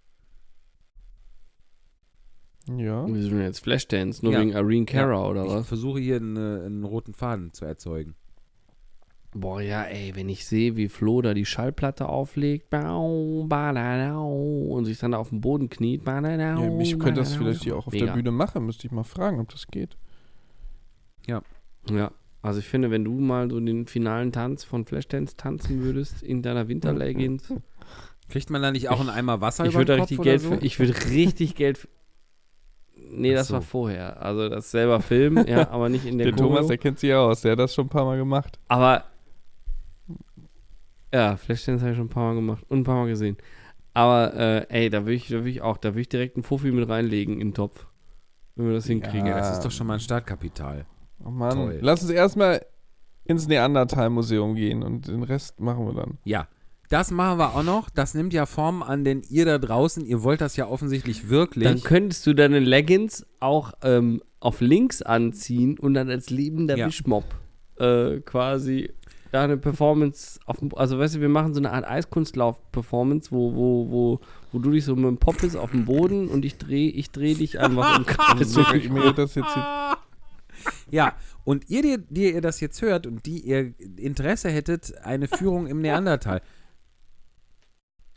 Ja. Wir sind jetzt Flashdance, nur Ja. wegen Irene Cara Ja, oder ich was? versuche hier eine, einen roten Faden zu erzeugen. Boah, ja, ey, wenn ich sehe, wie Flo da die Schallplatte auflegt, bau, badadau, und sich dann da auf den Boden kniet, badadau, ja ich könnte das badadau. vielleicht hier auch auf Mega. der Bühne machen. Müsste ich mal fragen, ob das geht. Ja, also ich finde, wenn du mal so den finalen Tanz von Flashdance tanzen würdest in deiner Winterleggings, Kriegt man da nicht auch einen Eimer Wasser ich über würde da den Kopf richtig oder Geld so? für, ich würde richtig Geld für, nee, Ach das so. war vorher, also das selber Film, ja, aber nicht in der, Der Thomas, Choreo. der kennt sich ja aus. Der hat das schon ein paar Mal gemacht. Aber ja, Flashdance habe ich schon ein paar Mal gemacht und ein paar Mal gesehen. Aber äh, ey, da würde ich, da würd ich auch, da würde ich direkt einen Fuffi mit reinlegen in den Topf. Wenn wir das hinkriegen. Ja, das ist doch schon mal ein Startkapital. Oh Mann. Toll. Lass uns erstmal ins Neandertal-Museum gehen und den Rest machen wir dann. Ja, das machen wir auch noch. Das nimmt ja Form an, denn ihr da draußen, ihr wollt das ja offensichtlich wirklich. Dann könntest du deine Leggings auch ähm, auf links anziehen und dann als lebender Ja. Wischmopp äh, quasi da eine Performance auf dem, also weißt du, wir machen so eine Art Eiskunstlauf-Performance, wo, wo, wo, wo du dich so mit dem Pop bist auf dem Boden und ich drehe ich dreh dich einfach im Kreis. Also, mir das jetzt hier, Ja, und ihr, die, die ihr das jetzt hört und die ihr Interesse hättet, eine Führung im Neandertal,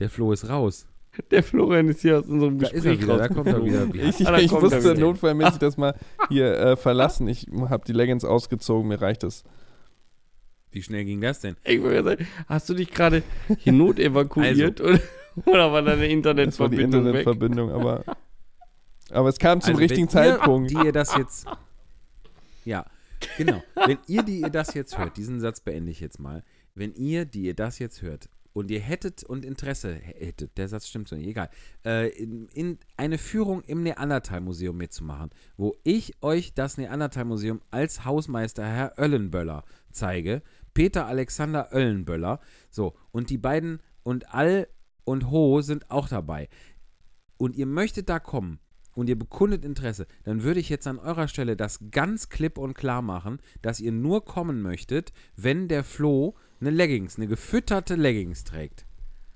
Der Flo ist raus. Der Florian ist hier aus unserem Da Gespräch ist er wieder, da kommt er wieder. Wie Ich, Ah, da ich kommt er musste wieder. notfallmäßig das mal hier äh, verlassen. Ich habe die Leggings ausgezogen, mir reicht es. Wie schnell ging das denn? Ich wollte sagen, hast du dich gerade hier not evakuiert oder, oder war deine Das war die Internetverbindung weg? Internetverbindung, aber, aber es kam zum Also, richtigen wenn ihr, Zeitpunkt. die ihr das jetzt. Ja, genau. Wenn ihr, die ihr das jetzt hört, diesen Satz beende ich jetzt mal. Wenn ihr, die ihr das jetzt hört, und ihr hättet und Interesse hättet, der Satz stimmt so nicht, egal, äh, in, in eine Führung im Neandertal-Museum mitzumachen, wo ich euch das Neandertal-Museum als Hausmeister Herr Oellenböller zeige, Peter Alexander Oellenböller, so, und die beiden und All und Ho sind auch dabei. Und ihr möchtet da kommen und ihr bekundet Interesse, dann würde ich jetzt an eurer Stelle das ganz klipp und klar machen, dass ihr nur kommen möchtet, wenn der Flo eine Leggings, eine gefütterte Leggings trägt.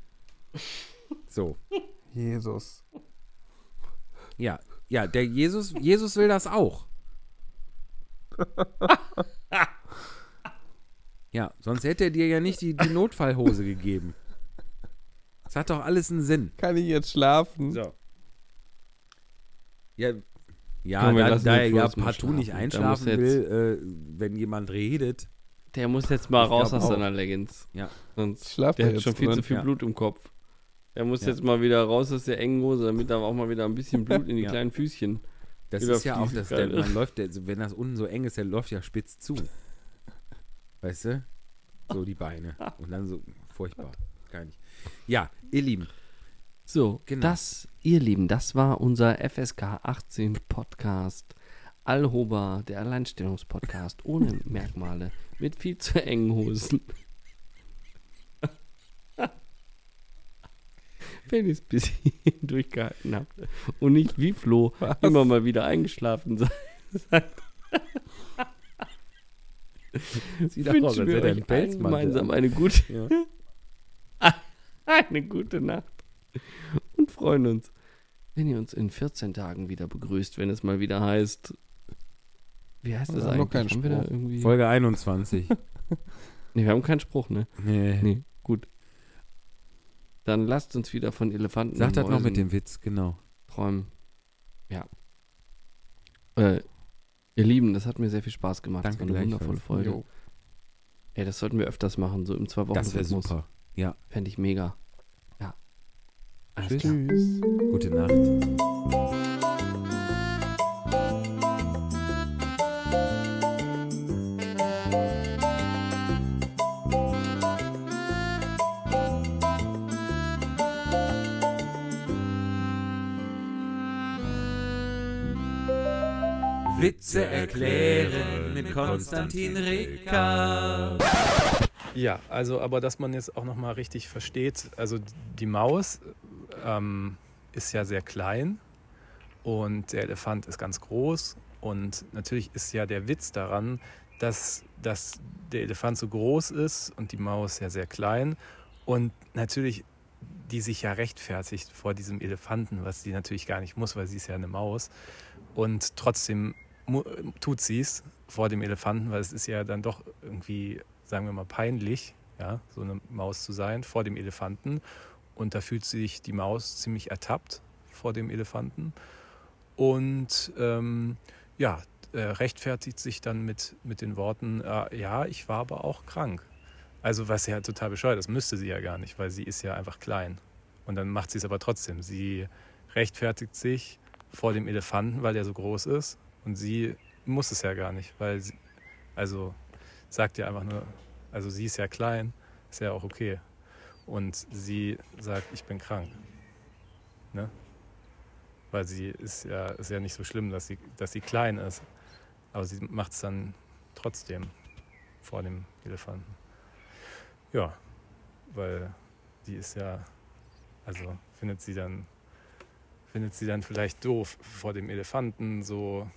So. Jesus. Ja, ja, der Jesus, Jesus will das auch. Ja, sonst hätte er dir ja nicht die, die Notfallhose gegeben. Das hat doch alles einen Sinn. Kann ich jetzt schlafen? So. Ja, ja, Komm, wir da, lassen da den er Flo ja erst mal partout nicht schlafen. Der einschlafen muss jetzt- will, äh, wenn jemand redet. Der muss jetzt mal Ich raus glaub aus auch. seiner Leggings. Ja. Sonst Schlaft der er hat jetzt schon viel drin? zu viel Ja. Blut im Kopf. Der muss Ja. jetzt mal wieder raus aus der engen Hose, damit er auch mal wieder ein bisschen Blut in die Ja. kleinen Füßchen. Das ist ja auch, Überfließen das, der, kann. man läuft, der, wenn das unten so eng ist, der läuft ja spitz zu. Weißt du? So die Beine. Und dann so, furchtbar. Gar nicht. Ja, ihr Lieben. So, Genau. das, ihr Lieben, das war unser F S K achtzehn Podcast. Alhoba, der Alleinstellungspodcast ohne Merkmale, mit viel zu engen Hosen. Wenn ihr es bis hierhin durchgehalten habt und nicht wie Flo immer mal wieder eingeschlafen seid, Sieht auch aus, als wünschen wir hätte er einen euch allen Pelzmantel gemeinsam an. eine gute, Ja. eine gute Nacht und freuen uns, wenn ihr uns in vierzehn Tagen wieder begrüßt, wenn es mal wieder heißt, wie heißt Wir das haben noch eigentlich? keinen Haben wir da Spruch. irgendwie? Folge einundzwanzig. Nee, wir haben keinen Spruch, ne? Nee. Nee, gut. Dann lasst uns wieder von Elefanten Sag und das noch Mäusen mit dem Witz, genau. träumen. Ja. Äh, ihr Lieben, das hat mir sehr viel Spaß gemacht. Danke das war eine gleichfalls. wundervolle Folge. Jo. Ey, das sollten wir öfters machen, so im zwei Wochen Das wäre super. Ja. Fände ich mega. Ja. Alles Tschüss. klar. Tschüss. Gute Nacht. Witze erklären mit Konstantin Reka. Ja, also aber dass man jetzt auch nochmal richtig versteht, also die Maus ähm, ist ja sehr klein und der Elefant ist ganz groß und natürlich ist ja der Witz daran, dass, dass der Elefant so groß ist und die Maus ja sehr klein und natürlich die sich ja rechtfertigt vor diesem Elefanten, was sie natürlich gar nicht muss, weil sie ist ja eine Maus und trotzdem mu- tut sie es vor dem Elefanten, weil es ist ja dann doch irgendwie, sagen wir mal, peinlich, ja, so eine Maus zu sein vor dem Elefanten. Und da fühlt sich die Maus ziemlich ertappt vor dem Elefanten. Und ähm, ja, äh, rechtfertigt sich dann mit, mit den Worten, äh, ja, ich war aber auch krank. Also was ja total bescheuert ist, müsste sie ja gar nicht, weil sie ist ja einfach klein. Und dann macht sie es aber trotzdem. Sie rechtfertigt sich vor dem Elefanten, weil er so groß ist. Und sie muss es ja gar nicht, weil sie, also sagt ja einfach nur, also sie ist ja klein, ist ja auch okay. Und sie sagt, ich bin krank. Ne? Weil sie ist ja, ist ja nicht so schlimm, dass sie, dass sie klein ist. Aber sie macht es dann trotzdem vor dem Elefanten. Ja, weil die ist ja, also findet sie dann, findet sie dann vielleicht doof, vor dem Elefanten so,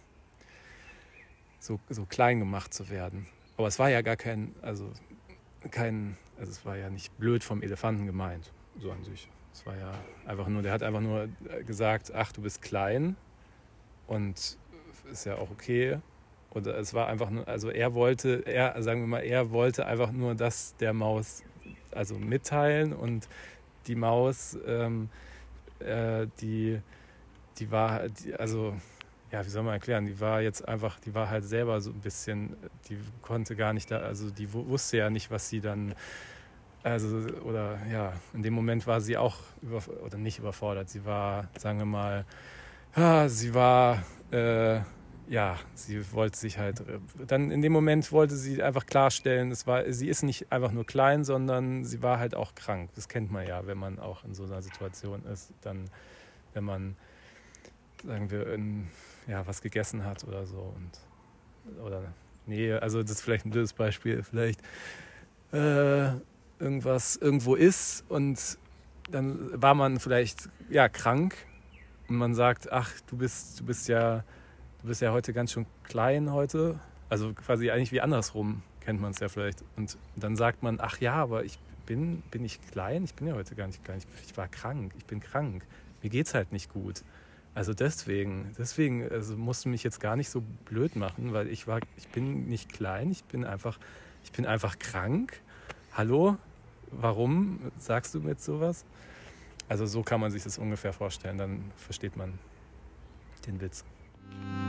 so, so klein gemacht zu werden. Aber es war ja gar kein, also kein, also es war ja nicht blöd vom Elefanten gemeint, so an sich. Es war ja einfach nur, der hat einfach nur gesagt, ach, du bist klein und ist ja auch okay. Und es war einfach nur, also er wollte, er, sagen wir mal, er wollte einfach nur das der Maus also mitteilen und die Maus, ähm, äh, die, die war, die, also, ja, wie soll man erklären, die war jetzt einfach, die war halt selber so ein bisschen, die konnte gar nicht da, also die wusste ja nicht, was sie dann, also, oder ja, in dem Moment war sie auch, über, oder nicht überfordert, sie war, sagen wir mal, ah, sie war, äh, ja, sie wollte sich halt, dann in dem Moment wollte sie einfach klarstellen, es war, sie ist nicht einfach nur klein, sondern sie war halt auch krank. Das kennt man ja, wenn man auch in so einer Situation ist, dann, wenn man, sagen wir, in, ja, was gegessen hat oder so und, oder, nee, also das ist vielleicht ein blödes Beispiel, vielleicht äh, irgendwas irgendwo ist und dann war man vielleicht, ja, krank und man sagt, ach, du bist, du bist ja, du bist ja heute ganz schön klein heute. Also quasi eigentlich wie andersrum kennt man es ja vielleicht. Und dann sagt man, ach ja, aber ich bin, bin ich klein? Ich bin ja heute gar nicht klein. Ich, ich war krank. Ich bin krank. Mir geht's halt nicht gut. Also deswegen, deswegen also musst du mich jetzt gar nicht so blöd machen, weil ich war, ich bin nicht klein. Ich bin einfach, ich bin einfach krank. Hallo? Warum sagst du mir jetzt sowas? Also so kann man sich das ungefähr vorstellen. Dann versteht man den Witz.